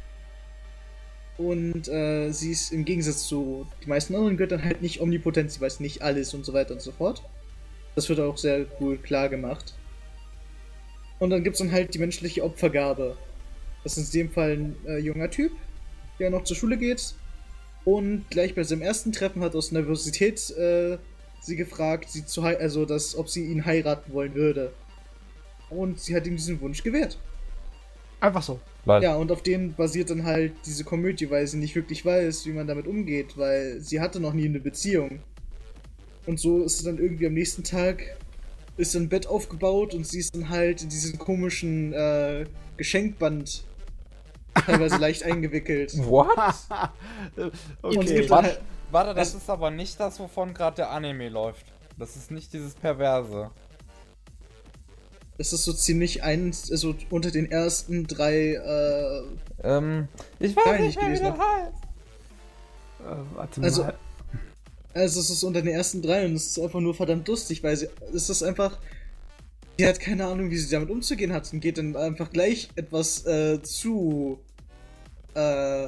Und äh, sie ist im Gegensatz zu den meisten anderen Göttern halt nicht omnipotent, sie weiß nicht alles und so weiter und so fort. Das wird auch sehr gut klar gemacht. Und dann gibt es dann halt die menschliche Opfergabe. Das ist in dem Fall ein äh, junger Typ, der noch zur Schule geht. Und gleich bei seinem ersten Treffen hat aus Nervosität äh, sie gefragt, sie zu hei- also dass, ob sie ihn heiraten wollen würde. Und sie hat ihm diesen Wunsch gewährt. Einfach so. Lol. Ja, und auf dem basiert dann halt diese Komödie, weil sie nicht wirklich weiß, wie man damit umgeht, weil sie hatte noch nie eine Beziehung. Und so ist sie dann irgendwie am nächsten Tag, ist ein Bett aufgebaut und sie ist dann halt in diesen komischen äh, Geschenkband teilweise leicht eingewickelt. What? Und es okay. gibt dann Warte, halt, warte, das Also- ist aber nicht das, wovon gerade der Anime läuft. Das ist nicht dieses Perverse. es ist so ziemlich eins, also unter den ersten drei, äh, Ähm, ich weiß Nein, nicht mehr, wie nicht das gelesen. heißt. Äh, warte Also- mal. also es ist unter den ersten drei und es ist einfach nur verdammt lustig, weil sie, es ist einfach, sie hat keine Ahnung, wie sie damit umzugehen hat und geht dann einfach gleich etwas äh, zu, äh,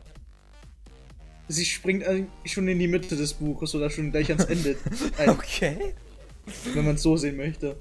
sie springt eigentlich schon in die Mitte des Buches oder schon gleich ans Ende ein, Okay. wenn man es so sehen möchte.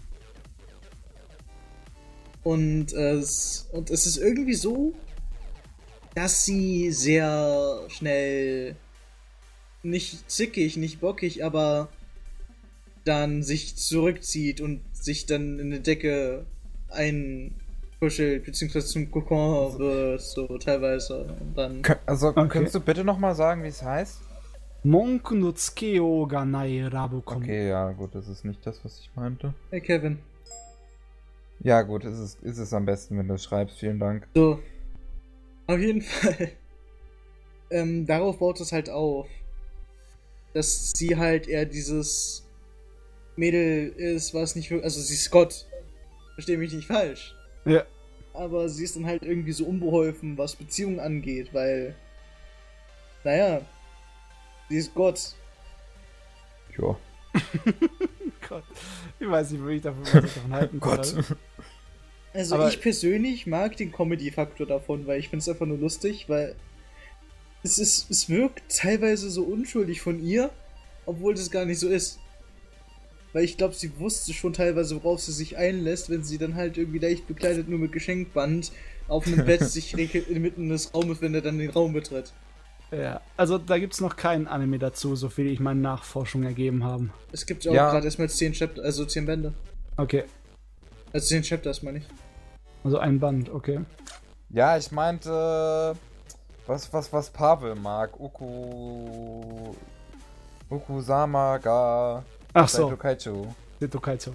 Und, äh, es, und es ist irgendwie so, dass sie sehr schnell nicht zickig, nicht bockig, aber dann sich zurückzieht und sich dann in eine Decke ein kuschelt, beziehungsweise zum Kokon wird, so teilweise. Und dann. Kön- Also, Okay. könntest du bitte nochmal sagen, wie es heißt? Monku no Tsukeo ga nai Rabukom. Okay, ja, gut, das ist nicht das, was ich meinte. Hey Kevin. Ja, gut, ist es, ist es am besten, wenn du es schreibst. Vielen Dank. So. Auf jeden Fall. ähm, darauf baut es halt auf. Dass sie halt eher dieses Mädel ist, was nicht wirklich. Also sie ist Gott. Versteh mich nicht falsch. Ja. Aber sie ist dann halt irgendwie so unbeholfen, was Beziehungen angeht, weil. Naja. Sie ist Gott. Ja. Gott. Ich weiß nicht, wie ich davon, was ich davon halten Gott. soll. Also Aber- ich persönlich mag den Comedy-Faktor davon, weil ich finde es einfach nur lustig, weil es ist, es wirkt teilweise so unschuldig von ihr, obwohl das gar nicht so ist. Weil ich glaube, sie wusste schon teilweise, worauf sie sich einlässt, wenn sie dann halt irgendwie leicht bekleidet nur mit Geschenkband auf einem Bett sich regelt inmitten des Raumes, wenn er dann den Raum betritt. Ja, also da gibt's noch keinen Anime dazu, so viel ich meine Nachforschung ergeben haben. Es gibt auch Ja. gerade erstmal zehn Chapter, also zehn Bände. Okay, Also zehn Chapters, meine ich. also ein Band, okay. Ja, ich meinte, was, was, was Pavel mag. Uku. Ukusama ga. Ach so, Saito Kaicho. Seto Kaizo.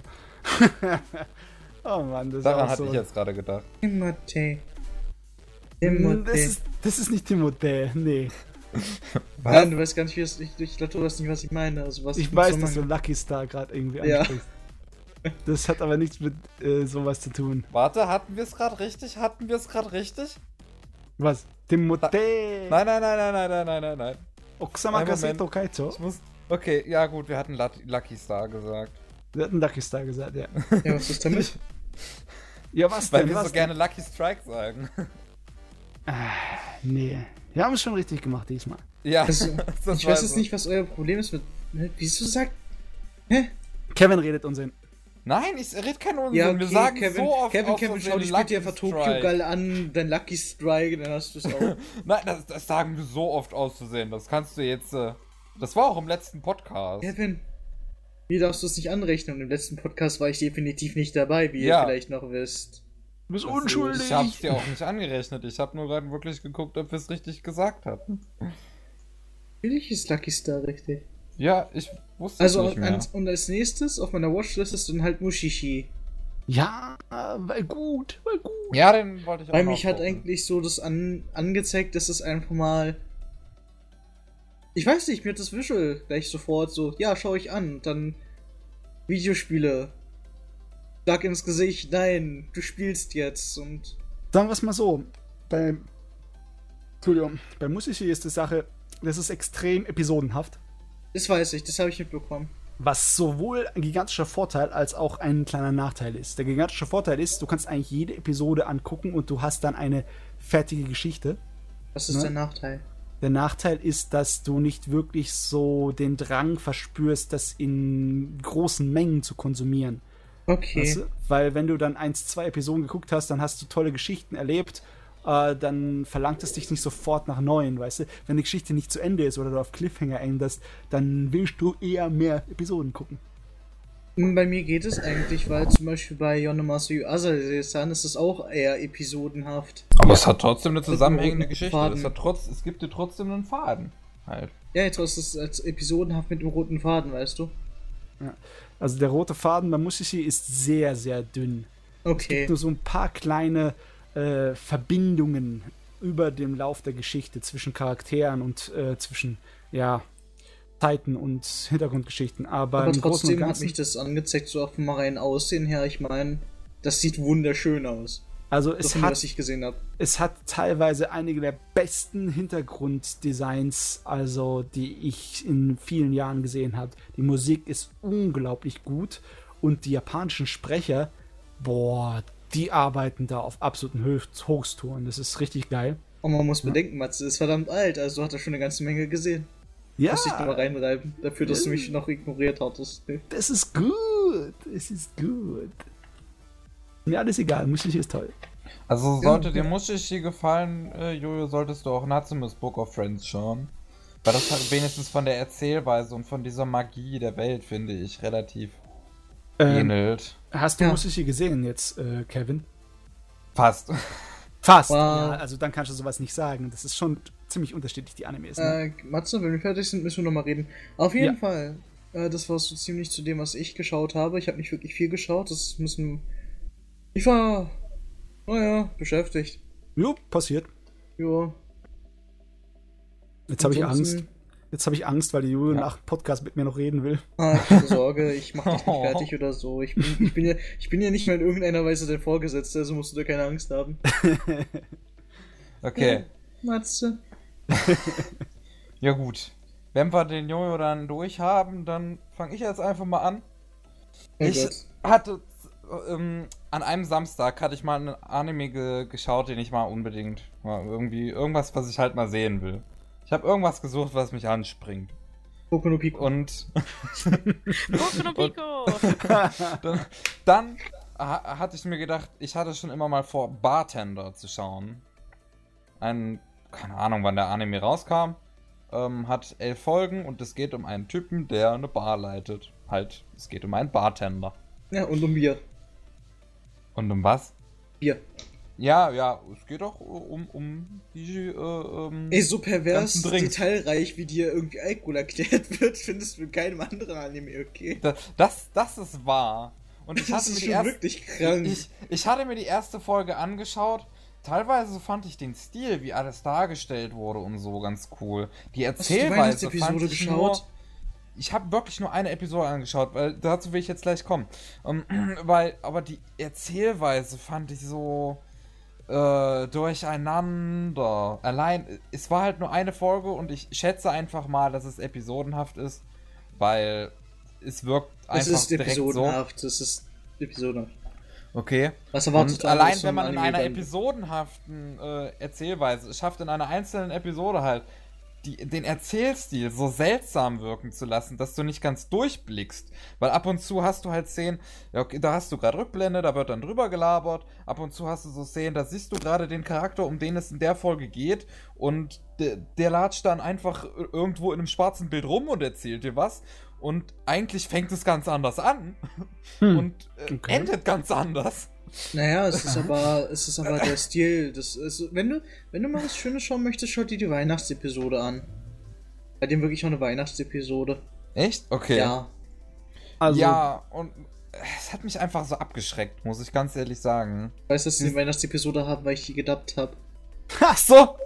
Oh Mann, das ist Daran auch hatte so. ich jetzt gerade gedacht. Timothy. Hm, Das Timothy. ist, das ist nicht Timothée, nee. Nein, du weißt gar nicht, wie es. Ich, ich glaube, du weißt nicht, was ich meine. Also, was Ich mit weiß, so dass du Manga- Lucky Star gerade irgendwie Ja. ansprichst. Das hat aber nichts mit äh, sowas zu tun. Warte, hatten wir es gerade richtig? Hatten wir es gerade richtig? Was? Timothée! Nein, nein, nein, nein, nein, nein, nein, nein, nein. Okusama Ein ga Moment. Seto Kaizo? Ich muss. Okay, ja gut, wir hatten Lat- Lucky Star gesagt. Wir hatten Lucky Star gesagt, ja. Ja, was ist damit? Ja, was Weil denn? wir was so gerne Lucky Strike sagen. denn? Nee. Wir haben es schon richtig gemacht diesmal. Ja, Also, das ich war weiß jetzt so. nicht, was euer Problem ist mit. Ne, wieso sagt. Hä? Kevin redet Unsinn. Nein, ich rede keinen Unsinn. Ja, okay, wir sagen Kevin, so oft Kevin, aus Kevin, Versehen schau dich bitte Lucky einfach Tokyo Strike. Gall an, dein Lucky Strike, dann hast du es auch. Nein, das, das sagen wir so oft auszusehen. Das kannst du jetzt. Äh, das war auch im letzten Podcast. Kevin, wie darfst du es nicht anrechnen? Und im letzten Podcast war ich definitiv nicht dabei, wie Ja. ihr vielleicht noch wisst. Du bist Das- unschuldig. Ich hab's dir auch nicht angerechnet. Ich habe nur gerade wirklich geguckt, ob wir es richtig gesagt hatten. Natürlich ist Lucky Star richtig. Ja, ich wusste Also, es nicht mehr. an, und als nächstes auf meiner Watchlist ist dann halt Mushishi. Ja, weil gut, weil gut. Ja, den wollte ich auch Weil noch mich hat gucken. eigentlich so das an, angezeigt, dass es einfach mal. Ich weiß nicht, mir hat das Visual gleich sofort so, ja, schau ich an. Und dann Videospiele. Sag ins Gesicht, nein, du spielst jetzt. Und Sagen wir es mal so. Bei. Entschuldigung, bei Mushishi ist die Sache, das ist extrem episodenhaft. das weiß ich, das habe ich mitbekommen. Was sowohl ein gigantischer Vorteil als auch ein kleiner Nachteil ist. Der gigantische Vorteil ist, du kannst eigentlich jede Episode angucken und du hast dann eine fertige Geschichte. Was ist Ne? der Nachteil? Der Nachteil ist, dass du nicht wirklich so den Drang verspürst, das in großen Mengen zu konsumieren. Okay. Weißt du? Weil wenn du dann eins, zwei Episoden geguckt hast, dann hast du tolle Geschichten erlebt, äh, dann verlangt es dich nicht sofort nach neuen, weißt du? Wenn die Geschichte nicht zu Ende ist oder du auf Cliffhanger endest, dann willst du eher mehr Episoden gucken. Bei mir geht es eigentlich, weil zum Beispiel bei Yonomasu Asae-san ist es auch eher episodenhaft. Aber es hat trotzdem eine zusammenhängende roten Geschichte. Faden. Es, hat trotz, es gibt dir trotzdem einen Faden. Halt. Ja, jetzt ist es als episodenhaft mit dem roten Faden, weißt du? Also der rote Faden bei Mushishi ist sehr, sehr dünn. Es Okay. gibt nur so ein paar kleine äh, Verbindungen über den Lauf der Geschichte zwischen Charakteren und äh, zwischen, ja, Zeiten und Hintergrundgeschichten. Aber, Aber im Großen und trotzdem hat Ganzen, mich das angezeigt, so vom reinen Aussehen her. Ich meine, das sieht wunderschön aus. also Das es von dem, hat, was ich gesehen habe. es hat teilweise einige der besten Hintergrunddesigns, also die ich in vielen Jahren gesehen habe. Die Musik ist unglaublich gut und die japanischen Sprecher, boah, die arbeiten da auf absoluten Höchst Hochstouren. Das ist richtig geil. Und man muss bedenken, Matze ist verdammt alt, also hat er schon eine ganze Menge gesehen. Ja, Muss ich da mal reinreiben, dafür, dass du mich noch ignoriert hattest. Nee. das ist gut. Es ist gut. Mir alles egal, Mushishi ist toll. Also sollte Ja. dir Mushishi gefallen, äh, Jojo, solltest du auch Natsume's Book of Friends schauen. Weil das hat wenigstens von der Erzählweise und von dieser Magie der Welt, finde ich, relativ Ähm, ähnelt. hast du Ja. Mushishi gesehen jetzt, äh, Kevin? Fast. Fast. Wow. Ja, also dann kannst du sowas nicht sagen. Das ist schon ziemlich unterschiedlich, die Animes. Ne? Äh, Matze, wenn wir fertig sind, müssen wir nochmal reden. Auf jeden Ja. Fall. Äh, das war so ziemlich zu dem, was ich geschaut habe. Ich habe nicht wirklich viel geschaut. Das müssen. Ich war. Naja, beschäftigt. Jo, passiert. Ja. Jetzt habe ich Ansonsten- Angst. Jetzt habe ich Angst, weil die Julia Ja. nach dem Podcast mit mir noch reden will. Ah, keine Sorge, ich mach dich nicht fertig oder so. Ich bin, ich bin ja, ich bin ja nicht mal in irgendeiner Weise dein Vorgesetzter, also musst du da keine Angst haben. Okay. Matze. Ja gut. Wenn wir den Jojo dann durch haben, dann fange ich jetzt einfach mal an. Oh ich Gott. hatte ähm, an einem Samstag hatte ich mal einen Anime ge geschaut, den ich mal unbedingt mal irgendwie irgendwas, was ich halt mal sehen will. Ich habe irgendwas gesucht, was mich anspringt. Boku no Pico. Und Boku no Pico! dann, dann ha hatte ich mir gedacht, ich hatte schon immer mal vor, Bartender zu schauen. Ein, keine Ahnung, wann der Anime rauskam. Ähm, hat elf Folgen und es geht um einen Typen, der eine Bar leitet. Halt, es geht um einen Bartender. Ja, und um Bier. Und um was? Bier. Ja, ja, es geht auch um, um die, äh, ähm, Ey, so pervers, ganzen Drinks. detailreich, wie dir irgendwie Alkohol erklärt wird, findest du in keinem anderen Anime okay. Das, das, das ist wahr. Und ich Das hatte ist mir die schon erste, wirklich krank. ich, ich hatte mir die erste Folge angeschaut. Teilweise fand ich den Stil, wie alles dargestellt wurde und so, ganz cool. Die Hast du die Erzählweise fand Weihnachtsepisode ich geschaut? nur... Ich habe wirklich nur eine Episode angeschaut, weil dazu will ich jetzt gleich kommen. Um, weil, aber die Erzählweise fand ich so äh, durcheinander. Allein, es war halt nur eine Folge und ich schätze einfach mal, dass es episodenhaft ist, weil es wirkt Es einfach ist direkt so. episodenhaft, es ist episodenhaft. Okay. Was erwartet Und du allein eigentlich so wenn man in einem einer Anime dann? episodenhaften äh, Erzählweise es schafft, in einer einzelnen Episode halt die, den Erzählstil so seltsam wirken zu lassen, dass du nicht ganz durchblickst. Weil ab und zu hast du halt Szenen, ja, okay, da hast du gerade Rückblende, da wird dann drüber gelabert. Ab und zu hast du so Szenen, da siehst du gerade den Charakter, um den es in der Folge geht. Und der, der latscht dann einfach irgendwo in einem schwarzen Bild rum und erzählt dir was. Und eigentlich fängt es ganz anders an. Hm. Und äh, Okay. endet ganz anders. Naja, es ist aber, es ist aber der Stil. Das ist, wenn du, wenn du mal was Schönes schauen möchtest, schau dir die Weihnachtsepisode an. Bei dem wirklich auch eine Weihnachtsepisode. Echt? Okay. Ja. Also, Ja, und es hat mich einfach so abgeschreckt, muss ich ganz ehrlich sagen. Ich weiß, dass sie eine Weihnachtsepisode haben, weil ich die gedubbt habe. Ach so!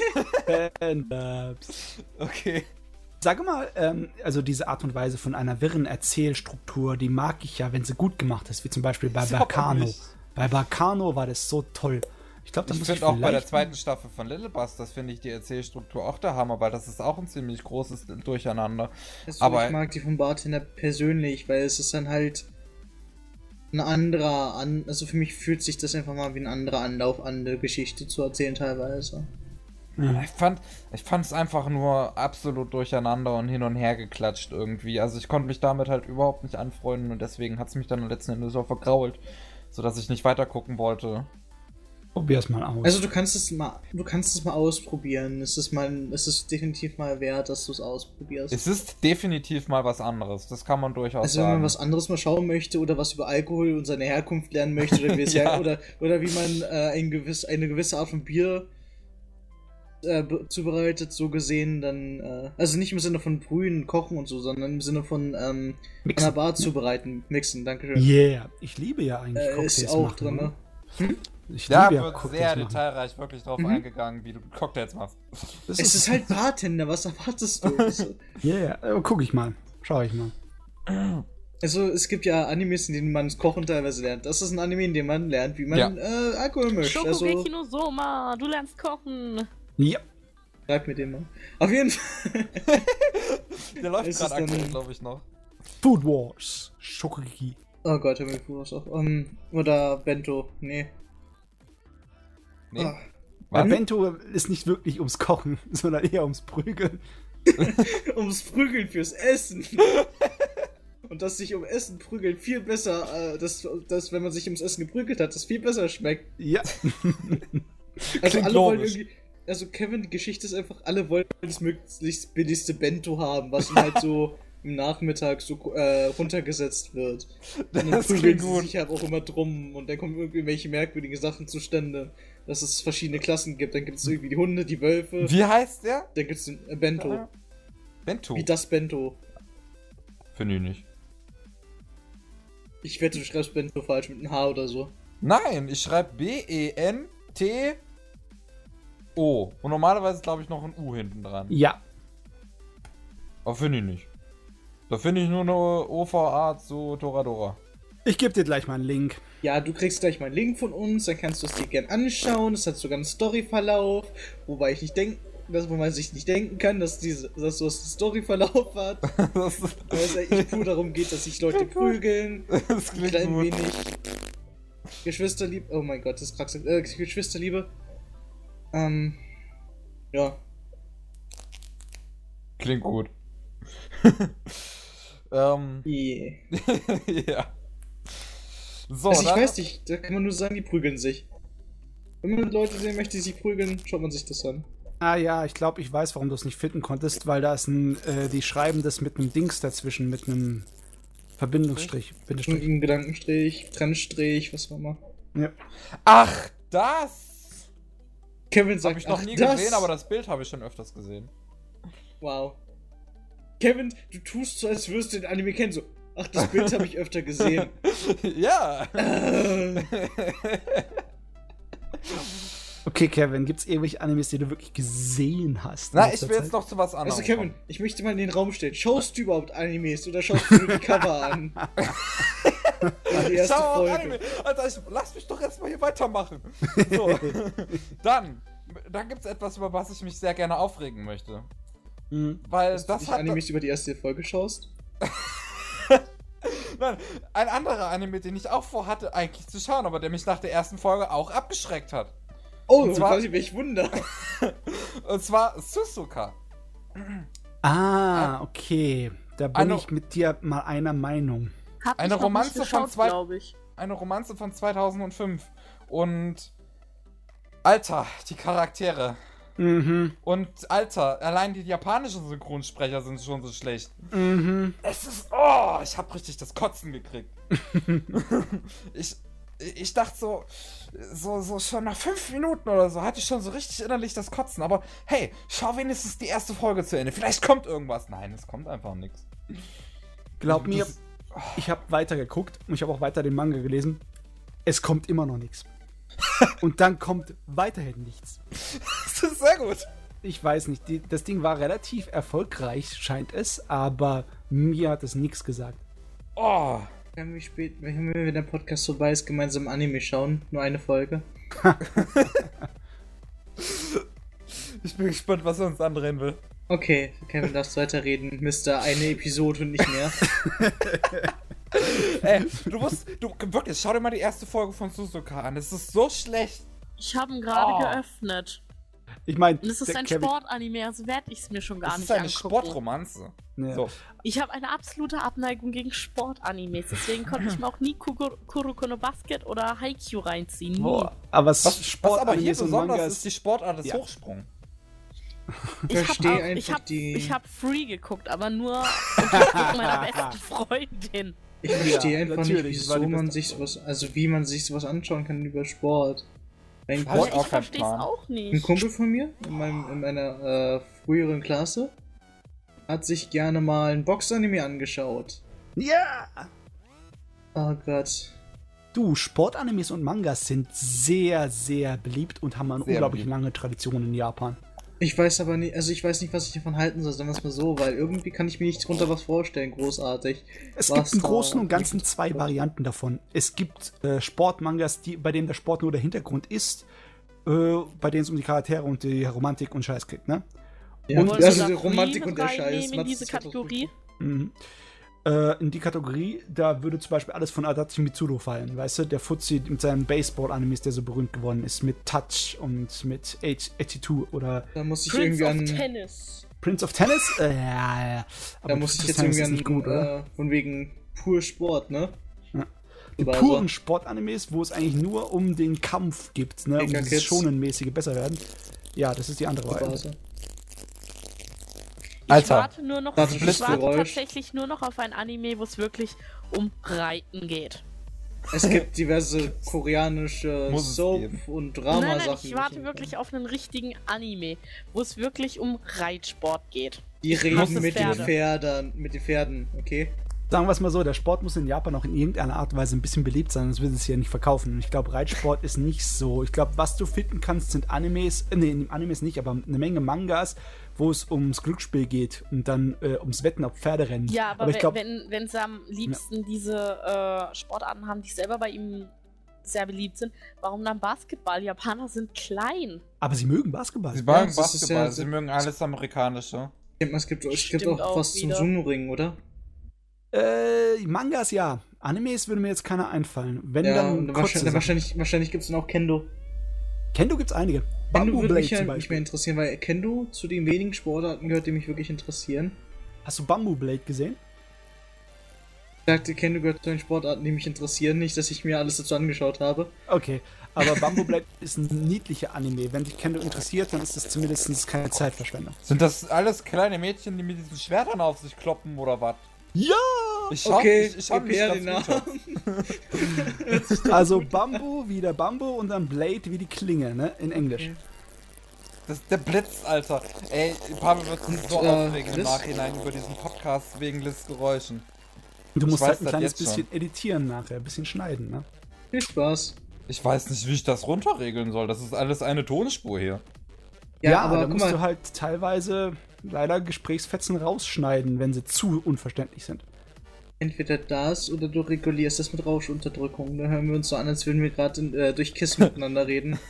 Fan-Dubs. Okay. Sag mal, ähm, also diese Art und Weise von einer wirren Erzählstruktur, die mag ich ja, wenn sie gut gemacht ist, wie zum Beispiel bei Ist aber Bacano. nicht. Bei Bacano war das so toll. Ich glaube, da Ich muss ich finde auch bei der vielleicht- zweiten Staffel von Little Busters finde ich die Erzählstruktur auch der Hammer, weil das ist auch ein ziemlich großes Durcheinander. Also, Aber- ich mag die vom Bartender persönlich, weil es ist dann halt ein anderer, an also für mich fühlt sich das einfach mal wie ein anderer Anlauf an, eine Geschichte zu erzählen teilweise. Ich fand ich fand es einfach nur absolut durcheinander und hin und her geklatscht irgendwie. Also ich konnte mich damit halt überhaupt nicht anfreunden und deswegen hat es mich dann letzten Endes so vergrault, sodass ich nicht weiter gucken wollte. Probier's mal aus. Also du kannst es mal, du kannst es mal ausprobieren. Es ist mal, es ist definitiv mal wert, dass du es ausprobierst. Es ist definitiv mal was anderes, das kann man durchaus Also wenn sagen. man was anderes mal schauen möchte oder was über Alkohol und seine Herkunft lernen möchte oder wie, es Ja. her- oder, oder wie man äh, ein gewiss, eine gewisse Art von Bier äh, be- zubereitet, so gesehen, dann äh, also nicht im Sinne von brühen, kochen und so, sondern im Sinne von ähm, an Mixen. der Bar zubereiten, mixen, dankeschön. Yeah, ich liebe ja eigentlich Äh, Cocktails ist auch machen. drin, ne? oder? Ich Da liebe ja wird Cocktails sehr machen. detailreich wirklich drauf Mhm. eingegangen, wie du Cocktails machst. Das Es ist halt Bartender, was erwartest du? Also, Yeah, äh, guck ich mal. Schau ich mal. also es gibt ja Animes, in denen man das Kochen teilweise lernt. Das ist ein Anime, in dem man lernt, wie man Ja. äh, Alkohol mischt. Also Shokugeki no Soma, du lernst kochen. Ja. schreib mir den mal. Auf jeden Fall. Der läuft Es gerade ist dann- aktuell, glaube ich, noch. Food Wars. Shokugeki. Oh Gott, hör mir was auf. Um, oder Bento. Nee. Nee. Ah. Bei Was? Bento ist nicht wirklich ums Kochen, sondern eher ums Prügeln. Ums Prügeln fürs Essen. Und dass sich um Essen prügeln viel besser, äh, dass, dass wenn man sich ums Essen geprügelt hat, das viel besser schmeckt. Ja. Also Klingt alle wollen logisch. irgendwie. Also Kevin, die Geschichte ist einfach, alle wollen das möglichst billigste Bento haben, was ihnen halt so im Nachmittag so äh, runtergesetzt wird. Und dann Das prügeln klingt sie gut. sich halt auch immer drum und dann kommen irgendwelche merkwürdige Sachen zustande, dass es verschiedene Klassen gibt. Dann gibt es irgendwie die Hunde, die Wölfe, Wie heißt der? dann gibt es den äh, Bento. Bento. Wie das Bento. Finde ich nicht. Ich wette, du schreibst Bento falsch mit einem H oder so. Nein, ich schreibe B E N T O. Und normalerweise glaube ich noch ein U hinten dran. Ja. Aber finde ich nicht. Da finde ich nur eine O V A zu Toradora. Ich gebe dir gleich mal einen Link. Ja, du kriegst gleich mal einen Link von uns, dann kannst du es dir gern anschauen. Es hat sogar einen Storyverlauf, wobei ich nicht denke, dass wo man sich nicht denken kann, dass diese, dass sowas einen Storyverlauf hat. Das, ist- Weil es eigentlich pur darum geht, dass sich Leute prügeln. das Ein klingt klein gut. wenig Geschwisterliebe. Oh mein Gott, das ist Praxis. Äh, Geschwisterliebe. Ähm. Ja. Klingt gut. ähm, Yeah. ja. So, Also ich dann, weiß nicht, da kann man nur sagen, die prügeln sich. Wenn man Leute sehen möchte, die sich prügeln, schaut man sich das an. Ah ja, ich glaube, ich weiß, warum du es nicht finden konntest, weil da ist ein, äh, die schreiben das mit einem Dings dazwischen, mit einem Verbindungsstrich. Bindestrich. Ein Gedankenstrich, Trennstrich, was auch immer. Ja. Ach, das Kevin sagt, habe ich noch ach, nie das? gesehen, aber das Bild habe ich schon öfters gesehen. Wow. Kevin, du tust so, als würdest du den Anime kennen, so. Ach, das Bild habe ich öfter gesehen. Ja. Äh, Okay, Kevin, gibt's irgendwelche Animes, die du wirklich gesehen hast? in Na, letzter ich will jetzt Zeit? noch zu was anderem also Kevin, ich möchte mal in den Raum stellen. Schaust du überhaupt Animes oder schaust du nur die Cover an? Ja, die erste Schau auf Folge. Anime. Alter, ich, lass mich doch erstmal hier weitermachen. So. Dann, dann gibt es etwas, über was ich mich sehr gerne aufregen möchte. Mhm. Weil Dass du das dich hat... Animes über die erste Folge schaust? Nein, ein anderer Anime, den ich auch vorhatte eigentlich zu schauen, aber der mich nach der ersten Folge auch abgeschreckt hat. Oh, Und zwar- quasi welch Wunder. Und zwar Suzuka. Ah, okay. Da bin Eine- ich mit dir mal einer Meinung. Hab Eine ich noch Romanze nicht von geschaut, zwei- glaube ich. Eine Romanze von zweitausendfünf. Und... Alter, die Charaktere. Mhm, Und Alter, allein die japanischen Synchronsprecher sind schon so schlecht. mhm. Es ist... Oh, ich hab richtig das Kotzen gekriegt. ich... Ich dachte so, so, so schon nach fünf Minuten oder so hatte ich schon so richtig innerlich das Kotzen. Aber hey, schau wenigstens die erste Folge zu Ende. Vielleicht kommt irgendwas. Nein, es kommt einfach nichts. Glaub mir, Das- ich habe weiter geguckt und ich habe auch weiter den Manga gelesen. Es kommt immer noch nichts. Und dann kommt weiterhin nichts. Das ist sehr gut. Ich weiß nicht, die, das Ding war relativ erfolgreich, scheint es, aber mir hat es nichts gesagt. Oh. Können wir spät, wenn wir- wenn der Podcast vorbei ist, gemeinsam Anime schauen? Nur eine Folge. Ich bin gespannt, was er uns andrehen will. Okay, Kevin, darfst weiterreden. Mister Eine Episode und nicht mehr. Ey, du musst, du, wirklich, schau dir mal die erste Folge von Suzuka an. Es ist so schlecht. Ich habe ihn gerade Oh. geöffnet. Ich meine, Und es ist ein Sportanime, also werde ich es mir schon gar Es nicht ist eine angucken. Sportromanze. Ja. So. Ich habe eine absolute Abneigung gegen Sportanimes, deswegen konnte ich mir auch nie Kuro- Kuroko no Basket oder Haikyuu reinziehen. Nie. Boah, aber Was, was aber hier Sportanimes und besonders Mangas- ist, die Sportart des Ja. Hochsprung. Ich habe Versteh auch- ich einfach hab, die- ich hab Free geguckt, aber nur mit meiner besten Freundin. Ich verstehe Ja, einfach natürlich, nicht, das war wieso die man beste sich sowas, also wie man sich sowas anschauen kann über Sport. Ein, Hab ich Ich auch keinen verstehe es Plan. auch ein nicht. Kumpel von mir in, meinem, in meiner äh, früheren Klasse hat sich gerne mal ein Boxanime angeschaut. Ja! Oh Gott. Du, Sportanimes und Mangas sind sehr, sehr beliebt und haben eine Sehr unglaublich beliebt. lange Tradition in Japan. Ich weiß aber nicht, also ich weiß nicht, was ich davon halten soll, sagen wir es mal so, weil irgendwie kann ich mir nicht drunter was vorstellen, großartig. Es was gibt im da Großen und Ganzen gibt. zwei Varianten davon. Es gibt äh, Sportmangas, die, bei denen der Sport nur der Hintergrund ist, äh, bei denen es um die Charaktere und die Romantik und Scheiß geht, ne? Ja, Und- Wolltest also du die da Romantik Free und der mit Scheiß. reinnehmen in Mats diese ist zweitausend Kategorie? Mhm. Äh, in die Kategorie, da würde zum Beispiel alles von Adachi Mitsuru fallen, weißt du? Der Fuzzi mit seinen Baseball-Animes, der so berühmt geworden ist, mit Touch und mit achtzwei oder Da muss ich Prince irgendwie of an. Tennis. Prince of Tennis? Äh, ja, ja. Aber Da muss ich Prince of jetzt Tennis irgendwie ist an. nicht gut, oder? äh, von wegen pur Sport, ne? Ja. Die Aber puren Sportanimes, wo es eigentlich nur um den Kampf gibt, ne? Um Mega dieses Kids. Schonenmäßige besser werden. Ja, das ist die andere so- Variante. Ich Alter. warte nur noch, Das ich Blitzgeräusch. warte tatsächlich nur noch auf ein Anime, wo es wirklich um Reiten geht. Es gibt diverse koreanische Muss es Soap- geben. und Nein, Dramasachen. nein, die ich warte nicht wirklich auf einen richtigen Anime, wo es wirklich um Reitsport geht. Die muss reden es mit den Pferde. Pferden, mit den Pferden, okay? Sagen wir es mal so, der Sport muss in Japan auch in irgendeiner Art und Weise ein bisschen beliebt sein, sonst würde es ja nicht verkaufen. Und ich glaube, Reitsport ist nicht so. Ich glaube, was du finden kannst, sind Animes, äh, nee, Animes nicht, aber eine Menge Mangas, wo es ums Glücksspiel geht und dann äh, ums Wetten auf Pferderennen. Ja, aber, aber ich we- glaube, wenn, wenn sie am liebsten diese äh, Sportarten haben, die selber bei ihm sehr beliebt sind, warum dann Basketball? Japaner sind klein. aber sie mögen Basketball. Sie mögen das ist Basketball, ja- sie mögen alles Amerikanische. Ich denke mal, es gibt, es gibt Stimmt auch auch was zum wieder. Sumo-Ring, oder? Äh, Mangas ja. Animes würde mir jetzt keiner einfallen. Wenn Ja, dann und kurze wahrscheinlich, Sachen. wahrscheinlich, wahrscheinlich gibt es dann auch Kendo. Kendo gibt's einige. Kendo Bamboo würde Blade mich ja zum nicht mehr Beispiel. interessieren, weil Kendo zu den wenigen Sportarten gehört, die mich wirklich interessieren. Hast du Bamboo Blade gesehen? Ich sagte, Kendo gehört zu den Sportarten, die mich interessieren, nicht, dass ich mir alles dazu angeschaut habe. Okay, aber Bamboo Blade ist ein niedlicher Anime. Wenn dich Kendo interessiert, dann ist das zumindest keine Zeitverschwendung. Sind das alles kleine Mädchen, die mit diesen Schwertern auf sich kloppen oder was? Ja! Ich schau, Okay, ich, ich schau gib mich her grad den Screenshots. Namen. Also Bambu wie der Bambu und dann Blade wie die Klinge, ne? In Englisch. Das ist der Blitz, Alter. Ey, Pavel wird sich so Und, äh, aufregen im Liz? Nachhinein über diesen Podcast wegen Liz Geräuschen. Und du Ich musst weiß halt ein das kleines jetzt schon. bisschen editieren nachher, ein bisschen schneiden, ne? Viel Spaß. Ich weiß nicht, wie ich das runterregeln soll. Das ist alles eine Tonspur hier. Ja, aber aber da guck musst mal, du halt teilweise leider Gesprächsfetzen rausschneiden, wenn sie zu unverständlich sind. entweder das oder du regulierst das mit Rauschunterdrückung. Da hören wir uns so an, als würden wir gerade äh, durch Kiss miteinander reden.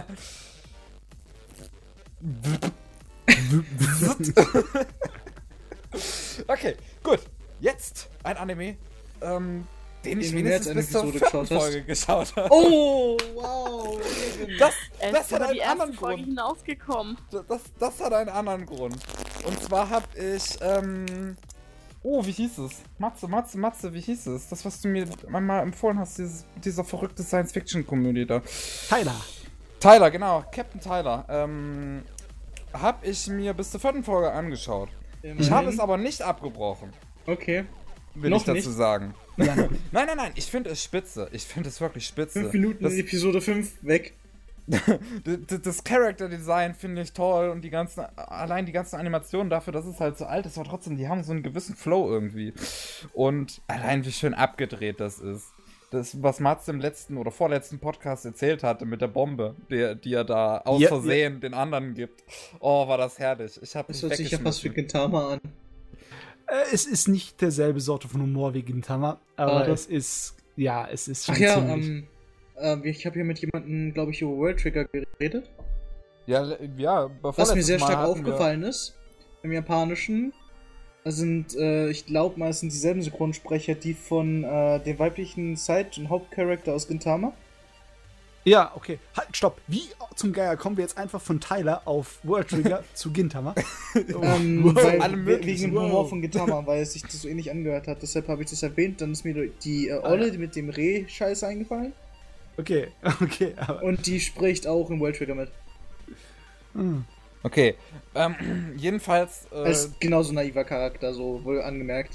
Okay, gut. Jetzt ein Anime, ähm, den ich Den du mir jetzt wenigstens eine bis zur Episode vierten geschaut hast. Folge geschaut habe. Oh, wow. Das, Er das ist hat über die einen anderen erste Folge Grund. hinausgekommen. Das, das hat einen anderen Grund. Und zwar hab ich, ähm. Oh, wie hieß es? Matze, Matze, Matze, wie hieß es? Das, was du mir einmal empfohlen hast, dieses, dieser verrückte Science-Fiction-Komödie da. Tyler. Tyler, genau, Captain Tyler. Ähm, hab ich mir bis zur vierten Folge angeschaut. Ich habe es aber nicht abgebrochen, Okay. will Noch ich dazu nicht? sagen. Ja, Nein, nein, nein, ich finde es spitze. Ich finde es wirklich spitze. Fünf Minuten Das, in Episode fünf weg. das, das Character Design finde ich toll und die ganzen, allein die ganzen Animationen dafür, dass es halt so alt ist, aber trotzdem, die haben so einen gewissen Flow irgendwie. Und allein wie schön abgedreht das ist. Das, was Mats im letzten oder vorletzten Podcast erzählt hatte mit der Bombe, die, die er da aus Ja, Versehen den anderen gibt. Oh, war das herrlich. Ich habe Das mich hört sich ja fast wie weggeschmissen. Gintama an. Äh, es ist nicht derselbe Sorte von Humor wie Gintama, aber Schade. es ist, ja, es ist schon Ach ja, ziemlich. ähm, ähm, ich habe hier mit jemandem, glaube ich, über World Trigger geredet. Ja, le- ja, bevor Was mir sehr Mal stark hatten wir- aufgefallen ist, im Japanischen, da sind, äh, ich glaube mal, es sind dieselben Synchronsprecher, die von äh, dem weiblichen Side- und Hauptcharakter aus Gintama. Ja, okay. Halt, stopp. Wie zum Geier kommen wir jetzt einfach von Tyler auf World Trigger zu Gintama? Ähm, Wow. weil, Alle we- möglichen, wegen dem Humor wow. von Gintama, weil es sich das so ähnlich angehört hat. Deshalb habe ich das erwähnt. Dann ist mir die äh, Ah, Olle ja. mit dem Reh-Scheiß eingefallen. Okay, okay, aber. Und die spricht auch im World Trigger mit. Hm. Okay, ähm, jedenfalls. Äh, Als genauso naiver Charakter, so wohl angemerkt.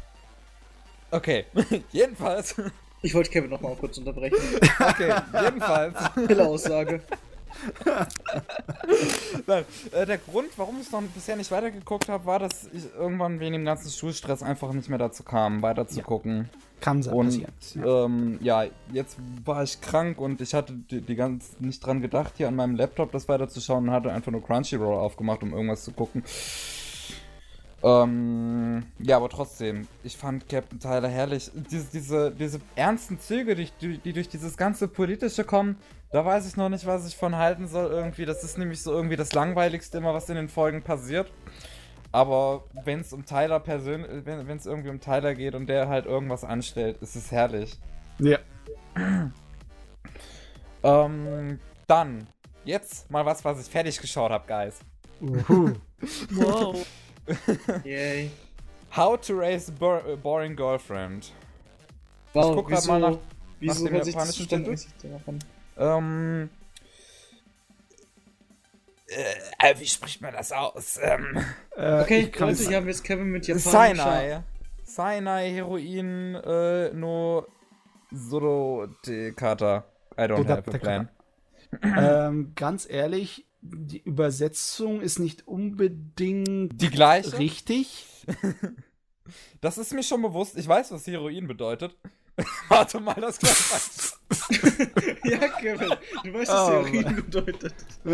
okay, jedenfalls. Ich wollte Kevin noch mal kurz unterbrechen. Okay, jedenfalls. Stille Aussage. Nein, äh, der Grund, warum ich noch bisher nicht weitergeguckt habe, war, dass ich irgendwann wegen dem ganzen Schulstress einfach nicht mehr dazu kam, weiterzugucken. Kann sein Und passieren. ja. Ähm, ja, jetzt war ich krank und ich hatte die, die ganz nicht dran gedacht, hier an meinem Laptop das weiterzuschauen und hatte einfach nur Crunchyroll aufgemacht, um irgendwas zu gucken. Ähm, ja, aber trotzdem, ich fand Captain Tyler herrlich. Diese, diese, diese ernsten Züge, die, die, die durch dieses ganze Politische kommen, da weiß ich noch nicht, was ich von halten soll irgendwie. Das ist nämlich so irgendwie das Langweiligste immer, was in den Folgen passiert. Aber wenn es um Tyler persönlich, wenn es irgendwie um Tyler geht und der halt irgendwas anstellt, ist es herrlich. Ja. Ähm, dann, jetzt mal was, was ich fertig geschaut habe, Guys. Uhu. Wow. Yay. How to Raise a Bo Boring Girlfriend. Wow, guck grad wieso, mal nach- wieso dem hört sich das japanischen so standardmäßig davon? Ähm, äh, wie spricht man das aus? Ähm, Äh, Okay, ich kann's- Leute, hier haben wir jetzt Kevin mit japanischer... Cyanide. Cyanide, Heroin, äh, no Sododekata. I don't have a plan. ähm, ganz ehrlich, die Übersetzung ist nicht unbedingt Die gleiche? richtig. Das ist mir schon bewusst. Ich weiß, was Heroin bedeutet. Warte mal, das gleich. Ja, Kevin, du weißt, was Oh, Heroin bedeutet.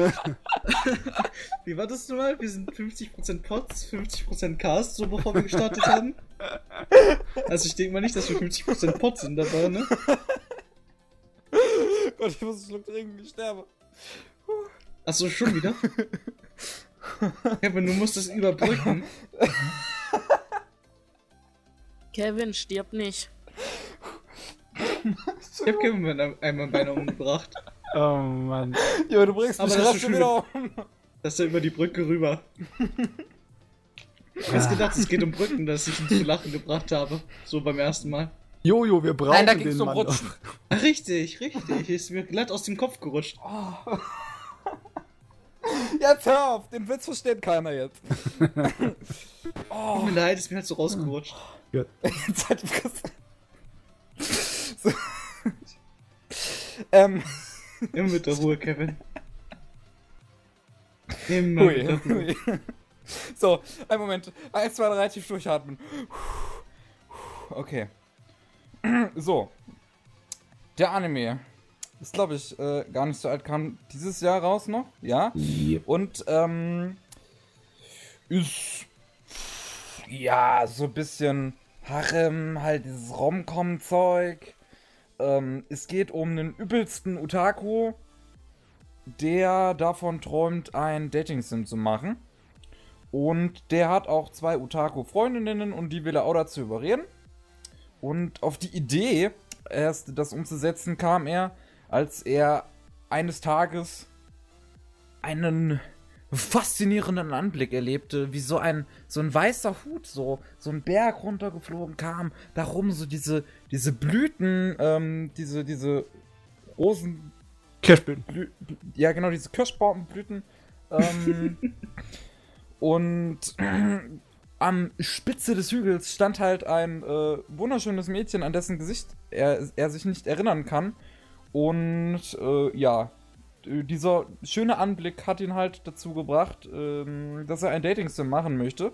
Wie war das nochmal? Wir sind fünfzig Prozent Pots, fünfzig Prozent Cast, so bevor wir gestartet haben. Also ich denke mal nicht, dass wir fünfzig Prozent Pots sind dabei, ne? Gott, ich muss einen Schluck trinken, ich sterbe. Achso, schon wieder? Kevin, du musst es überbrücken. Kevin, stirb nicht. Ich hab Kevin mein- einmal beinahe umgebracht. Oh Mann. Ja, du bringst mich Aber das rasch ist schon schon wieder um. Das ist ja über die Brücke rüber. Ich hab gedacht, es geht um Brücken, dass ich ihn zu lachen gebracht habe. So beim ersten Mal. Jojo, wir brauchen Nein, da den ging's um Mann Rutschen. doch. Ach, richtig, richtig. Ist mir glatt aus dem Kopf gerutscht. Jetzt hör auf, den Witz versteht keiner jetzt. Tut mir leid, ist mir halt so rausgerutscht. Gut. Jetzt halt die Fresse. So. ähm. Immer mit der Ruhe, Kevin. Immer mit Hui, der Ruhe. hui. So, einen Moment. Eins, zwei, drei, tief durchatmen. Okay. So. Der Anime ist, glaube ich, äh, gar nicht so alt. Kam dieses Jahr raus noch, ja? Yep. Und, ähm, ist, ja, so ein bisschen Harem, halt dieses Rom-Com-Zeug. Ähm, es geht um den übelsten Otaku, der davon träumt, ein Dating-Sim zu machen. Und der hat auch zwei Otaku-Freundinnen und die will er auch dazu überreden. Und auf die Idee, erst das umzusetzen, kam er, als er eines Tages einen faszinierenden Anblick erlebte, wie so ein so ein weißer Hut so so ein Berg runtergeflogen kam, darum so diese diese Blüten, ähm, diese diese Rosen, Kirschblüten. Blü ja genau, diese Kirschbaumblüten ähm, und am Spitze des Hügels stand halt ein äh, wunderschönes Mädchen, an dessen Gesicht er, er sich nicht erinnern kann. Und äh, ja, dieser schöne Anblick hat ihn halt dazu gebracht, ähm, dass er ein Dating-Sim machen möchte.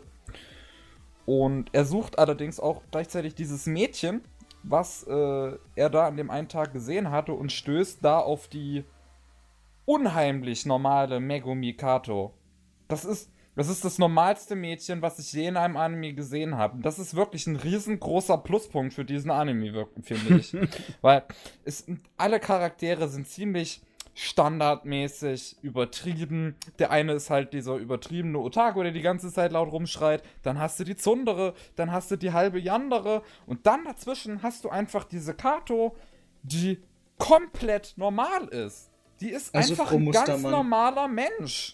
Und er sucht allerdings auch gleichzeitig dieses Mädchen, was äh, er da an dem einen Tag gesehen hatte, und stößt da auf die unheimlich normale Megumi Kato. Das ist, das ist das normalste Mädchen, was ich je in einem Anime gesehen habe. Und das ist wirklich ein riesengroßer Pluspunkt für diesen Anime, finde ich. Weil es, alle Charaktere sind ziemlich standardmäßig übertrieben. Der eine ist halt dieser übertriebene Otaku, der die ganze Zeit laut rumschreit. Dann hast du die Tsundere, dann hast du die halbe Yandere. Und dann dazwischen hast du einfach diese Kato, die komplett normal ist. Die ist Also einfach Frau ein ganz Mustermann. normaler Mensch.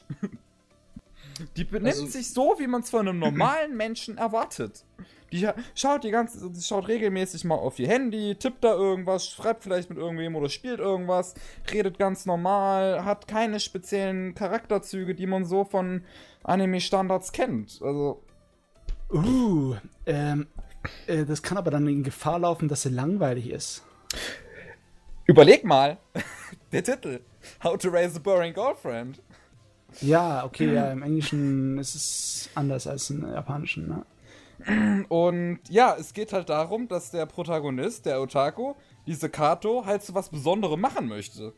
Die benimmt Also- sich so, wie man es von einem normalen Menschen erwartet. Die ha- schaut die ganze, die schaut regelmäßig mal auf ihr Handy, tippt da irgendwas, schreibt vielleicht mit irgendwem oder spielt irgendwas, redet ganz normal, hat keine speziellen Charakterzüge, die man so von Anime-Standards kennt. Also, Uh, ähm, äh, das kann aber dann in Gefahr laufen, dass sie langweilig ist. überleg mal, der Titel, How to Raise a Boring Girlfriend. Ja, okay, ja, im Englischen ist es anders als im Japanischen, ne? Und ja, es geht halt darum, dass der Protagonist, der Otaku, diese Kato, halt so was Besonderes machen möchte.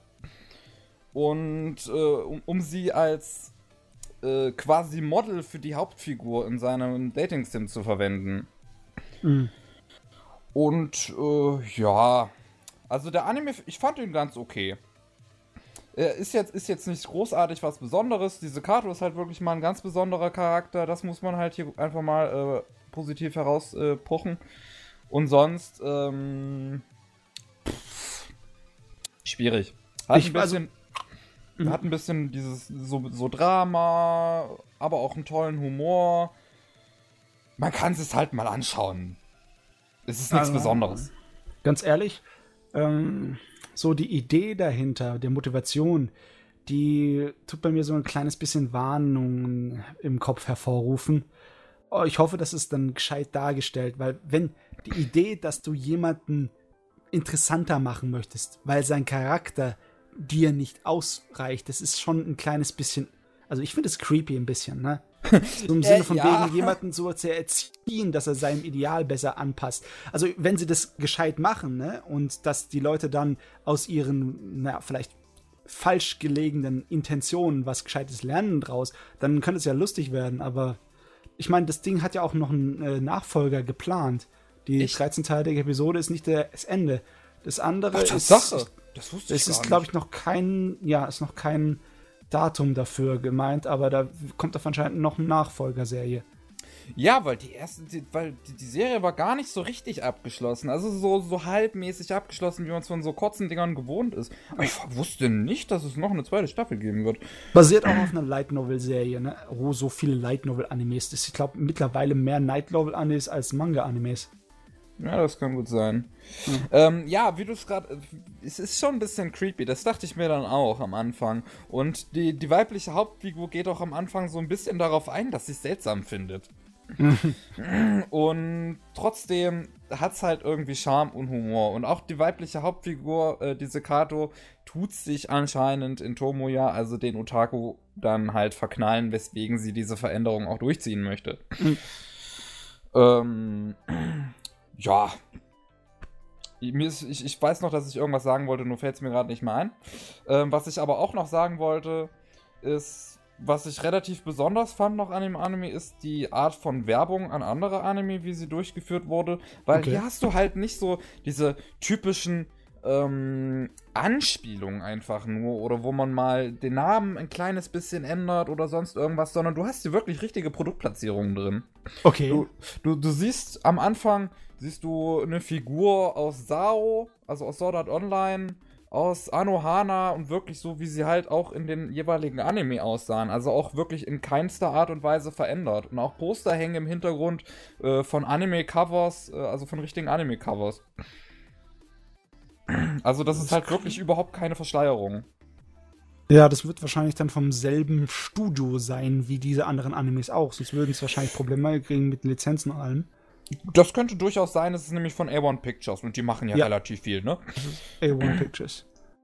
Und äh, um, um sie als äh, quasi Model für die Hauptfigur in seinem Dating-Sim zu verwenden. Mhm. Und äh, ja, also der Anime, ich fand ihn ganz okay. Er ist jetzt, ist jetzt nicht großartig was Besonderes. Diese Kato ist halt wirklich mal ein ganz besonderer Charakter. Das muss man halt hier einfach mal äh, positiv herauspochen. Äh, Und sonst, ähm, pff, schwierig. Hat Ich- ein bisschen, Mhm. hat ein bisschen dieses so, so Drama, aber auch einen tollen Humor. Man kann es halt mal anschauen. Es ist nichts Also, Besonderes. Ganz ehrlich, ähm, so die Idee dahinter, der Motivation, die tut bei mir so ein kleines bisschen Warnung im Kopf hervorrufen. Oh, ich hoffe, das ist dann gescheit dargestellt, weil wenn die Idee, dass du jemanden interessanter machen möchtest, weil sein Charakter dir nicht ausreicht, das ist schon ein kleines bisschen, also ich finde es creepy ein bisschen, ne? So im Sinne von äh, ja. wegen jemanden so zu erziehen, dass er seinem Ideal besser anpasst. Also wenn sie das gescheit machen, ne? Und dass die Leute dann aus ihren, na, vielleicht falsch gelegenen Intentionen was Gescheites lernen draus, dann könnte es ja lustig werden, aber ich meine, das Ding hat ja auch noch einen äh, Nachfolger geplant. Die Ich- dreizehnteilige Episode ist nicht das Ende. Das andere Ach, ist, Tatsache. Das wusste ich es gar ist, nicht. glaube ich, noch kein, ja, ist noch kein Datum dafür gemeint, aber da kommt doch anscheinend noch eine Nachfolgerserie. Ja, weil die erste, die, weil die, die Serie war gar nicht so richtig abgeschlossen. Also so, so halbmäßig abgeschlossen, wie man es von so kurzen Dingern gewohnt ist. Aber ich wusste nicht, dass es noch eine zweite Staffel geben wird. Basiert auch auf einer Light Novel Serie, ne? Wo so viele Light Novel Animes ist. Ich glaube mittlerweile mehr Light Novel Animes als Manga Animes. Ja, das kann gut sein. Mhm. Ähm, ja, wie du es gerade. Es ist schon ein bisschen creepy. Das dachte ich mir dann auch am Anfang. Und die, die weibliche Hauptfigur geht auch am Anfang so ein bisschen darauf ein, dass sie es seltsam findet. Und trotzdem hat es halt irgendwie Charme und Humor. Und auch die weibliche Hauptfigur, äh, diese Kato, tut sich anscheinend in Tomoya, also den Otaku, dann halt verknallen, weswegen sie diese Veränderung auch durchziehen möchte. Mhm. ähm, ja. Mir ist, ich, ich weiß noch, dass ich irgendwas sagen wollte, nur fällt es mir gerade nicht mehr ein. Ähm, was ich aber auch noch sagen wollte, ist, was ich relativ besonders fand noch an dem Anime, ist die Art von Werbung an andere Anime, wie sie durchgeführt wurde. Weil Okay. hier hast du halt nicht so diese typischen ähm, Anspielungen einfach nur oder wo man mal den Namen ein kleines bisschen ändert oder sonst irgendwas, sondern du hast hier wirklich richtige Produktplatzierungen drin. Okay. Du, du, du siehst am Anfang, siehst du eine Figur aus Sao, also aus Sword Art Online, aus Anohana und wirklich so, wie sie halt auch in den jeweiligen Anime aussahen. Also auch wirklich in keinster Art und Weise verändert. Und auch Poster hängen im Hintergrund äh, von Anime-Covers, äh, also von richtigen Anime-Covers. Also das ist halt wirklich überhaupt keine Verschleierung. Ja, das wird wahrscheinlich dann vom selben Studio sein, wie diese anderen Animes auch. Sonst würden es wahrscheinlich Probleme kriegen mit Lizenzen und allem. Das könnte durchaus sein, es ist nämlich von A eins Pictures und die machen ja, Ja. relativ viel, ne? A eins Pictures.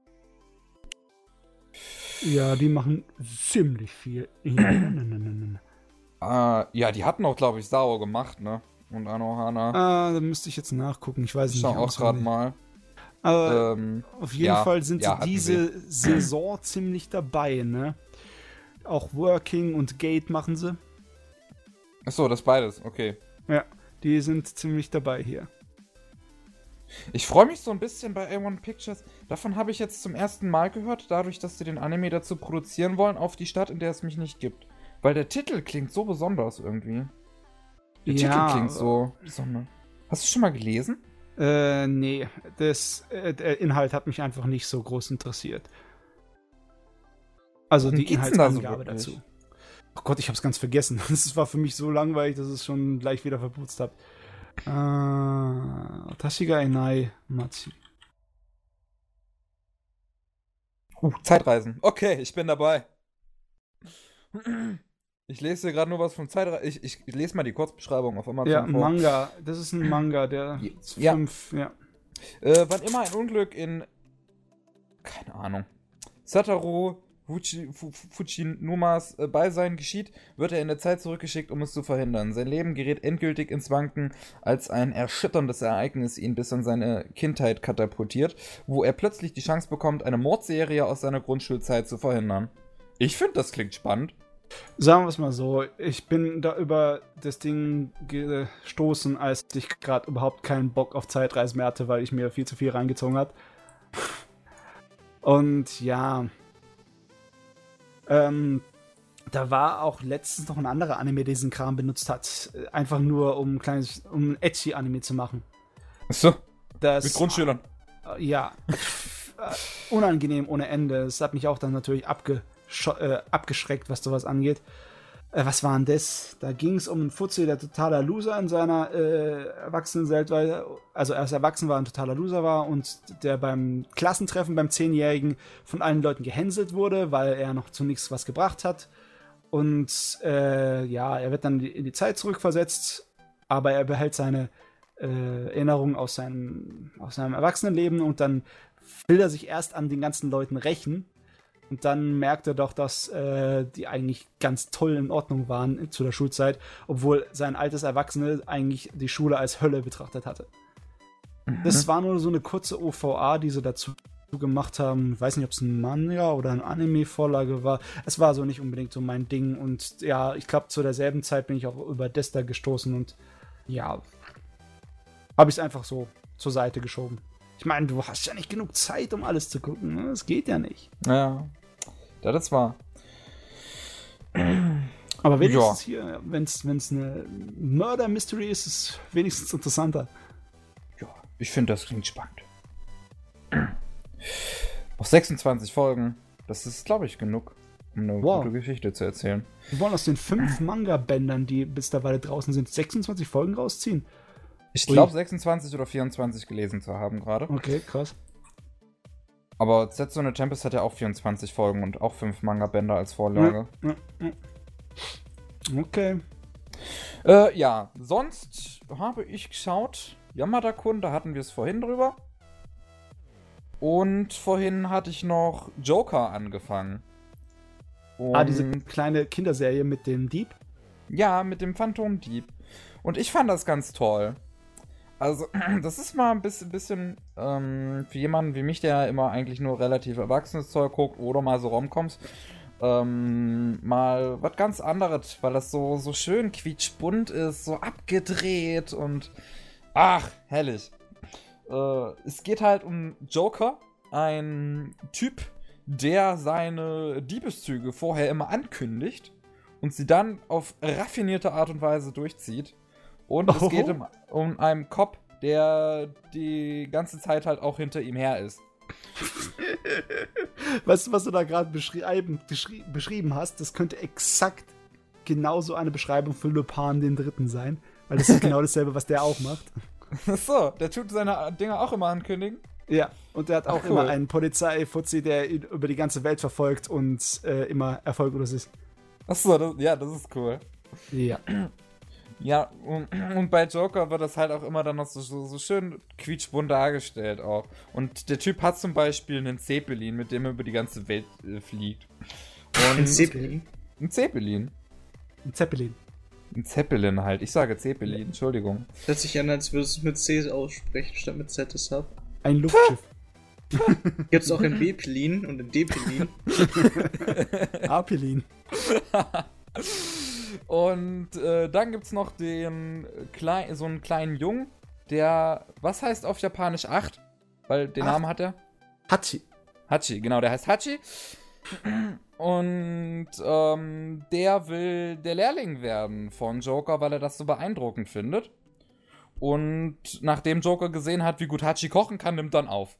Ja, die machen ziemlich viel. Ja, ne, ne, ne, ne. Ah, ja, die hatten auch, glaube ich, Sao gemacht, ne? Und Anohana. Ah, da müsste ich jetzt nachgucken. Ich weiß Ich nicht. schau auch gerade auswendig. mal. Aber Ähm, auf jeden ja, Fall sind ja, sie hatten diese Saison ziemlich dabei, ne? Auch Working und Gate machen sie. achso, das beides, okay. Ja, die sind ziemlich dabei hier. Ich freue mich so ein bisschen bei A eins Pictures. Davon habe ich jetzt zum ersten Mal gehört, dadurch, dass sie den Anime dazu produzieren wollen, auf die Stadt, in der es mich nicht gibt. Weil der Titel klingt so besonders irgendwie. Der Ja, Titel klingt so besonders. Hast du schon mal gelesen? Äh, nee, das, äh, der Inhalt hat mich einfach nicht so groß interessiert. Also Worum die geht's denn da so Inhaltsangabe wirklich? dazu. Oh Gott, ich hab's ganz vergessen. Das war für mich so langweilig, dass ich es schon gleich wieder verputzt hab. Äh, Tashiga Enai Matsu. Uh, Zeitreisen. Okay, ich bin dabei. Ich lese hier gerade nur was von Zeitreisen. Ich, ich, ich lese mal die Kurzbeschreibung auf Amazon Ja, vor. Manga. Das ist ein Manga, der Ja. fünf, ja. Äh, wann immer ein Unglück in, keine Ahnung, Satoru Fuji, Fu- Fujinumas äh, Beisein geschieht, wird er in der Zeit zurückgeschickt, um es zu verhindern. Sein Leben gerät endgültig ins Wanken, als ein erschütterndes Ereignis ihn bis an seine Kindheit katapultiert, wo er plötzlich die Chance bekommt, eine Mordserie aus seiner Grundschulzeit zu verhindern. Ich finde, das klingt spannend. Sagen wir es mal so, ich bin da über das Ding gestoßen, als ich gerade überhaupt keinen Bock auf Zeitreisen mehr hatte, weil ich mir viel zu viel reingezogen habe. Und ja, ähm, da war auch letztens noch ein anderer Anime, der diesen Kram benutzt hat, einfach nur um ein kleines, um ein Ecchi-Anime zu machen. Achso, Das, mit Grundschülern. äh, ja, äh, unangenehm ohne Ende. Es hat mich auch dann natürlich abge äh, abgeschreckt, was sowas angeht. Äh, was war denn das? Da ging es um einen Fuzzi, der totaler Loser in seiner äh, Erwachsenenwelt war. Also erst erwachsen war, ein totaler Loser war und der beim Klassentreffen beim Zehnjährigen von allen Leuten gehänselt wurde, weil er noch zu nichts was gebracht hat. Und äh, ja, er wird dann in die Zeit zurückversetzt, aber er behält seine äh, Erinnerungen aus seinem, aus seinem Erwachsenenleben und dann will er sich erst an den ganzen Leuten rächen. Und dann merkt er doch, dass äh, die eigentlich ganz toll in Ordnung waren zu der Schulzeit, obwohl sein altes Erwachsene eigentlich die Schule als Hölle betrachtet hatte. Mhm. Das war nur so eine kurze O V A, die sie dazu gemacht haben. Ich weiß nicht, ob es ein Manga oder eine Anime-Vorlage war. Es war so nicht unbedingt so mein Ding. Und ja, ich glaube, zu derselben Zeit bin ich auch über Desta gestoßen und ja, habe ich es einfach so zur Seite geschoben. Ich meine, du hast ja nicht genug Zeit, um alles zu gucken. Ne? Das geht ja nicht. Ja, ja, das war. Aber wenigstens ja. Hier, wenn es eine Murder-Mystery ist, ist es wenigstens interessanter. Ja, ich finde, das klingt spannend. Auf sechsundzwanzig Folgen, das ist, glaube ich, genug, um eine wow. gute Geschichte zu erzählen. Wir wollen aus den fünf Manga-Bändern, die bis mittlerweile draußen sind, sechsundzwanzig Folgen rausziehen. Ich glaube sechsundzwanzig oder vierundzwanzig gelesen zu haben gerade. Okay, krass. Aber Setsuna Tempest hat ja auch vierundzwanzig Folgen und auch fünf Manga-Bänder als Vorlage. Ja, ja, ja. Okay. Äh, ja, sonst habe ich geschaut, Yamada-kun, da hatten wir es vorhin drüber. Und vorhin hatte ich noch Joker angefangen. Und ah, diese kleine Kinderserie mit dem Dieb? Ja, mit dem Phantomdieb. Und ich fand das ganz toll. Also, das ist mal ein bisschen, bisschen ähm, für jemanden wie mich, der immer eigentlich nur relativ erwachsenes Zeug guckt oder mal so Romcoms, ähm, mal was ganz anderes, weil das so, so schön quietschbunt ist, so abgedreht und ach, herrlich. Äh, es geht halt um Joker, ein Typ, der seine Diebeszüge vorher immer ankündigt und sie dann auf raffinierte Art und Weise durchzieht. Und oh. es geht um, um einen Cop, der die ganze Zeit halt auch hinter ihm her ist. Weißt du, was du da gerade beschrieben, beschri- beschrieben hast? Das könnte exakt genauso eine Beschreibung für Lupin den Dritten sein. Weil das ist genau dasselbe, was der auch macht. So, der tut seine Dinger auch immer ankündigen. Ja, und der hat auch Ach, cool. immer einen Polizeifuzzi, der ihn über die ganze Welt verfolgt und äh, immer erfolglos ist. Achso, das, ja, das ist cool. Ja. Ja, und, und bei Joker wird das halt auch immer dann noch so, so, so schön quietschbunt dargestellt auch. Und der Typ hat zum Beispiel einen Zeppelin, mit dem er über die ganze Welt äh, fliegt. Und ein Zeppelin? Ein Zeppelin. Ein Zeppelin. Ein Zeppelin halt. Ich sage Zeppelin, Entschuldigung. Hört sich an, als würdest du es mit C aussprechen, statt mit Z es ab. Ein Luftschiff. Gibt's auch ein B-Pelin und ein D-Pelin. A-Pelin. Und äh, dann gibt's noch den klein, so einen kleinen Jungen, der, was heißt auf Japanisch acht? Weil den Ach. Namen hat er. Hachi. Hachi, genau, der heißt Hachi. Und ähm, der will der Lehrling werden von Joker, weil er das so beeindruckend findet. Und nachdem Joker gesehen hat, wie gut Hachi kochen kann, nimmt dann auf.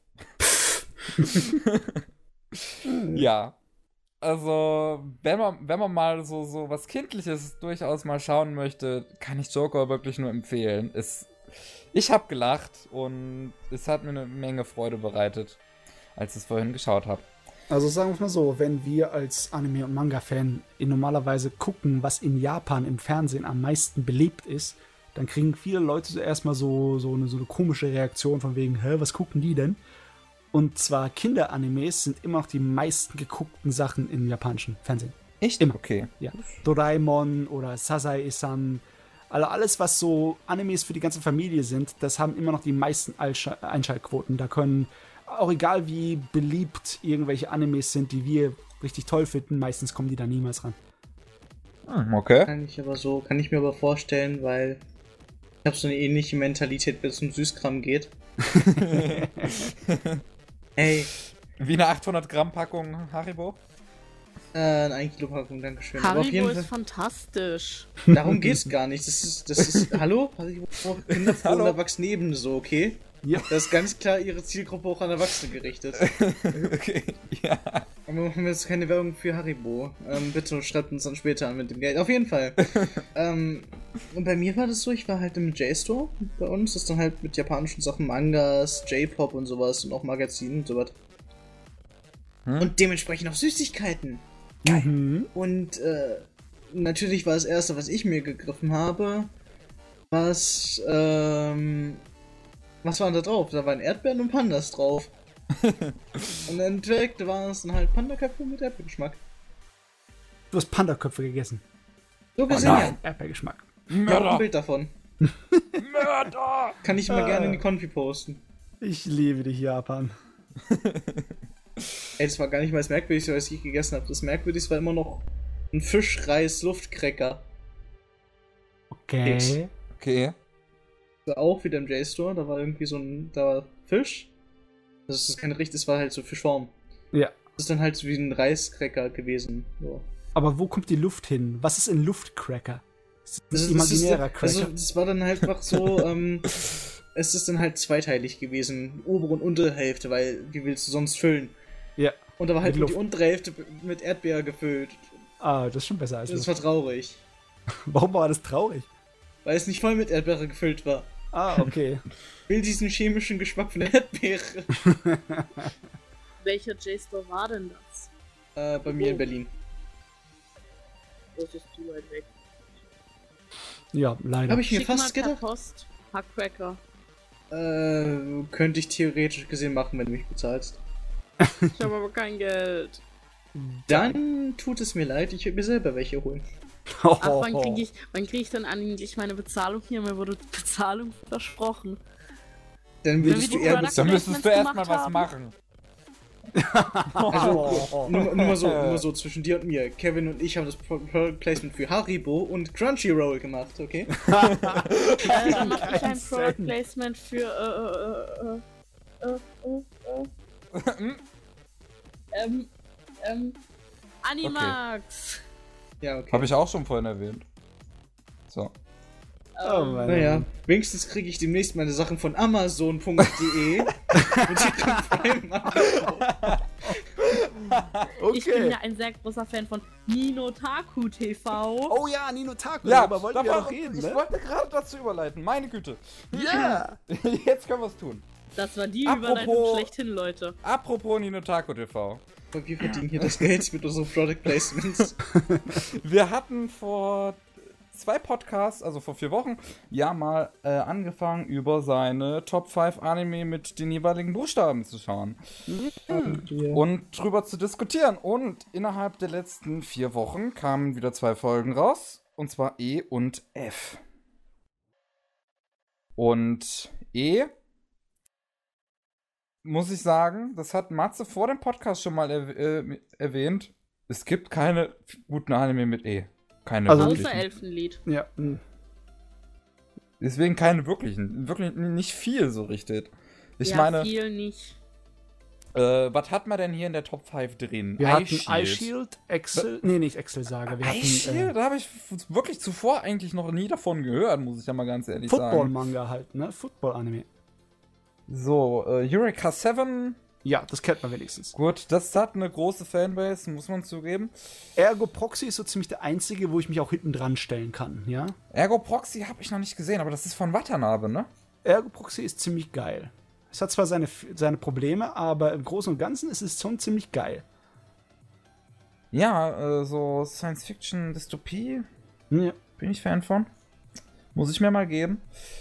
Ja. Also, wenn man, wenn man mal so, so was Kindliches durchaus mal schauen möchte, kann ich Joker wirklich nur empfehlen. Es, ich habe gelacht und es hat mir eine Menge Freude bereitet, als ich es vorhin geschaut habe. Also sagen wir es mal so, wenn wir als Anime- und Manga-Fan normalerweise gucken, was in Japan im Fernsehen am meisten beliebt ist, dann kriegen viele Leute erstmal so, so, eine, so eine komische Reaktion von wegen, hä, was gucken die denn? Und zwar Kinder-Animes sind immer noch die meisten geguckten Sachen im japanischen Fernsehen. Echt? Immer. Okay. Ja. Doraemon oder Sazae-san. Also alles, was so Animes für die ganze Familie sind, das haben immer noch die meisten Einsch- Einschaltquoten. Da können, auch egal wie beliebt irgendwelche Animes sind, die wir richtig toll finden, meistens kommen die da niemals ran. Hm, okay. Kann ich aber so, kann ich mir aber vorstellen, weil ich habe so eine ähnliche Mentalität, wenn es um Süßkram geht. Ey. Wie eine achthundert Gramm Packung Haribo? Äh, eine ein Kilo Packung, dankeschön. Haribo aber auf jeden ist Fall, fantastisch. darum geht's gar nicht. Das ist, das ist, hallo? Haribo braucht Kinder Hallo? und Erwachsene ebenso, okay? Ja. Das ist ganz klar ihre Zielgruppe auch an Erwachsene gerichtet. Okay, ja. Und Wir machen jetzt keine Werbung für Haribo. Ähm, bitte schreibt uns dann später an mit dem Geld. Auf jeden Fall. ähm, und bei mir war das so, ich war halt im J-Store bei uns. Das ist dann halt mit japanischen Sachen, Mangas, J-Pop und sowas und auch Magazinen und sowas. Hm? Und dementsprechend auch Süßigkeiten. Geil. Mhm. Und äh, natürlich war das erste, was ich mir gegriffen habe, was, ähm, was war da drauf? Da waren Erdbeeren und Pandas drauf. Und dann direkt waren es dann halt Pandaköpfe mit Erdbeergeschmack. Du hast Pandaköpfe gegessen. So gesehen, oh, ja. Erdbeergeschmack. Ich hab ein Bild davon. Mörder! Kann ich mal äh, gerne in die Konfi posten. Ich liebe dich, Japan. Ey, das war gar nicht mal das Merkwürdigste, was ich gegessen habe. Das Merkwürdigste war immer noch ein Fischreis-Luftkräcker. Okay. Keks. Okay. Das war auch wieder im J-Store. Da war irgendwie so ein, da war Fisch. Das ist keine Richt, das war halt so Fischform. Ja. Das ist dann halt so wie ein Reiskräcker gewesen. So. Aber wo kommt die Luft hin? Was ist ein Luftkräcker? Ist das, das ein imaginärer Cracker? Also, das war dann halt einfach so, ähm, es ist dann halt zweiteilig gewesen. Obere und untere Hälfte, weil wie willst du sonst füllen? Ja. Und da war halt nur die untere Hälfte mit Erdbeer gefüllt. Ah, das ist schon besser als das. Das war traurig. Warum war das traurig? Weil es nicht voll mit Erdbeere gefüllt war. Ah, okay. Ich will diesen chemischen Geschmack von der Erdbeere. Welcher J-Store war denn das? Äh, bei mir oh. in Berlin. Das ist zu weit weg. Ja, leider. Habe ich mir Schick fast mal per gedacht. Post. Hackcracker. Äh, könnte ich theoretisch gesehen machen, wenn du mich bezahlst. Ich habe aber kein Geld. Dann tut es mir leid, ich würde mir selber welche holen. Ach, wann kriege ich, wann krieg ich dann eigentlich meine Bezahlung hier? Mir wurde Bezahlung versprochen. Dann würdest du eher Dann müsstest du erstmal was machen. Also, nur, nur, mal so, nur mal so zwischen dir und mir. Kevin und ich haben das Product Placement für Haribo und Crunchyroll gemacht, okay? äh, dann mach ich ein Product Placement für äh, äh, äh, äh, äh, äh. ähm, ähm, Animax. Okay. Ja, okay. Habe ich auch schon vorhin erwähnt. So. Oh, mein naja, wenigstens kriege ich demnächst meine Sachen von Amazon punkt de Okay. Ich bin ja ein sehr großer Fan von Ninotaku T V. Oh ja, Ninotaku, ja, aber wollten wir war, noch reden, Ich ne? wollte gerade dazu überleiten, meine Güte. Ja! Yeah. Jetzt können wir es tun. Das war die Apropos, Überleitung schlechthin, Leute. Apropos Ninotaku T V. Wir verdienen hier das Geld mit unseren Product Placements. Wir hatten vor zwei Podcasts, also vor vier Wochen, ja mal äh, angefangen, über seine Top fünf Anime mit den jeweiligen Buchstaben zu schauen. Mhm. Und drüber zu diskutieren. Und innerhalb der letzten vier Wochen kamen wieder zwei Folgen raus. Und zwar E und F. Und E, muss ich sagen, das hat Matze vor dem Podcast schon mal er äh, erwähnt. Es gibt keine guten Anime mit E. Keine also wirklichen. Außer Elfenlied. Ja. Deswegen keine wirklichen. Wirklich nicht viel so richtig. Ich ja, meine. viel nicht. Äh, was hat man denn hier in der Top fünf drin? Wir hatten iShield, Excel. Nee, nicht Excel-Saga. iShield? Äh, da habe ich wirklich zuvor eigentlich noch nie davon gehört, muss ich ja mal ganz ehrlich Football sagen. Football-Manga halt, ne? Football-Anime. So, äh, Eureka sieben. Ja, das kennt man wenigstens. Gut, das hat eine große Fanbase, muss man zugeben. Ergo Proxy ist so ziemlich der einzige, wo ich mich auch hinten dran stellen kann, ja? Ergo Proxy habe ich noch nicht gesehen, aber das ist von Watanabe, ne? Ergo Proxy ist ziemlich geil. Es hat zwar seine, seine Probleme, aber im Großen und Ganzen ist es schon ziemlich geil. Ja, äh, so Science-Fiction-Dystopie ja. bin ich Fan von. Muss ich mir mal geben.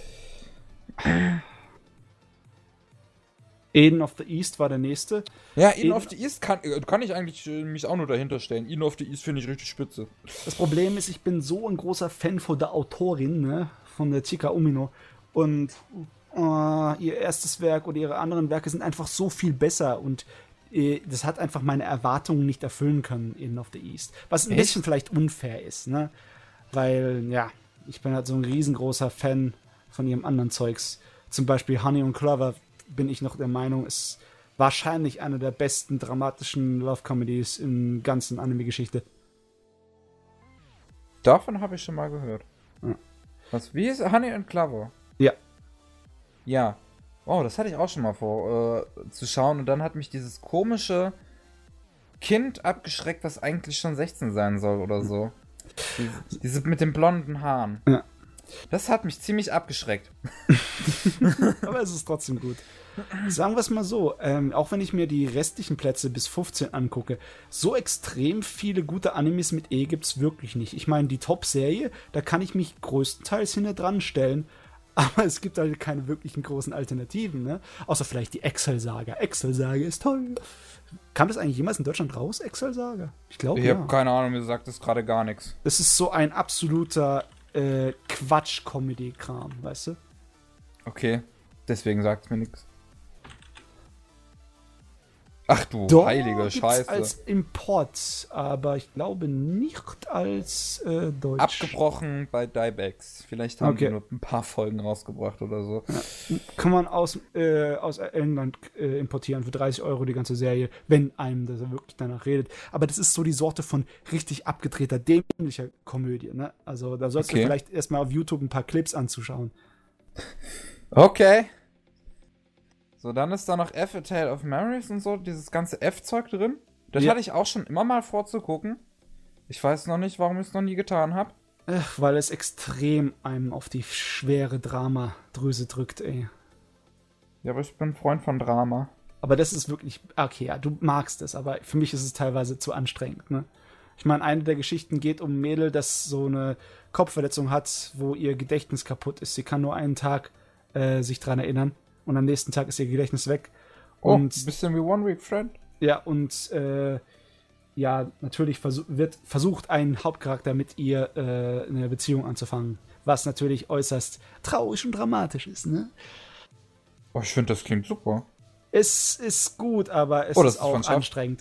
Eden of the East war der nächste. Ja, Eden, Eden of the East kann, kann ich eigentlich äh, mich auch nur dahinter stellen. Eden of the East finde ich richtig spitze. Das Problem ist, ich bin so ein großer Fan von der Autorin, ne, von der Chika Umino. Und äh, ihr erstes Werk oder ihre anderen Werke sind einfach so viel besser und äh, das hat einfach meine Erwartungen nicht erfüllen können, Eden of the East. Was ein Echt? bisschen vielleicht unfair ist, ne? Weil, ja, ich bin halt so ein riesengroßer Fan von ihrem anderen Zeugs. Zum Beispiel Honey und Clover bin ich noch der Meinung, ist wahrscheinlich eine der besten dramatischen Love-Comedies in ganzen Anime-Geschichte. Davon habe ich schon mal gehört. Ja. Was, wie ist Honey and Clover? Ja. Ja. Oh, das hatte ich auch schon mal vor, äh, zu schauen. Und dann hat mich dieses komische Kind abgeschreckt, was eigentlich schon sechzehn sein soll oder so. Diese, diese mit den blonden Haaren. Ja. Das hat mich ziemlich abgeschreckt. Aber es ist trotzdem gut. Sagen wir es mal so, ähm, auch wenn ich mir die restlichen Plätze bis fünfzehn angucke, so extrem viele gute Animes mit E gibt's wirklich nicht. Ich meine, die Top-Serie, da kann ich mich größtenteils hinter dran stellen, aber es gibt halt keine wirklichen großen Alternativen, ne? Außer vielleicht die Excel-Saga. Excel-Saga ist toll. Kam das eigentlich jemals in Deutschland raus, Excel-Saga? Ich glaube, Ich ja. habe keine Ahnung, mir sagt das gerade gar nichts. Das ist so ein absoluter äh, Quatsch-Comedy-Kram, weißt du? Okay, deswegen sagt es mir nichts. Ach du Doch, heilige gibt's Scheiße. als Import, aber ich glaube nicht als äh, Deutsch. Abgebrochen bei Dybex. Vielleicht haben Okay. die nur ein paar Folgen rausgebracht oder so. Ja. Kann man aus, äh, aus England äh, importieren für dreißig Euro die ganze Serie, wenn einem das wirklich danach redet. Aber das ist so die Sorte von richtig abgedrehter, dämlicher Komödie, ne? Also da sollst Okay. du vielleicht erstmal auf YouTube ein paar Clips anzuschauen. Okay. So, dann ist da noch F, A Tale of Memories und so, dieses ganze F-Zeug drin. Das Ja. hatte ich auch schon immer mal vorzugucken. Ich weiß noch nicht, warum ich es noch nie getan habe. Ach, weil es extrem einem auf die schwere Dramadrüse drückt, ey. Ja, aber ich bin ein Freund von Drama. Aber das ist wirklich, okay, ja, du magst es, aber für mich ist es teilweise zu anstrengend, ne? Ich meine, eine der Geschichten geht um ein Mädel, das so eine Kopfverletzung hat, wo ihr Gedächtnis kaputt ist. Sie kann nur einen Tag äh, sich dran erinnern und am nächsten Tag ist ihr Gedächtnis weg. Oh, Und ein bisschen wie One Week Friend. ja, und äh, ja, natürlich versuch, wird versucht, ein Hauptcharakter mit ihr äh, eine Beziehung anzufangen, was natürlich äußerst traurig und dramatisch ist, ne? Oh, ich finde, das klingt super. Es ist gut, aber es Oh, das ist ist von auch Schaff. anstrengend.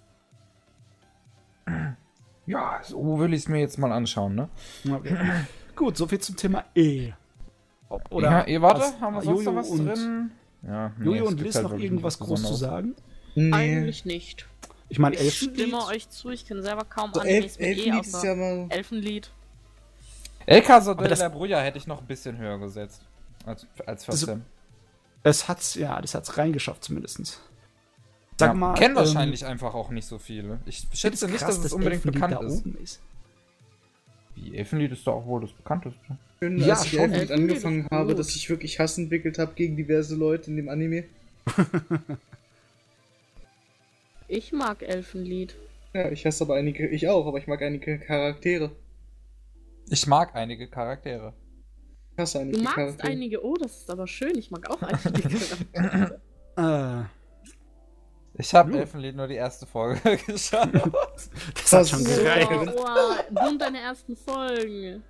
Ja, so will ich es mir jetzt mal anschauen, ne? Okay. Gut, soviel zum Thema E. Oder ja, ihr warte, was- haben wir sonst noch Jojo was und, drin? Ja, nee, Jojo es und gibt Liz halt noch wirklich irgendwas nichts groß zu Besonderes. sagen? Nee. Eigentlich nicht. Ich meine, Ich Elfenlied. stimme euch zu, ich kenne selber kaum So, Animes Elf, mit E, Elfenlied ist außer ja mal. Elfenlied. El Caso Aber de das- la Bruja hätte ich noch ein bisschen höher gesetzt. Als, als Also, vierzehn. Es hat's, ja, das hat's reingeschafft zumindest. Sag Ja, mal. kennen ähm, wahrscheinlich einfach auch nicht so viele. Ich ich schätze find's nicht, krass, dass es unbedingt Elfenlied bekannt da ist. oben ist. Wie, Elfenlied ist doch auch wohl das bekannteste. Schön, Ja, als ich schon. Elfenlied Elfenlied angefangen ist habe, gut. dass ich wirklich Hass entwickelt habe gegen diverse Leute in dem Anime. Ich mag Elfenlied. Ja, ich hasse aber einige, ich auch, aber ich mag einige Charaktere. Ich mag einige Charaktere. Ich hasse einige Du magst Charaktere. einige, oh, das ist aber schön. Ich mag auch einige Charaktere. Äh, Ich habe Gut. Elfenlied nur die erste Folge geschaut. das hat schon Das- gereicht. Oh, oh, du und deine ersten Folgen.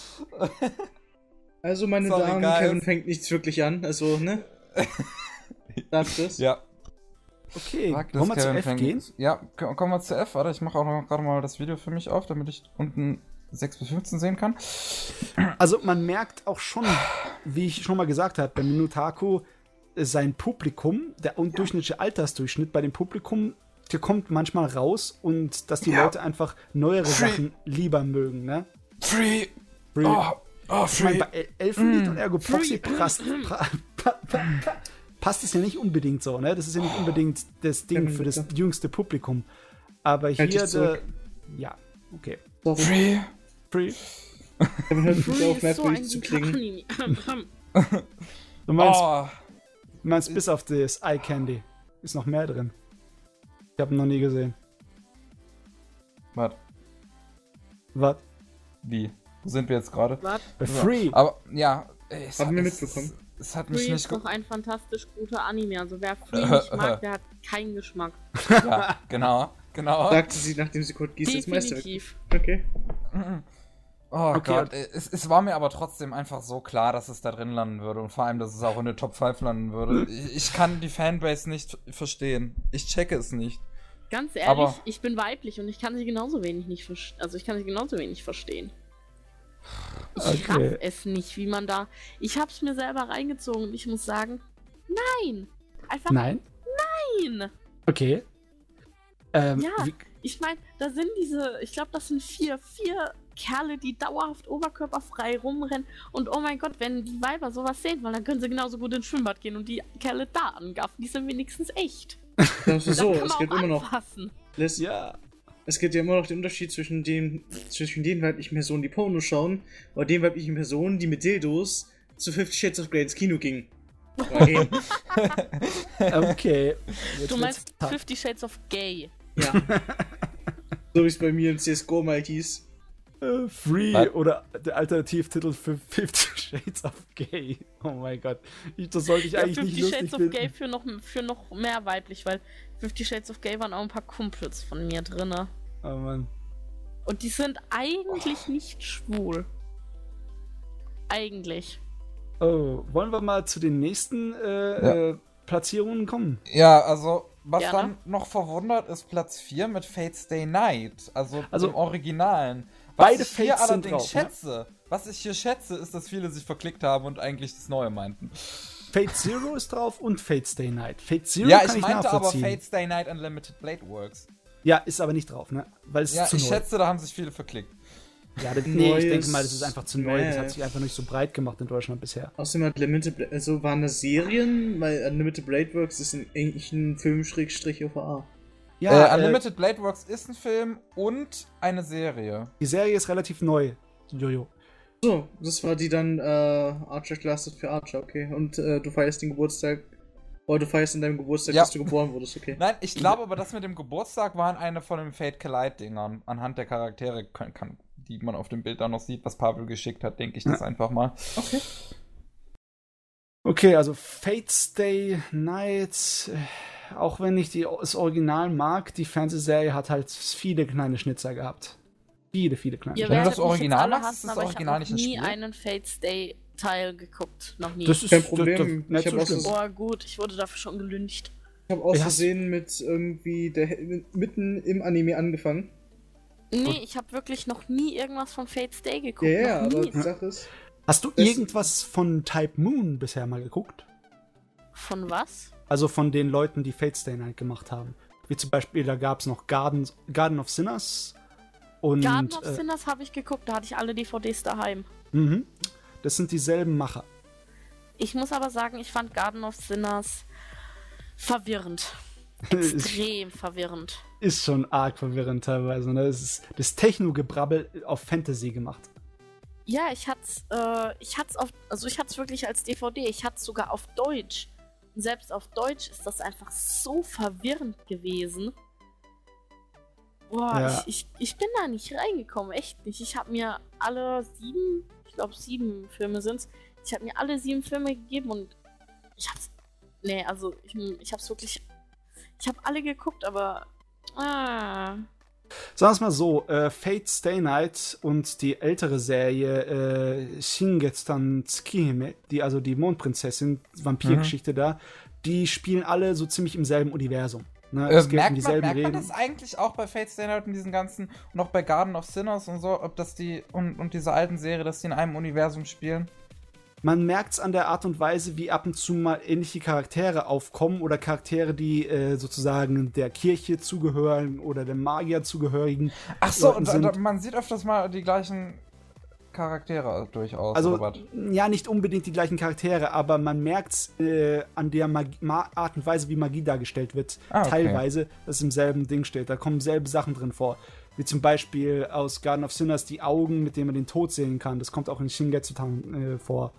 Also, meine Sorry, Damen, guys. Kevin fängt nichts wirklich an, also, ne? Sagt es. Ja. Okay, Mag das wollen wir zu Kevin F fängt- gehen? Ja, k- kommen wir zu F. Warte, ich mache auch noch gerade mal das Video für mich auf, damit ich unten sechs bis fünfzehn sehen kann. Also man merkt auch schon, wie ich schon mal gesagt habe, bei Minotaku äh, sein Publikum, der un- durchschnittliche Altersdurchschnitt bei dem Publikum, der kommt manchmal raus und dass die Ja. Leute einfach neuere Free. Sachen lieber mögen, ne? Free! Free. Oh, oh Ich meine, free! bei El- Elfenlied Mm. und Ergo Proxy passt, pra, pa, pa, pa, passt es ja nicht unbedingt so, ne? Das ist ja nicht unbedingt das Ding Kevin, für das bitte. jüngste Publikum. Aber Halt hier, dich der, zurück. ja, okay. Sorry. Free! Free. Kevin hört nicht Free auf, ist so ein merkwürdig zu guter klingen. Anime. Du meinst, Oh, du meinst bis auf das Eye Candy ist noch mehr drin. Ich habe ihn noch nie gesehen. warte, Was? wie? Wo sind wir jetzt gerade? Was? Bei So, Free. Aber, ja. Es Haben wir es- mitbekommen. Es hat mich Free nicht ist ge- noch ein fantastisch guter Anime. Also wer Free nicht mag, der hat keinen Geschmack. Ja, genau, genau. Sagte sie, nachdem sie Code Geass das Meisterwerk. Definitiv. Okay. Oh Okay, Gott, es, es war mir aber trotzdem einfach so klar, dass es da drin landen würde und vor allem, dass es auch in der Top fünf landen würde. Ich, ich kann die Fanbase nicht verstehen. Ich checke es nicht. Ganz ehrlich, Aber- ich bin weiblich und ich kann sie genauso wenig nicht verstehen. Also ich kann sie genauso wenig verstehen. Ich Okay. raff es nicht, wie man da. Ich hab's mir selber reingezogen und ich muss sagen, nein! Einfach Nein? nein! Okay. Ähm, Ja. wie, Ich meine, da sind diese, ich glaube, das sind vier, vier Kerle, die dauerhaft oberkörperfrei rumrennen. Und oh mein Gott, wenn die Weiber sowas sehen wollen, dann können sie genauso gut ins Schwimmbad gehen und die Kerle da angaffen. Die sind wenigstens echt. Das ist so, Dann kann es man gibt auch immer noch. anfassen. lässt, Ja. es gibt ja immer noch den Unterschied zwischen den, zwischen den weiblichen Personen, die Porno schauen, oder den weiblichen Personen, die mit Dildos zu Fifty Shades of Grey ins Kino gingen. Okay. Okay. Jetzt Du wird's meinst tough. Fifty Shades of Gay. Ja. So wie es bei mir im C S G O mal hieß. Äh, Free Was? oder der Alternativtitel für Fifty Shades of Gay. Oh mein Gott. Ich, das sollte ich Ja, eigentlich Fifty nicht lustig Shades of finden. Gay für noch, für noch mehr weiblich, weil Fifty Shades of Gay waren auch ein paar Kumpels von mir drinne. Oh Mann. Und die sind eigentlich nicht schwul. Eigentlich. Oh, wollen wir mal zu den nächsten äh, Ja. äh, Platzierungen kommen? Ja, also, was Gerne. dann noch verwundert, ist Platz vier mit Fate's Stay Night. Also, Also, dem Originalen. Was beide ich hier Fates sind allerdings drauf, ne? schätze, was ich hier schätze, ist, dass viele sich verklickt haben und eigentlich das Neue meinten. Fate Zero ist drauf und Fate Stay Night. Fate Zero Ja, kann ich ich meinte aber nachvollziehen. Fate's Stay Night Unlimited Blade Works. Ja, ist aber nicht drauf, ne? Weil es Ja, ist zu ich neu. schätze, da haben sich viele verklickt. Ja, das, nee, ich Neues denke mal, das ist einfach zu neu. Das Map. hat sich einfach nicht so breit gemacht in Deutschland bisher. Außerdem hat Limited Bla- also waren das Serien, weil Unlimited Blade Works ist ein, eigentlich ein Film-O V A. Ja, äh, äh, Unlimited Blade Works ist ein Film und eine Serie. die Serie ist relativ neu. Jojo. So, das war die dann äh, Archer Classic für Archer, okay. Und äh, du feierst den Geburtstag, oder du feierst in deinem Geburtstag, Ja. dass du geboren wurdest, okay. Nein, ich glaube aber, das mit dem Geburtstag waren eine von den Fate Collide-Dingern. Anhand der Charaktere, kann, kann, die man auf dem Bild da noch sieht, was Pavel geschickt hat, denke ich das einfach mal. Okay. Okay, also Fate Stay Night, äh, auch wenn ich die, das Original mag, die Fernsehserie hat halt viele kleine Schnitzer gehabt. Viele, viele kleine Ihr Wenn du Schnitzer. das werdet mich Original jetzt alle machst, ist das hassen, aber Original ich nicht habe ein nie Spiel? einen Fate's Day Teil geguckt. Noch nie. Das ist Kein Problem. Das, das, nicht Ich hab so auch so- schlimm. Boah, gut, ich wurde dafür schon gelyncht. Ich habe aus Ja. Versehen mit irgendwie der, mitten im Anime angefangen. Nee, ich habe wirklich noch nie irgendwas von Fate's Day geguckt. Ja, ja, noch aber nie. die Sache ist, Hast du Das- irgendwas von Type Moon bisher mal geguckt? Von was? Also von den Leuten, die Fate Stay Night gemacht haben. Wie zum Beispiel, da gab es noch Garden, Garden of Sinners und Garden of äh, Sinners habe ich geguckt, da hatte ich alle D V Ds daheim. mhm. Das sind dieselben Macher. Ich muss aber sagen, ich fand Garden of Sinners verwirrend. ist, Extrem verwirrend. ist schon arg verwirrend teilweise. Ne? Das ist das Techno-Gebrabbel auf Fantasy gemacht. Ja, ich hat's, äh, ich hat's auf, also ich hat's wirklich als D V D, ich hat's sogar auf Deutsch. Und selbst auf Deutsch ist das einfach so verwirrend gewesen. Boah, Ja. ich, ich, ich bin da nicht reingekommen, echt nicht. Ich habe mir alle sieben, ich glaube sieben Filme sind's, ich habe mir alle sieben Filme gegeben und ich hab's, nee, also ich, ich hab's wirklich, ich habe alle geguckt, aber, ah, Sagen wir es mal so, äh, Fate Stay Night und die ältere Serie äh, Shingetsutan Tsukihime, die also die Mondprinzessin, Vampirgeschichte da, die spielen alle so ziemlich im selben Universum. Ne? Äh, Es gelten merkt man, dieselben merkt man Regeln. das eigentlich auch bei Fate Stay Night und diesen ganzen, und auch bei Garden of Sinners und so, ob das die, und, und dieser alten Serie, dass die in einem Universum spielen? Man merkt es an der Art und Weise, wie ab und zu mal ähnliche Charaktere aufkommen oder Charaktere, die äh, sozusagen der Kirche zugehören oder dem Magier zugehörigen. Ach so, Leuten und, sind. und man sieht öfters mal die gleichen Charaktere durchaus, Also, oder was? ja, nicht unbedingt die gleichen Charaktere, aber man merkt es äh, an der Magie, Ma Art und Weise, wie Magie dargestellt wird, Ah, okay. teilweise, dass es im selben Ding steht. Da kommen selbe Sachen drin vor. Wie zum Beispiel aus Garden of Sinners die Augen, mit denen man den Tod sehen kann. Das kommt auch in Shingetsutan äh, vor.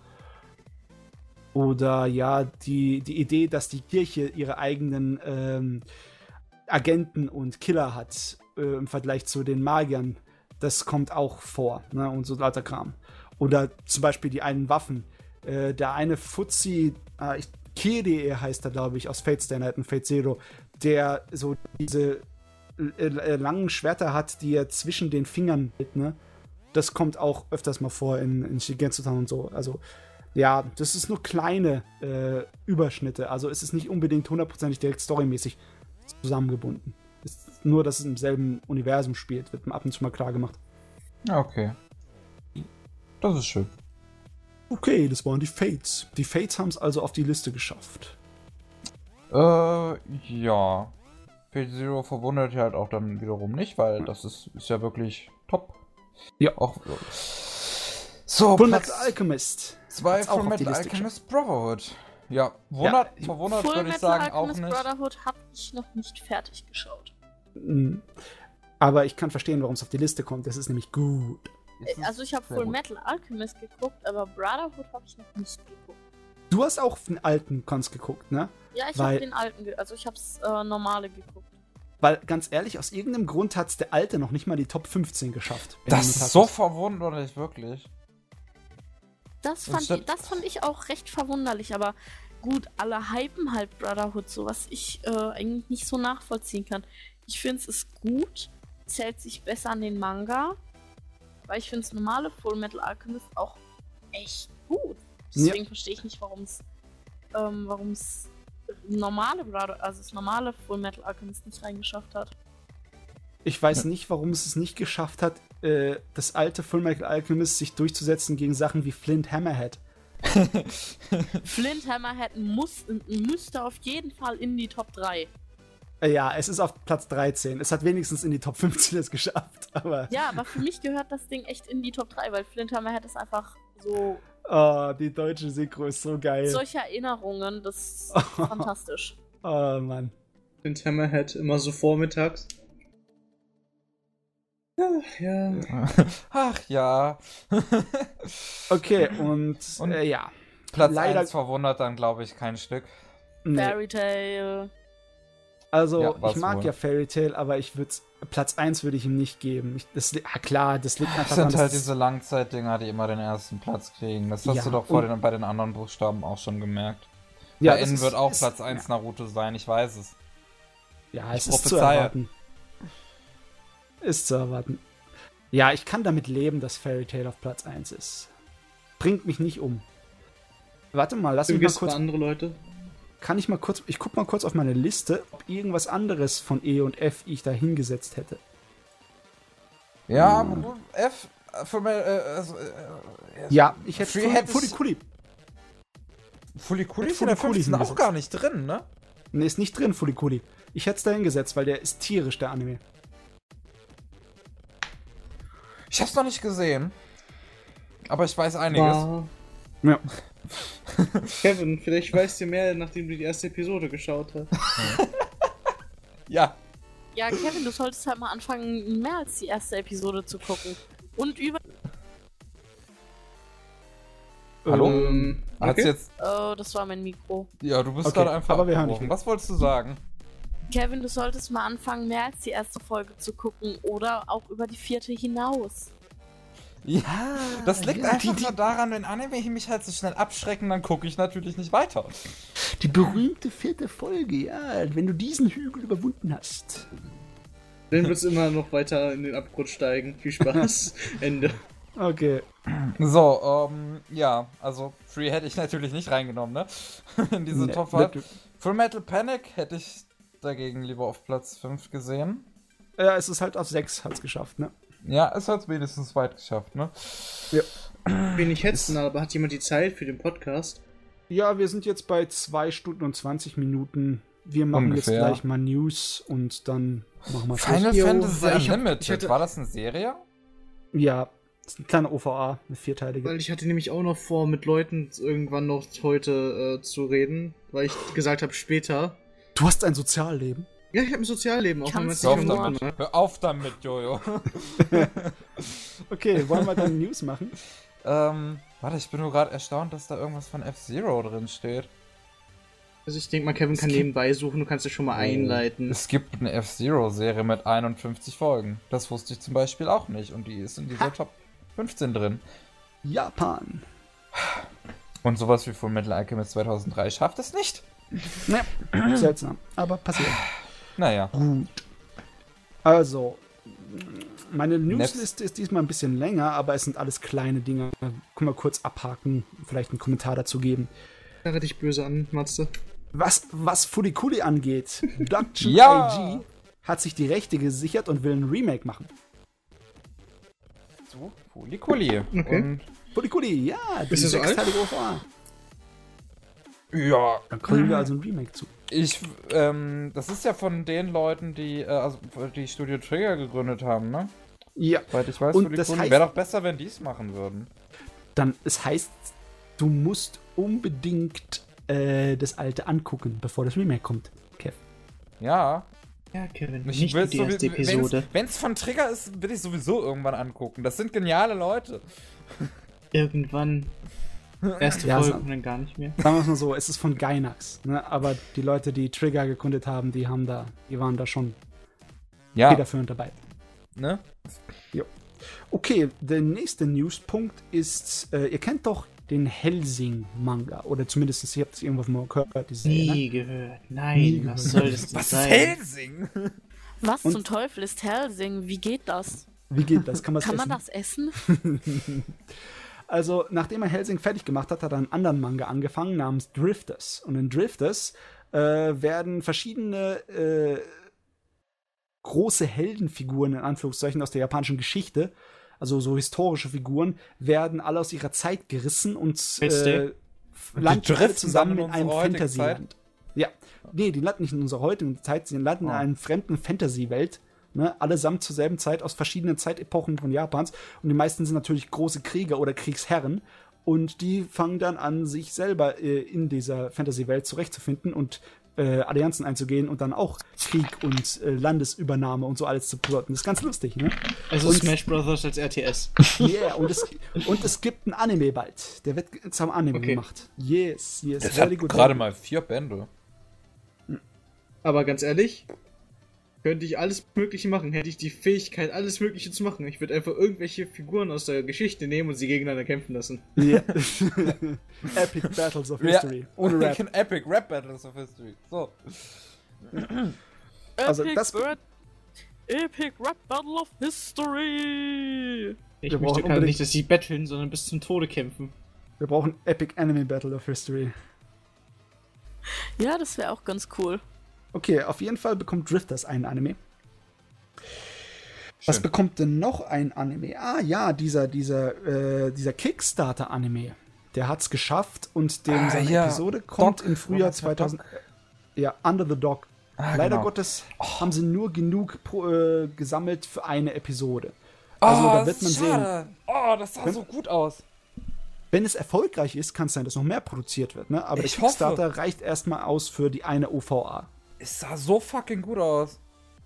Oder ja, die, die Idee, dass die Kirche ihre eigenen ähm, Agenten und Killer hat äh, im Vergleich zu den Magiern, das kommt auch vor, ne? Und so lauter Kram. Oder zum Beispiel die einen Waffen. Äh, der eine Fuzzi, äh, ich, Kirei heißt er, glaube ich, aus Fate Stay Night und Fate Zero, der so diese äh, äh, langen Schwerter hat, die er zwischen den Fingern hält, ne? Das kommt auch öfters mal vor in, in Shigetsutan und so. Also ja, das ist nur kleine äh, Überschnitte. Also es ist nicht unbedingt hundertprozentig direkt storymäßig zusammengebunden. Es ist nur, dass es im selben Universum spielt, wird mir ab und zu mal klar gemacht. Ja, okay. Das ist schön. Okay, das waren die Fates. Die Fates haben es also auf die Liste geschafft. Äh, ja. Fate Zero verwundert halt auch dann wiederum nicht, weil das ist, ist ja wirklich top. Ja. Auch so, Full Platz Metal Alchemist. zwei hat's auch von auf die Metal Liste Alchemist Brotherhood. Ja, wundert, Ja, verwundert Full würde ich Metal sagen auch Alchemist nicht. Brotherhood habe ich noch nicht fertig geschaut. Aber ich kann verstehen, warum es auf die Liste kommt. Das ist nämlich gut. Also ich habe Full Metal Alchemist geguckt, aber Brotherhood habe ich noch nicht geguckt. Du hast auch den alten Cons geguckt, ne? Ja, ich Weil- habe den alten, ge also ich habe das äh, normale geguckt. Weil, ganz ehrlich, aus irgendeinem Grund hat es der alte noch nicht mal die Top fünfzehn geschafft. Das ist so verwunderlich, wirklich. Das Und fand, statt- ich, das fand ich auch recht verwunderlich, aber gut, alle hypen halt Brotherhood, so was ich äh, eigentlich nicht so nachvollziehen kann. Ich finde es ist gut, zählt sich besser an den Manga, weil ich finde das normale Full Metal Alchemist auch echt gut. Deswegen verstehe ich nicht, warum es ähm, warum es normale Brother, also das normale Full Metal Alchemist nicht reingeschafft hat. Ich weiß nicht, warum es es nicht geschafft hat, äh, das alte Full Metal Alchemist sich durchzusetzen gegen Sachen wie Flint Hammerhead. Flint Hammerhead muss, müsste auf jeden Fall in die Top drei. Äh, ja, es ist auf Platz dreizehn. Es hat wenigstens in die Top fünfzehn es geschafft, aber... Ja, aber für mich gehört das Ding echt in die Top drei, weil Flint Hammerhead ist einfach so Oh, die deutsche Synchro ist so geil. solche Erinnerungen, das ist fantastisch. Oh, Mann. Und Hammerhead immer so vormittags. Ach, ja. Ach ja. Okay, und, Und- äh, ja. Platz Leider- eins verwundert dann, glaube ich, kein Stück. Nee. Fairy Tail. Also, Ja, ich war's mag wohl. ja Fairy Tail, aber ich würde Platz eins würde ich ihm nicht geben. Ich, das, li- ah, klar, das liegt einfach Das sind daran, halt dass- diese Langzeitdinger, die immer den ersten Platz kriegen. Das hast Ja, du doch vor und- den, bei den anderen Buchstaben auch schon gemerkt. ja, Bei das N ist- wird auch ist- Platz eins Naruto sein, ich weiß es. Ja, Ich es ist zu prophezeie. erwarten. Ist zu erwarten. Ja, ich kann damit leben, dass Fairy Tail auf Platz eins ist. Bringt mich nicht um. Warte mal, lass Du mich mal gehst bei kurz. andere Leute. Kann ich mal kurz. Ich guck mal kurz auf meine Liste, ob irgendwas anderes von E und F ich da hingesetzt hätte. Ja, aber du, F, äh, für mich, äh, also, äh, Ja, ich hätte Free Fuli- hättest- Fulikuli. Fulikuli Mit ist in der Fulikuli fünfzehn auch hingesetzt. gar nicht drin, ne? Ne, ist nicht drin, Fulikuli. Ich hätte es da hingesetzt, weil der ist tierisch, der Anime. Ich hab's noch nicht gesehen. Aber ich weiß einiges. Wow. Ja. Kevin, vielleicht weißt du mehr, nachdem du die erste Episode geschaut hast. Ja. Ja, Kevin, du solltest halt mal anfangen, mehr als die erste Episode zu gucken. Und über. Hallo? Ähm, Hat's okay. jetzt. Oh, das war mein Mikro. Ja, du bist Okay, gerade einfach. aber wir hören dich abgebrochen. Was wolltest du sagen? Kevin, du solltest mal anfangen, mehr als die erste Folge zu gucken. Oder auch über die vierte hinaus. Ja, das liegt ja, einfach die- nur daran, wenn Anime mich halt so schnell abschrecken, dann gucke ich natürlich nicht weiter. Die berühmte vierte Folge, ja. Wenn du diesen Hügel überwunden hast. Dann wird's immer noch weiter in den Abgrund steigen. Viel Spaß. Ende. Okay. So, ähm, ja, also Free hätte ich natürlich nicht reingenommen, ne? In diese Ne, Top ne, fünf. Full Metal Panic hätte ich dagegen lieber auf Platz fünf gesehen. Ja, es ist halt auf sechs hat's geschafft, ne? Ja, es hat es wenigstens weit geschafft, ne? Bin ich hetzen, aber hat jemand die Zeit für den Podcast? Ja, wir sind jetzt bei zwei Stunden und zwanzig Minuten. Wir machen Ungefähr. jetzt gleich mal News und dann machen wir Schluss. Final Jo, Fantasy weil ich hab- Unlimited, ich hatte- war das eine Serie? Ja, das ist eine kleine O V A, eine vierteilige. Weil ich hatte nämlich auch noch vor, mit Leuten irgendwann noch heute äh, zu reden, weil ich gesagt habe, später. Du hast ein Sozialleben. Ja, ich habe ein Sozialleben, auch wenn man es Kannst nicht du Hör auf Humor. vermutet, damit, ne? hör auf damit, Jojo. Okay, wollen wir dann News machen? ähm, warte, ich bin nur gerade erstaunt, dass da irgendwas von F-Zero drin steht. Also ich denke mal, Kevin kann Es gibt- nebenbei suchen, du kannst es schon mal einleiten. Es gibt eine F-Zero-Serie mit einundfünfzig Folgen. Das wusste ich zum Beispiel auch nicht. Und die ist in dieser Top fünfzehn drin. Japan. Und sowas wie Full Metal Alchemist zweitausenddrei schafft es nicht. Ja, seltsam, aber passiert. Naja. Gut. Also, meine Newsliste ist diesmal ein bisschen länger, aber es sind alles kleine Dinge. Können wir kurz abhaken, vielleicht einen Kommentar dazu geben. Starre dich böse an, Matze. Was, was Furikuli angeht, Production Ja! I G hat sich die Rechte gesichert und will ein Remake machen. So, Fulikuli. Okay. Und Furikuli, ja, die Ist er so alt? sechsteilige O V A. ja, Dann kriegen wir also ein Remake zu. ich, ähm, das ist ja von den Leuten, die, äh, also, die Studio Trigger gegründet haben, ne? Ja, Soweit ich weiß, Und das Fulikuli. heißt- Wäre doch besser, wenn die es machen würden. dann, es heißt, du musst unbedingt äh, das alte angucken, bevor das Remake kommt, Kev. Ja, Ja, Kevin, Ich nicht will's die so, erste Episode. Wenn es von Trigger ist, will ich sowieso irgendwann angucken. Das sind geniale Leute. Irgendwann. Erste Ja, Folge so- und dann gar nicht mehr. Sagen wir es mal so, es ist von Gainax, ne? Aber die Leute, die Trigger gegründet haben, die haben da, die waren da schon Ja, federführend dabei. ne? Okay, der nächste Newspunkt ist, äh, ihr kennt doch den Hellsing-Manga, oder zumindest ihr habt es irgendwo mal gehört, diese Serie, Nie ne? gehört. Nein, Nie was gehört. soll das denn Was ist sein? Helsing? Was Und- zum Teufel ist Helsing? Wie geht das? Wie geht das? Kann, Kann man essen? das essen? Also, nachdem er Hellsing fertig gemacht hat, hat er einen anderen Manga angefangen namens Drifters. Und in Drifters äh, werden verschiedene äh, große Heldenfiguren, in Anführungszeichen, aus der japanischen Geschichte, also so historische Figuren, werden alle aus ihrer Zeit gerissen und Weißt äh, du? landen Die alle driften zusammen dann in in einem unsere heutige Fantasyland. Ja, nee, die landen nicht in unserer heutigen Zeit, sie landen Oh. in einer fremden Fantasy-Welt. Ne, allesamt zur selben Zeit aus verschiedenen Zeitepochen von Japans. Und die meisten sind natürlich große Krieger oder Kriegsherren. Und die fangen dann an, sich selber äh, in dieser Fantasy-Welt zurechtzufinden und äh, Allianzen einzugehen und dann auch Krieg und äh, Landesübernahme und so alles zu plotten. Das ist ganz lustig, ne? Also Und- Smash Brothers als R T S. Yeah, und es, und es gibt einen Anime bald. Der wird zum Anime Okay. gemacht. Yes, yes. Das very hat good, gerade very mal vier Bände. Aber ganz ehrlich, könnte ich alles Mögliche machen. Hätte ich die Fähigkeit, alles Mögliche zu machen. Ich würde einfach irgendwelche Figuren aus der Geschichte nehmen und sie gegeneinander kämpfen lassen. good. Yeah. Epic Battles of History. Ohne We Rap. can Epic Rap Battles of History. So. Also Epic, das- Rap, Epic Rap Battle of History! Ich Wir brauchen möchte gar unbedingt- nicht, dass sie battlen, sondern bis zum Tode kämpfen. Wir brauchen Epic Anime Battle of History. Ja, das wäre auch ganz cool. Okay, auf jeden Fall bekommt Drifters einen Anime. Was Schön. bekommt denn noch ein Anime? Ah ja, dieser, dieser, äh, dieser Kickstarter-Anime. Der hat's geschafft und dem Ah, seine ja. Episode kommt Doc. im Frühjahr Was war zweitausend. Ja, Under the Dog. Ah, Leider genau. Gottes haben sie nur genug pro, äh, gesammelt für eine Episode. Also da wird man sehen, schade. Oh, das sah so gut aus. wenn es erfolgreich ist, kann es sein, dass noch mehr produziert wird. Ne? Aber Ich der Kickstarter hoffe. reicht erstmal aus für die eine O V A. Es sah so fucking gut aus.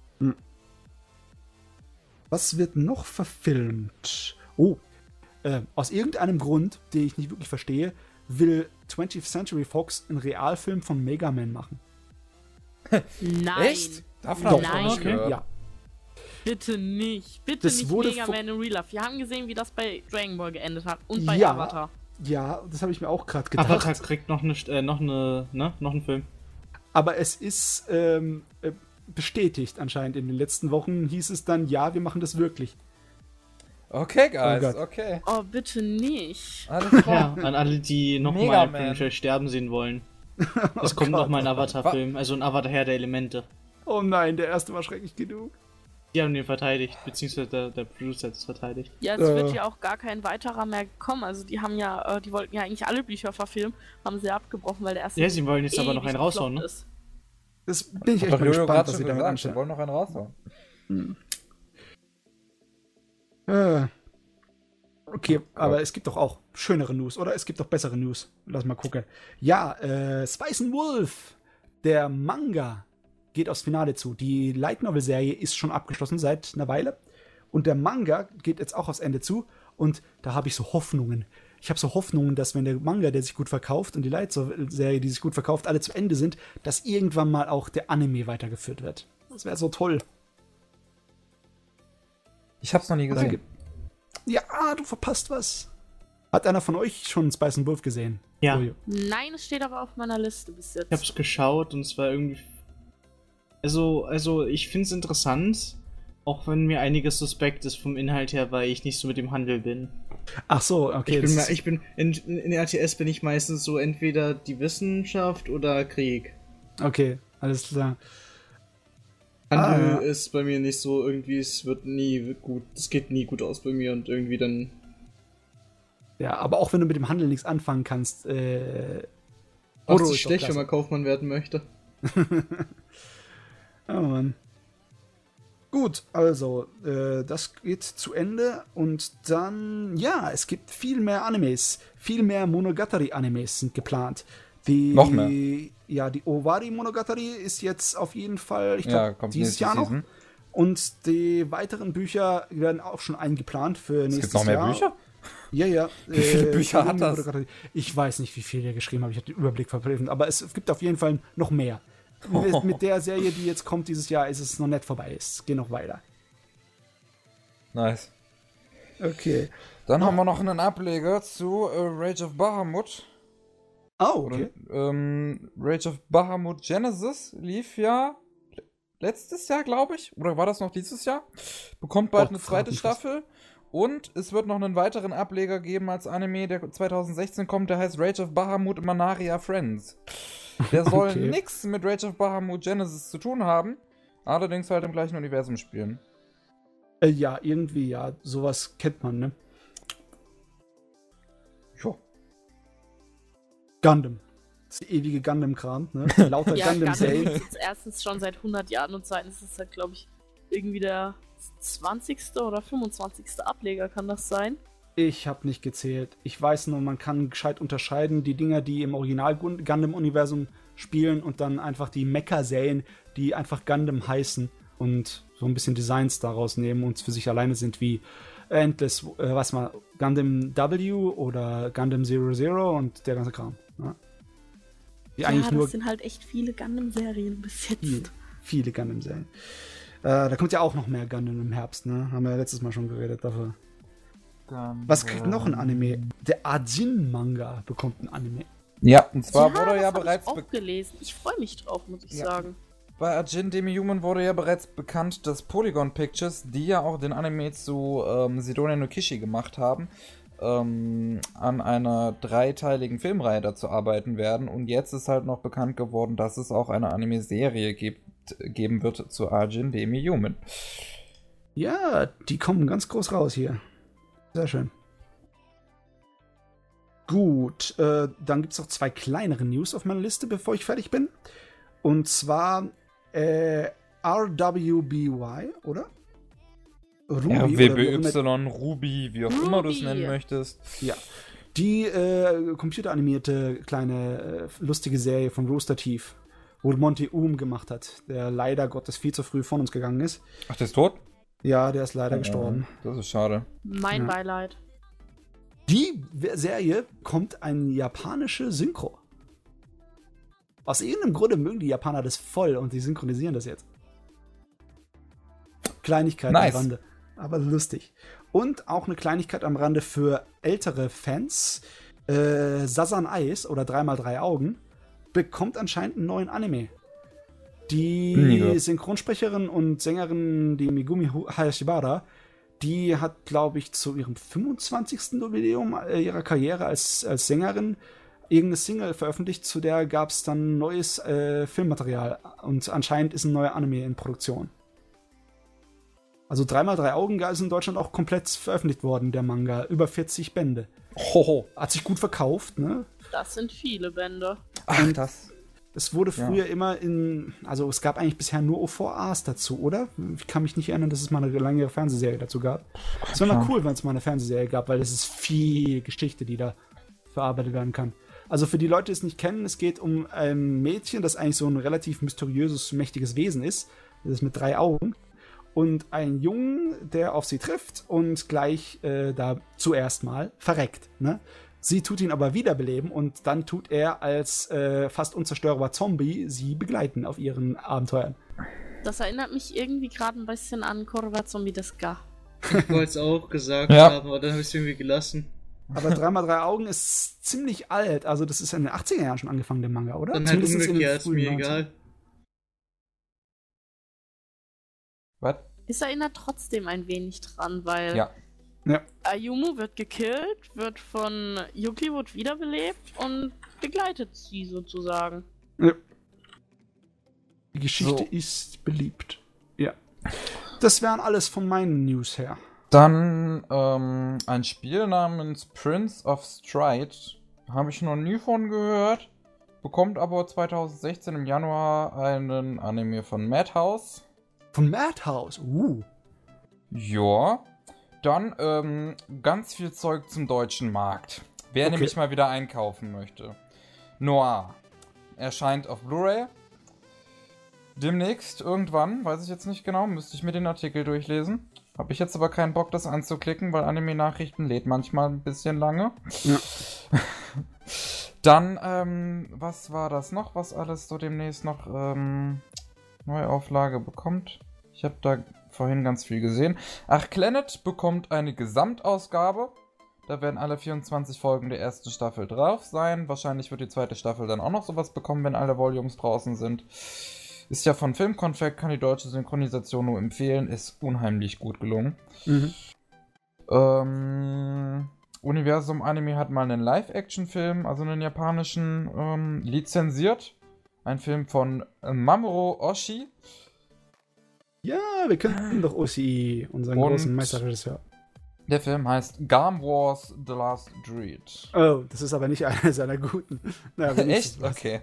Was wird noch verfilmt? Oh, äh, aus irgendeinem Grund, den ich nicht wirklich verstehe, will twentieth Century Fox einen Realfilm von Mega Man machen. Nein! Echt? Davon hab ich noch Nein. nicht gehört. Ja, Bitte nicht. Bitte Das nicht wurde Mega vo- Man in Real Life. Wir haben gesehen, wie das bei Dragon Ball geendet hat. Und bei Ja. Avatar. ja, das habe ich mir auch gerade gedacht. Avatar kriegt noch eine, äh, noch eine, ne, noch einen Film. Aber es ist ähm, äh, bestätigt anscheinend. In den letzten Wochen hieß es dann, ja, wir machen das wirklich. Okay, guys, Oh Gott. okay. Oh, bitte nicht. Alles klar. Ja, an alle, die Mega nochmal Man. Franchise sterben sehen wollen. Es kommt Gott. nochmal ein Avatar-Film, also ein Avatar Herr der Elemente. Oh nein, der erste war schrecklich genug. Die haben den verteidigt, beziehungsweise der, der Producer hat es verteidigt. Ja, es Äh. wird ja auch gar kein weiterer mehr kommen. Also die haben ja, äh, die wollten ja eigentlich alle Bücher verfilmen, haben sie abgebrochen, weil der erste Ja, sie wollen jetzt aber noch ewig einen raushauen, ne? gefloppt ist. Das bin ich echt Doch mal Jojo gespannt, gerade was schon sie damit gesagt, wir anstellen. wollen noch einen raushauen. Äh. Okay, aber es gibt doch auch schönere News, oder? Es gibt doch bessere News. Lass mal gucken. Ja, äh, Spice and Wolf, der Manga, geht aufs Finale zu. Die Light Novel Serie ist schon abgeschlossen seit einer Weile. Und der Manga geht jetzt auch aufs Ende zu. Und da habe ich so Hoffnungen. Ich habe so Hoffnungen, dass wenn der Manga, der sich gut verkauft, und die Light Novel Serie, die sich gut verkauft, alle zu Ende sind, dass irgendwann mal auch der Anime weitergeführt wird. Das wäre so toll. Ich hab's noch nie gesehen. Danke. Ja, du verpasst was. Hat einer von euch schon Spice and Wolf gesehen? Ja. Jojo. Nein, es steht aber auf meiner Liste bis jetzt. Ich hab's geschaut und es war irgendwie. Also, also ich find's interessant, auch wenn mir einiges suspekt ist vom Inhalt her, weil ich nicht so mit dem Handel bin. Ach so, okay. Ich bin, das me- ich bin in, in R T S bin ich meistens so entweder die Wissenschaft oder Krieg. okay, alles klar. Handel Ah. ist bei mir nicht so irgendwie, es wird nie gut, es geht nie gut aus bei mir und irgendwie dann. Ja, aber auch wenn du mit dem Handel nichts anfangen kannst, äh. Macht Oro sich ist doch schlecht, wenn klasse. man Kaufmann werden möchte. Oh Mann. Gut, also, äh, das geht zu Ende und dann, ja, es gibt viel mehr Animes. Viel mehr Monogatari-Animes sind geplant. Die, Noch mehr. Ja, die Owari Monogatari ist jetzt auf jeden Fall, ich Ja, glaube, kommt dieses nächste Jahr noch. Season. Und die weiteren Bücher werden auch schon eingeplant für nächstes Jahr. Es gibt noch mehr Jahr. Bücher? Ja, ja. Wie viele äh, Bücher hat das? Monogatari. Ich weiß nicht, wie viele er geschrieben hat. Ich habe den Überblick verloren. Aber es gibt auf jeden Fall noch mehr. Mit, mit der Serie, die jetzt kommt dieses Jahr, ist es noch nicht vorbei. Es geht noch weiter. Nice. Okay. Dann haben wir noch einen Ableger zu äh, Rage of Bahamut. Oh, okay. Oder, ähm, Rage of Bahamut Genesis lief ja letztes Jahr, glaube ich. Oder war das noch dieses Jahr? Bekommt bald Oh, eine zweite frag mich Staffel. Und es wird noch einen weiteren Ableger geben als Anime, der zwanzig sechzehn kommt. Der heißt Rage of Bahamut Manaria Friends. Der soll Okay. nichts mit Rage of Bahamut Genesis zu tun haben. Allerdings halt im gleichen Universum spielen. Äh, ja, irgendwie, ja. Sowas kennt man, ne? Jo. Gundam. Das ist die ewige Gundam-Kram, ne? Lauter Ja, Gundam Gundam-Serien. gibt es erstens schon seit hundert Jahren und zweitens ist es halt, glaube ich, irgendwie der zwanzigste oder fünfundzwanzigste Ableger, kann das sein? Ich habe nicht gezählt. Ich weiß nur, man kann gescheit unterscheiden, die Dinger, die im Original Gun- Gundam-Universum spielen und dann einfach die Mecha-Serien, die einfach Gundam heißen und so ein bisschen Designs daraus nehmen und für sich alleine sind, wie Endless, äh, was mal, Gundam W oder Gundam Zero Zero und der ganze Kram. Ja. Die Ja, eigentlich das nur sind halt echt viele Gundam-Serien bis jetzt. viele, viele Gundam-Serien. Äh, da kommt ja auch noch mehr Gundam im Herbst, ne? Haben wir ja letztes Mal schon geredet dafür. Dann, Was kriegt noch ein ähm, Anime? Der Ajin-Manga bekommt ein Anime. Ja, und zwar ja, wurde das ja hab bereits ich auch be- gelesen. Ich freue mich drauf, muss ich Ja. sagen. bei Ajin Demi-Human wurde ja bereits bekannt, dass Polygon Pictures, die ja auch den Anime zu ähm, Sidonia no Kishi gemacht haben, ähm, an einer dreiteiligen Filmreihe dazu arbeiten werden. Und jetzt ist halt noch bekannt geworden, dass es auch eine Anime-Serie gibt, geben wird zu Ajin Demi-Human. Ja, die kommen ganz groß raus hier. Sehr schön. Gut, äh, dann gibt es noch zwei kleinere News auf meiner Liste, bevor ich fertig bin. Und zwar äh, R W B Y, oder? Ruby, R oder W wie B auch immer- Y, Ruby, wie auch immer du es Ruby. nennen möchtest. Ja. Die äh, computeranimierte kleine äh, lustige Serie von Rooster Teeth, wo Monty Oum gemacht hat, der leider Gottes viel zu früh von uns gegangen ist. Ach, der ist tot? Ja, der ist leider gestorben. Das ist schade. Mein Ja. Beileid. Die Serie kommt ein japanische Synchro. Aus irgendeinem Grunde mögen die Japaner das voll und die synchronisieren das jetzt. Kleinigkeit Nice. am Rande. Aber lustig. Und auch eine Kleinigkeit am Rande für ältere Fans. Äh, Sasan Eyes oder drei mal drei Augen bekommt anscheinend einen neuen Anime. Die Mega. Synchronsprecherin und Sängerin, die Megumi Hu- Hayashibara, die hat, glaube ich, zu ihrem fünfundzwanzigsten Jubiläum äh, ihrer Karriere als, als Sängerin irgendeine Single veröffentlicht, zu der gab es dann neues äh, Filmmaterial. Und anscheinend ist ein neuer Anime in Produktion. Also drei mal drei Augen ist in Deutschland auch komplett veröffentlicht worden, der Manga. Über vierzig Bände. Hoho. Hat sich gut verkauft, ne? Das sind viele Bände. Ach, das. Es wurde Ja. früher immer in, also es gab eigentlich bisher nur O V As dazu, oder? Ich kann mich nicht erinnern, dass es mal eine lange Fernsehserie dazu gab. Es wäre mal klar. cool, wenn es mal eine Fernsehserie gab, weil es ist viel Geschichte, die da verarbeitet werden kann. Also für die Leute, die es nicht kennen, es geht um ein Mädchen, das eigentlich so ein relativ mysteriöses, mächtiges Wesen ist. Das ist mit drei Augen. Und einen Jungen, der auf sie trifft und gleich äh, da zuerst mal verreckt. Ne? Sie tut ihn aber wiederbeleben und dann tut er als äh, fast unzerstörbarer Zombie sie begleiten auf ihren Abenteuern. Das erinnert mich irgendwie gerade ein bisschen an Korva Zombie des Ga. Ich wollte es auch gesagt Ja. haben, aber dann habe ich es irgendwie gelassen. Aber drei mal drei Augen ist ziemlich alt. Also das ist in den achtziger Jahren schon angefangen, der Manga, oder? Dann halt Zumindest in den umgekehrt, frühen mir neunzigern. egal. Was? Es erinnert trotzdem ein wenig dran, weil Ja. Ja. Ayumu wird gekillt, wird von Yuki wird wiederbelebt und begleitet sie sozusagen. Ja. Die Geschichte So. ist beliebt. Ja. Das wären alles von meinen News her. Dann ähm, ein Spiel namens Prince of Stride. Habe ich noch nie von gehört. Bekommt aber zwanzig sechzehn im Januar einen Anime von Madhouse. Von Madhouse. Uh. Ja. Dann ähm, ganz viel Zeug zum deutschen Markt. Wer Okay. nämlich mal wieder einkaufen möchte. Noir erscheint auf Blu-ray. Demnächst, irgendwann, weiß ich jetzt nicht genau, müsste ich mir den Artikel durchlesen. Habe ich jetzt aber keinen Bock, das anzuklicken, weil Anime-Nachrichten lädt manchmal ein bisschen lange. Ja. Dann, ähm, was war das noch, was alles so demnächst noch ähm, Neuauflage bekommt? Ich habe da vorhin ganz viel gesehen. Ach, Clannad bekommt eine Gesamtausgabe. Da werden alle vierundzwanzig Folgen der ersten Staffel drauf sein. Wahrscheinlich wird die zweite Staffel dann auch noch sowas bekommen, wenn alle Volumes draußen sind. Ist ja von Filmkonfekt, kann die deutsche Synchronisation nur empfehlen. Ist unheimlich gut gelungen. Mhm. Ähm, Universum Anime hat mal einen Live-Action-Film, also einen japanischen, ähm, lizenziert. Ein Film von Mamoru Oshii. Ja, wir könnten doch Oshii, unseren Und großen Meisterregisseur. Der Film heißt Garm Wars The Last Druid. Oh, das ist aber nicht einer seiner guten. Naja, Echt? Okay.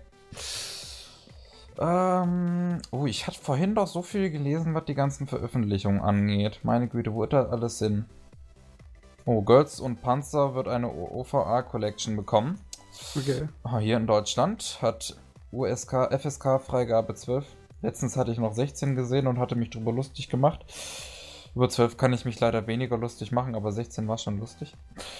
Ähm, oh, ich hatte vorhin doch so viel gelesen, was die ganzen Veröffentlichungen angeht. Meine Güte, wo ist das alles hin? Oh, Girls und Panzer wird eine O V A-Collection bekommen. Okay. Oh, hier in Deutschland hat U S K, F S K Freigabe zwölf. Letztens hatte ich noch sechzehn gesehen und hatte mich drüber lustig gemacht. Über zwölf kann ich mich leider weniger lustig machen, aber sechzehn war schon lustig.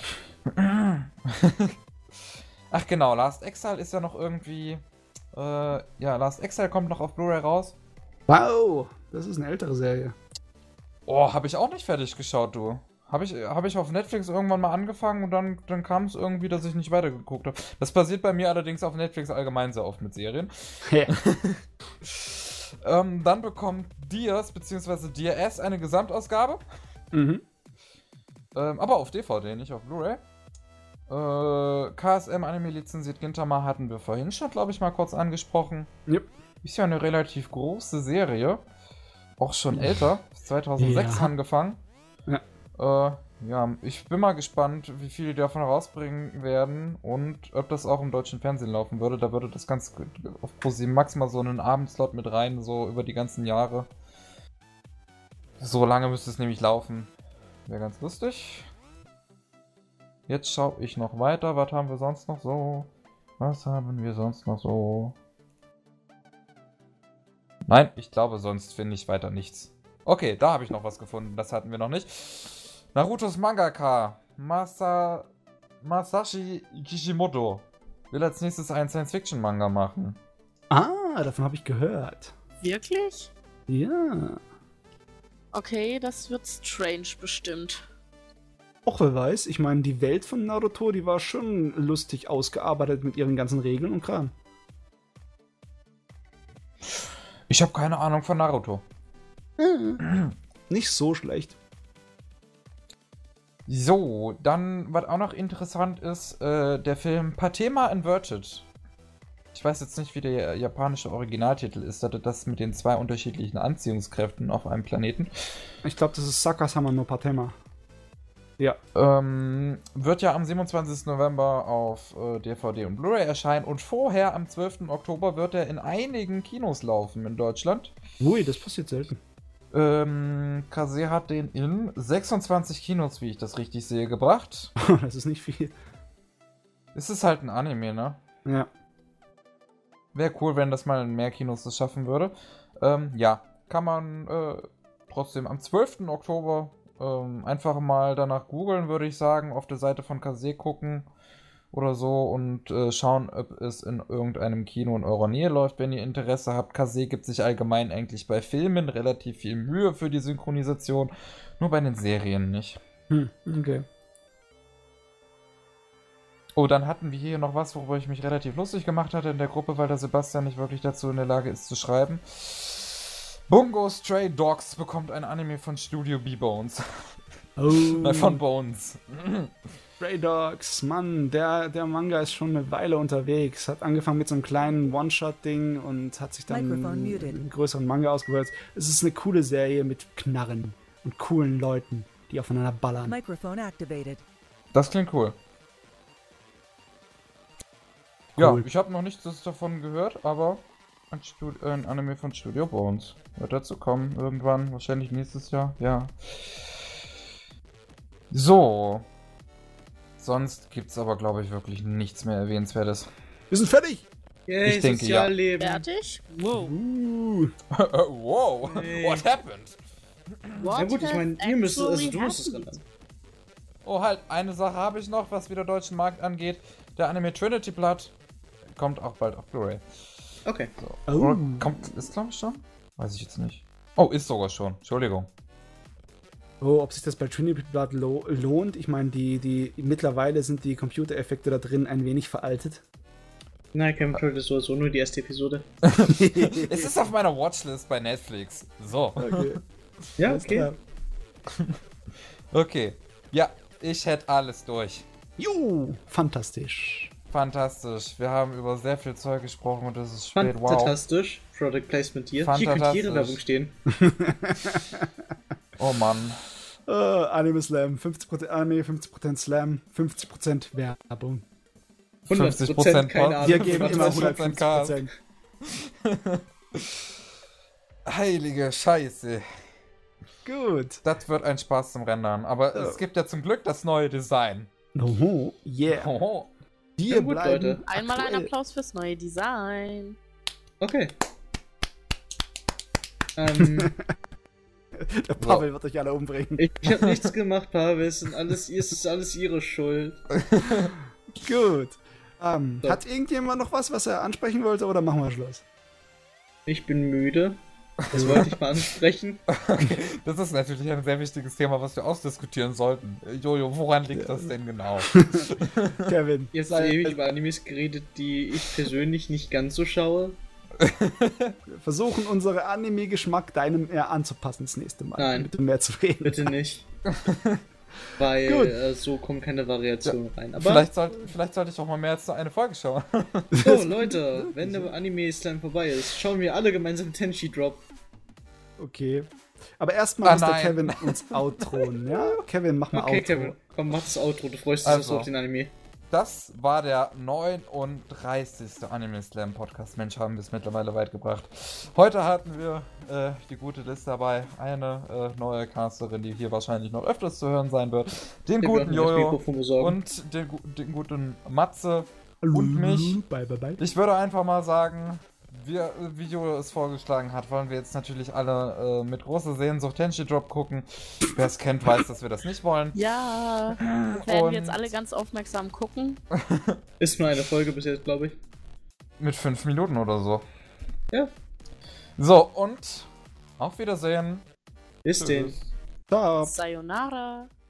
Ach genau, Last Exile ist ja noch irgendwie... Äh, ja, Last Exile kommt noch auf Blu-ray raus. Wow, das ist eine ältere Serie. Oh, habe ich auch nicht fertig geschaut, du. Habe ich, hab ich auf Netflix irgendwann mal angefangen und dann, dann kam es irgendwie, dass ich nicht weitergeguckt habe. Das passiert bei mir allerdings auf Netflix allgemein sehr oft mit Serien. Ja. ähm, dann bekommt Diaz bzw. D R S eine Gesamtausgabe. Mhm. Ähm, aber auf D V D, nicht auf Blu-ray. Äh, K S M Anime lizenziert Gintama hatten wir vorhin schon, glaube ich, mal kurz angesprochen. Yep. Ist ja eine relativ große Serie. Auch schon älter. zweitausendsechs Ja. angefangen. Ja. Äh, ja, ich bin mal gespannt, wie viele die davon rausbringen werden und ob das auch im deutschen Fernsehen laufen würde. Da würde das ganz auf ProSieben Max mal so einen Abendslot mit rein, so über die ganzen Jahre. So lange müsste es nämlich laufen. Wäre ganz lustig. Jetzt schaue ich noch weiter. Was haben wir sonst noch so? Was haben wir sonst noch so? Nein, ich glaube, sonst finde ich weiter nichts. Okay, da habe ich noch was gefunden. Das hatten wir noch nicht. Narutos Mangaka Masa, Masashi Kishimoto will als nächstes einen Science-Fiction-Manga machen. Ah, davon habe ich gehört. Wirklich? Ja. Okay, das wird strange bestimmt. Auch wer weiß, ich meine, die Welt von Naruto, die war schon lustig ausgearbeitet mit ihren ganzen Regeln und Kram. Ich habe keine Ahnung von Naruto. Mhm. Nicht so schlecht. So, dann, was auch noch interessant ist, äh, der Film Patema Inverted. Ich weiß jetzt nicht, wie der japanische Originaltitel ist, hatte das mit den zwei unterschiedlichen Anziehungskräften auf einem Planeten. Ich glaube, das ist Sakasama no Patema. Ja. Ähm, wird ja am siebenundzwanzigsten November auf äh, D V D und Blu-ray erscheinen und vorher am zwölften Oktober wird er in einigen Kinos laufen in Deutschland. Ui, das passiert selten. Ähm, Kase hat den in sechsundzwanzig Kinos, wie ich das richtig sehe, gebracht. Das ist nicht viel. Es ist halt ein Anime, ne? Ja. Wäre cool, wenn das mal in mehr Kinos das schaffen würde. Ähm, ja, kann man äh, trotzdem am zwölften Oktober ähm, einfach mal danach googeln, würde ich sagen, auf der Seite von Kase gucken oder so und äh, schauen, ob es in irgendeinem Kino in eurer Nähe läuft, wenn ihr Interesse habt. Kase gibt sich allgemein eigentlich bei Filmen relativ viel Mühe für die Synchronisation, nur bei den Serien nicht. Hm, okay. Oh, dann hatten wir hier noch was, worüber ich mich relativ lustig gemacht hatte in der Gruppe, weil der Sebastian nicht wirklich dazu in der Lage ist zu schreiben. Bungo Stray Dogs bekommt ein Anime von Studio B-Bones. Oh. Nein, von Bones. Stray Dogs, Mann, der, der Manga ist schon eine Weile unterwegs. Hat angefangen mit so einem kleinen One-Shot-Ding und hat sich dann einen größeren Manga ausgewälzt. Es ist eine coole Serie mit Knarren und coolen Leuten, die aufeinander ballern. Microphone activated. Das klingt cool. Cool. Ja, ich habe noch nichts davon gehört, aber ein, Stud- ein Anime von Studio Bones wird dazu kommen irgendwann, wahrscheinlich nächstes Jahr, ja. So. Sonst gibt's aber, glaube ich, wirklich nichts mehr Erwähnenswertes. Wir sind fertig! Yay, Ich denke, Sozialleben. Fertig? Wow. Uh. Wow, Nee. what happened? What Na gut, ich has meine, ihr müsst, also actually du musst es happened? ran. Oh, halt, eine Sache habe ich noch, was wieder deutschen Markt angeht. Der Anime Trinity Blood kommt auch bald auf Blu-ray. Okay. So. Oh. Oder kommt, ist glaube ich schon? Weiß ich jetzt nicht. Oh, ist sogar schon. Entschuldigung. Oh, ob sich das bei Trinity Blood lo lohnt? Ich meine, die, die mittlerweile sind die Computereffekte da drin ein wenig veraltet. Nein, Kevin Troll ist sowieso nur die erste Episode. Es ist auf meiner Watchlist bei Netflix. So. Okay. Ja, Alles okay. klar. Okay. Ja, ich hätte alles durch. Juhu, fantastisch. Fantastisch. Wir haben über sehr viel Zeug gesprochen und es ist spät. Wow. Fantastisch. Product Placement hier. Hier könnte Fantastisch. ihre Werbung stehen. Oh Mann. Uh, Anime Slam, fünfzig Prozent Anime, fünfzig Prozent Slam, fünfzig Prozent Werbung. hundert fünfzig Prozent, Prozent keine Ahnung. Wir geben immer hundertfünfzig hundertfünfzig Prozent. Heilige Scheiße. Gut. Das wird ein Spaß zum Rendern. Aber Ja. es gibt ja zum Glück das neue Design. Oh, yeah. Hoho. Wir Ja, gut, bleiben Leute. Einmal ein aktuell. Applaus fürs neue Design. Okay. ähm, Der Pavel wird euch alle umbringen. ich habe nichts gemacht, Pavel. Es ist alles, es ist alles ihre Schuld. Gut. Ähm, So. Hat irgendjemand noch was, was er ansprechen wollte, oder machen wir Schluss? Ich bin müde. Das wollte ich mal ansprechen. Das ist natürlich ein sehr wichtiges Thema, was wir ausdiskutieren sollten. Jojo, woran liegt das denn genau? Kevin. Jetzt sei- ewig über Animes geredet, die ich persönlich nicht ganz so schaue. Wir versuchen, unseren Anime-Geschmack deinem eher anzupassen das nächste Mal. Nein. Mit dem mehr zu reden. Bitte nicht. Weil Gut. äh, so kommt keine Variation rein. Aber Vielleicht, sollt, vielleicht sollte ich auch mal mehr als nur eine Folge schauen. so, Leute, wenn der Anime-Slam vorbei ist, schauen wir alle gemeinsam Tenchi Drop. Okay. Aber erstmal Ah, muss der nein. Kevin uns outroen, ja? Kevin, mach mal Okay, Outro. Kevin, komm, mach das Outro. Du freust dich Also. so auf den Anime. Das war der neununddreißigste Anime Slam Podcast. Mensch, haben wir es mittlerweile weit gebracht. Heute hatten wir äh, die gute Liste dabei. Eine äh, neue Casterin, die hier wahrscheinlich noch öfters zu hören sein wird. Den Wir guten werden das Jojo Mikrofon besorgen. und den, gu- den guten Matze. Und mich. Bye, bye, bye. Ich würde einfach mal sagen, wir, wie Jojo es vorgeschlagen hat, wollen wir jetzt natürlich alle äh, mit großer Sehnsucht Tenchi Drop gucken. Wer es kennt, weiß, dass wir das nicht wollen. Ja, werden wir Und jetzt alle ganz aufmerksam gucken. Ist nur eine Folge bis jetzt, glaube ich. mit fünf Minuten oder so. Ja. So, und auf Wiedersehen. Bis denn. Ciao. Sayonara.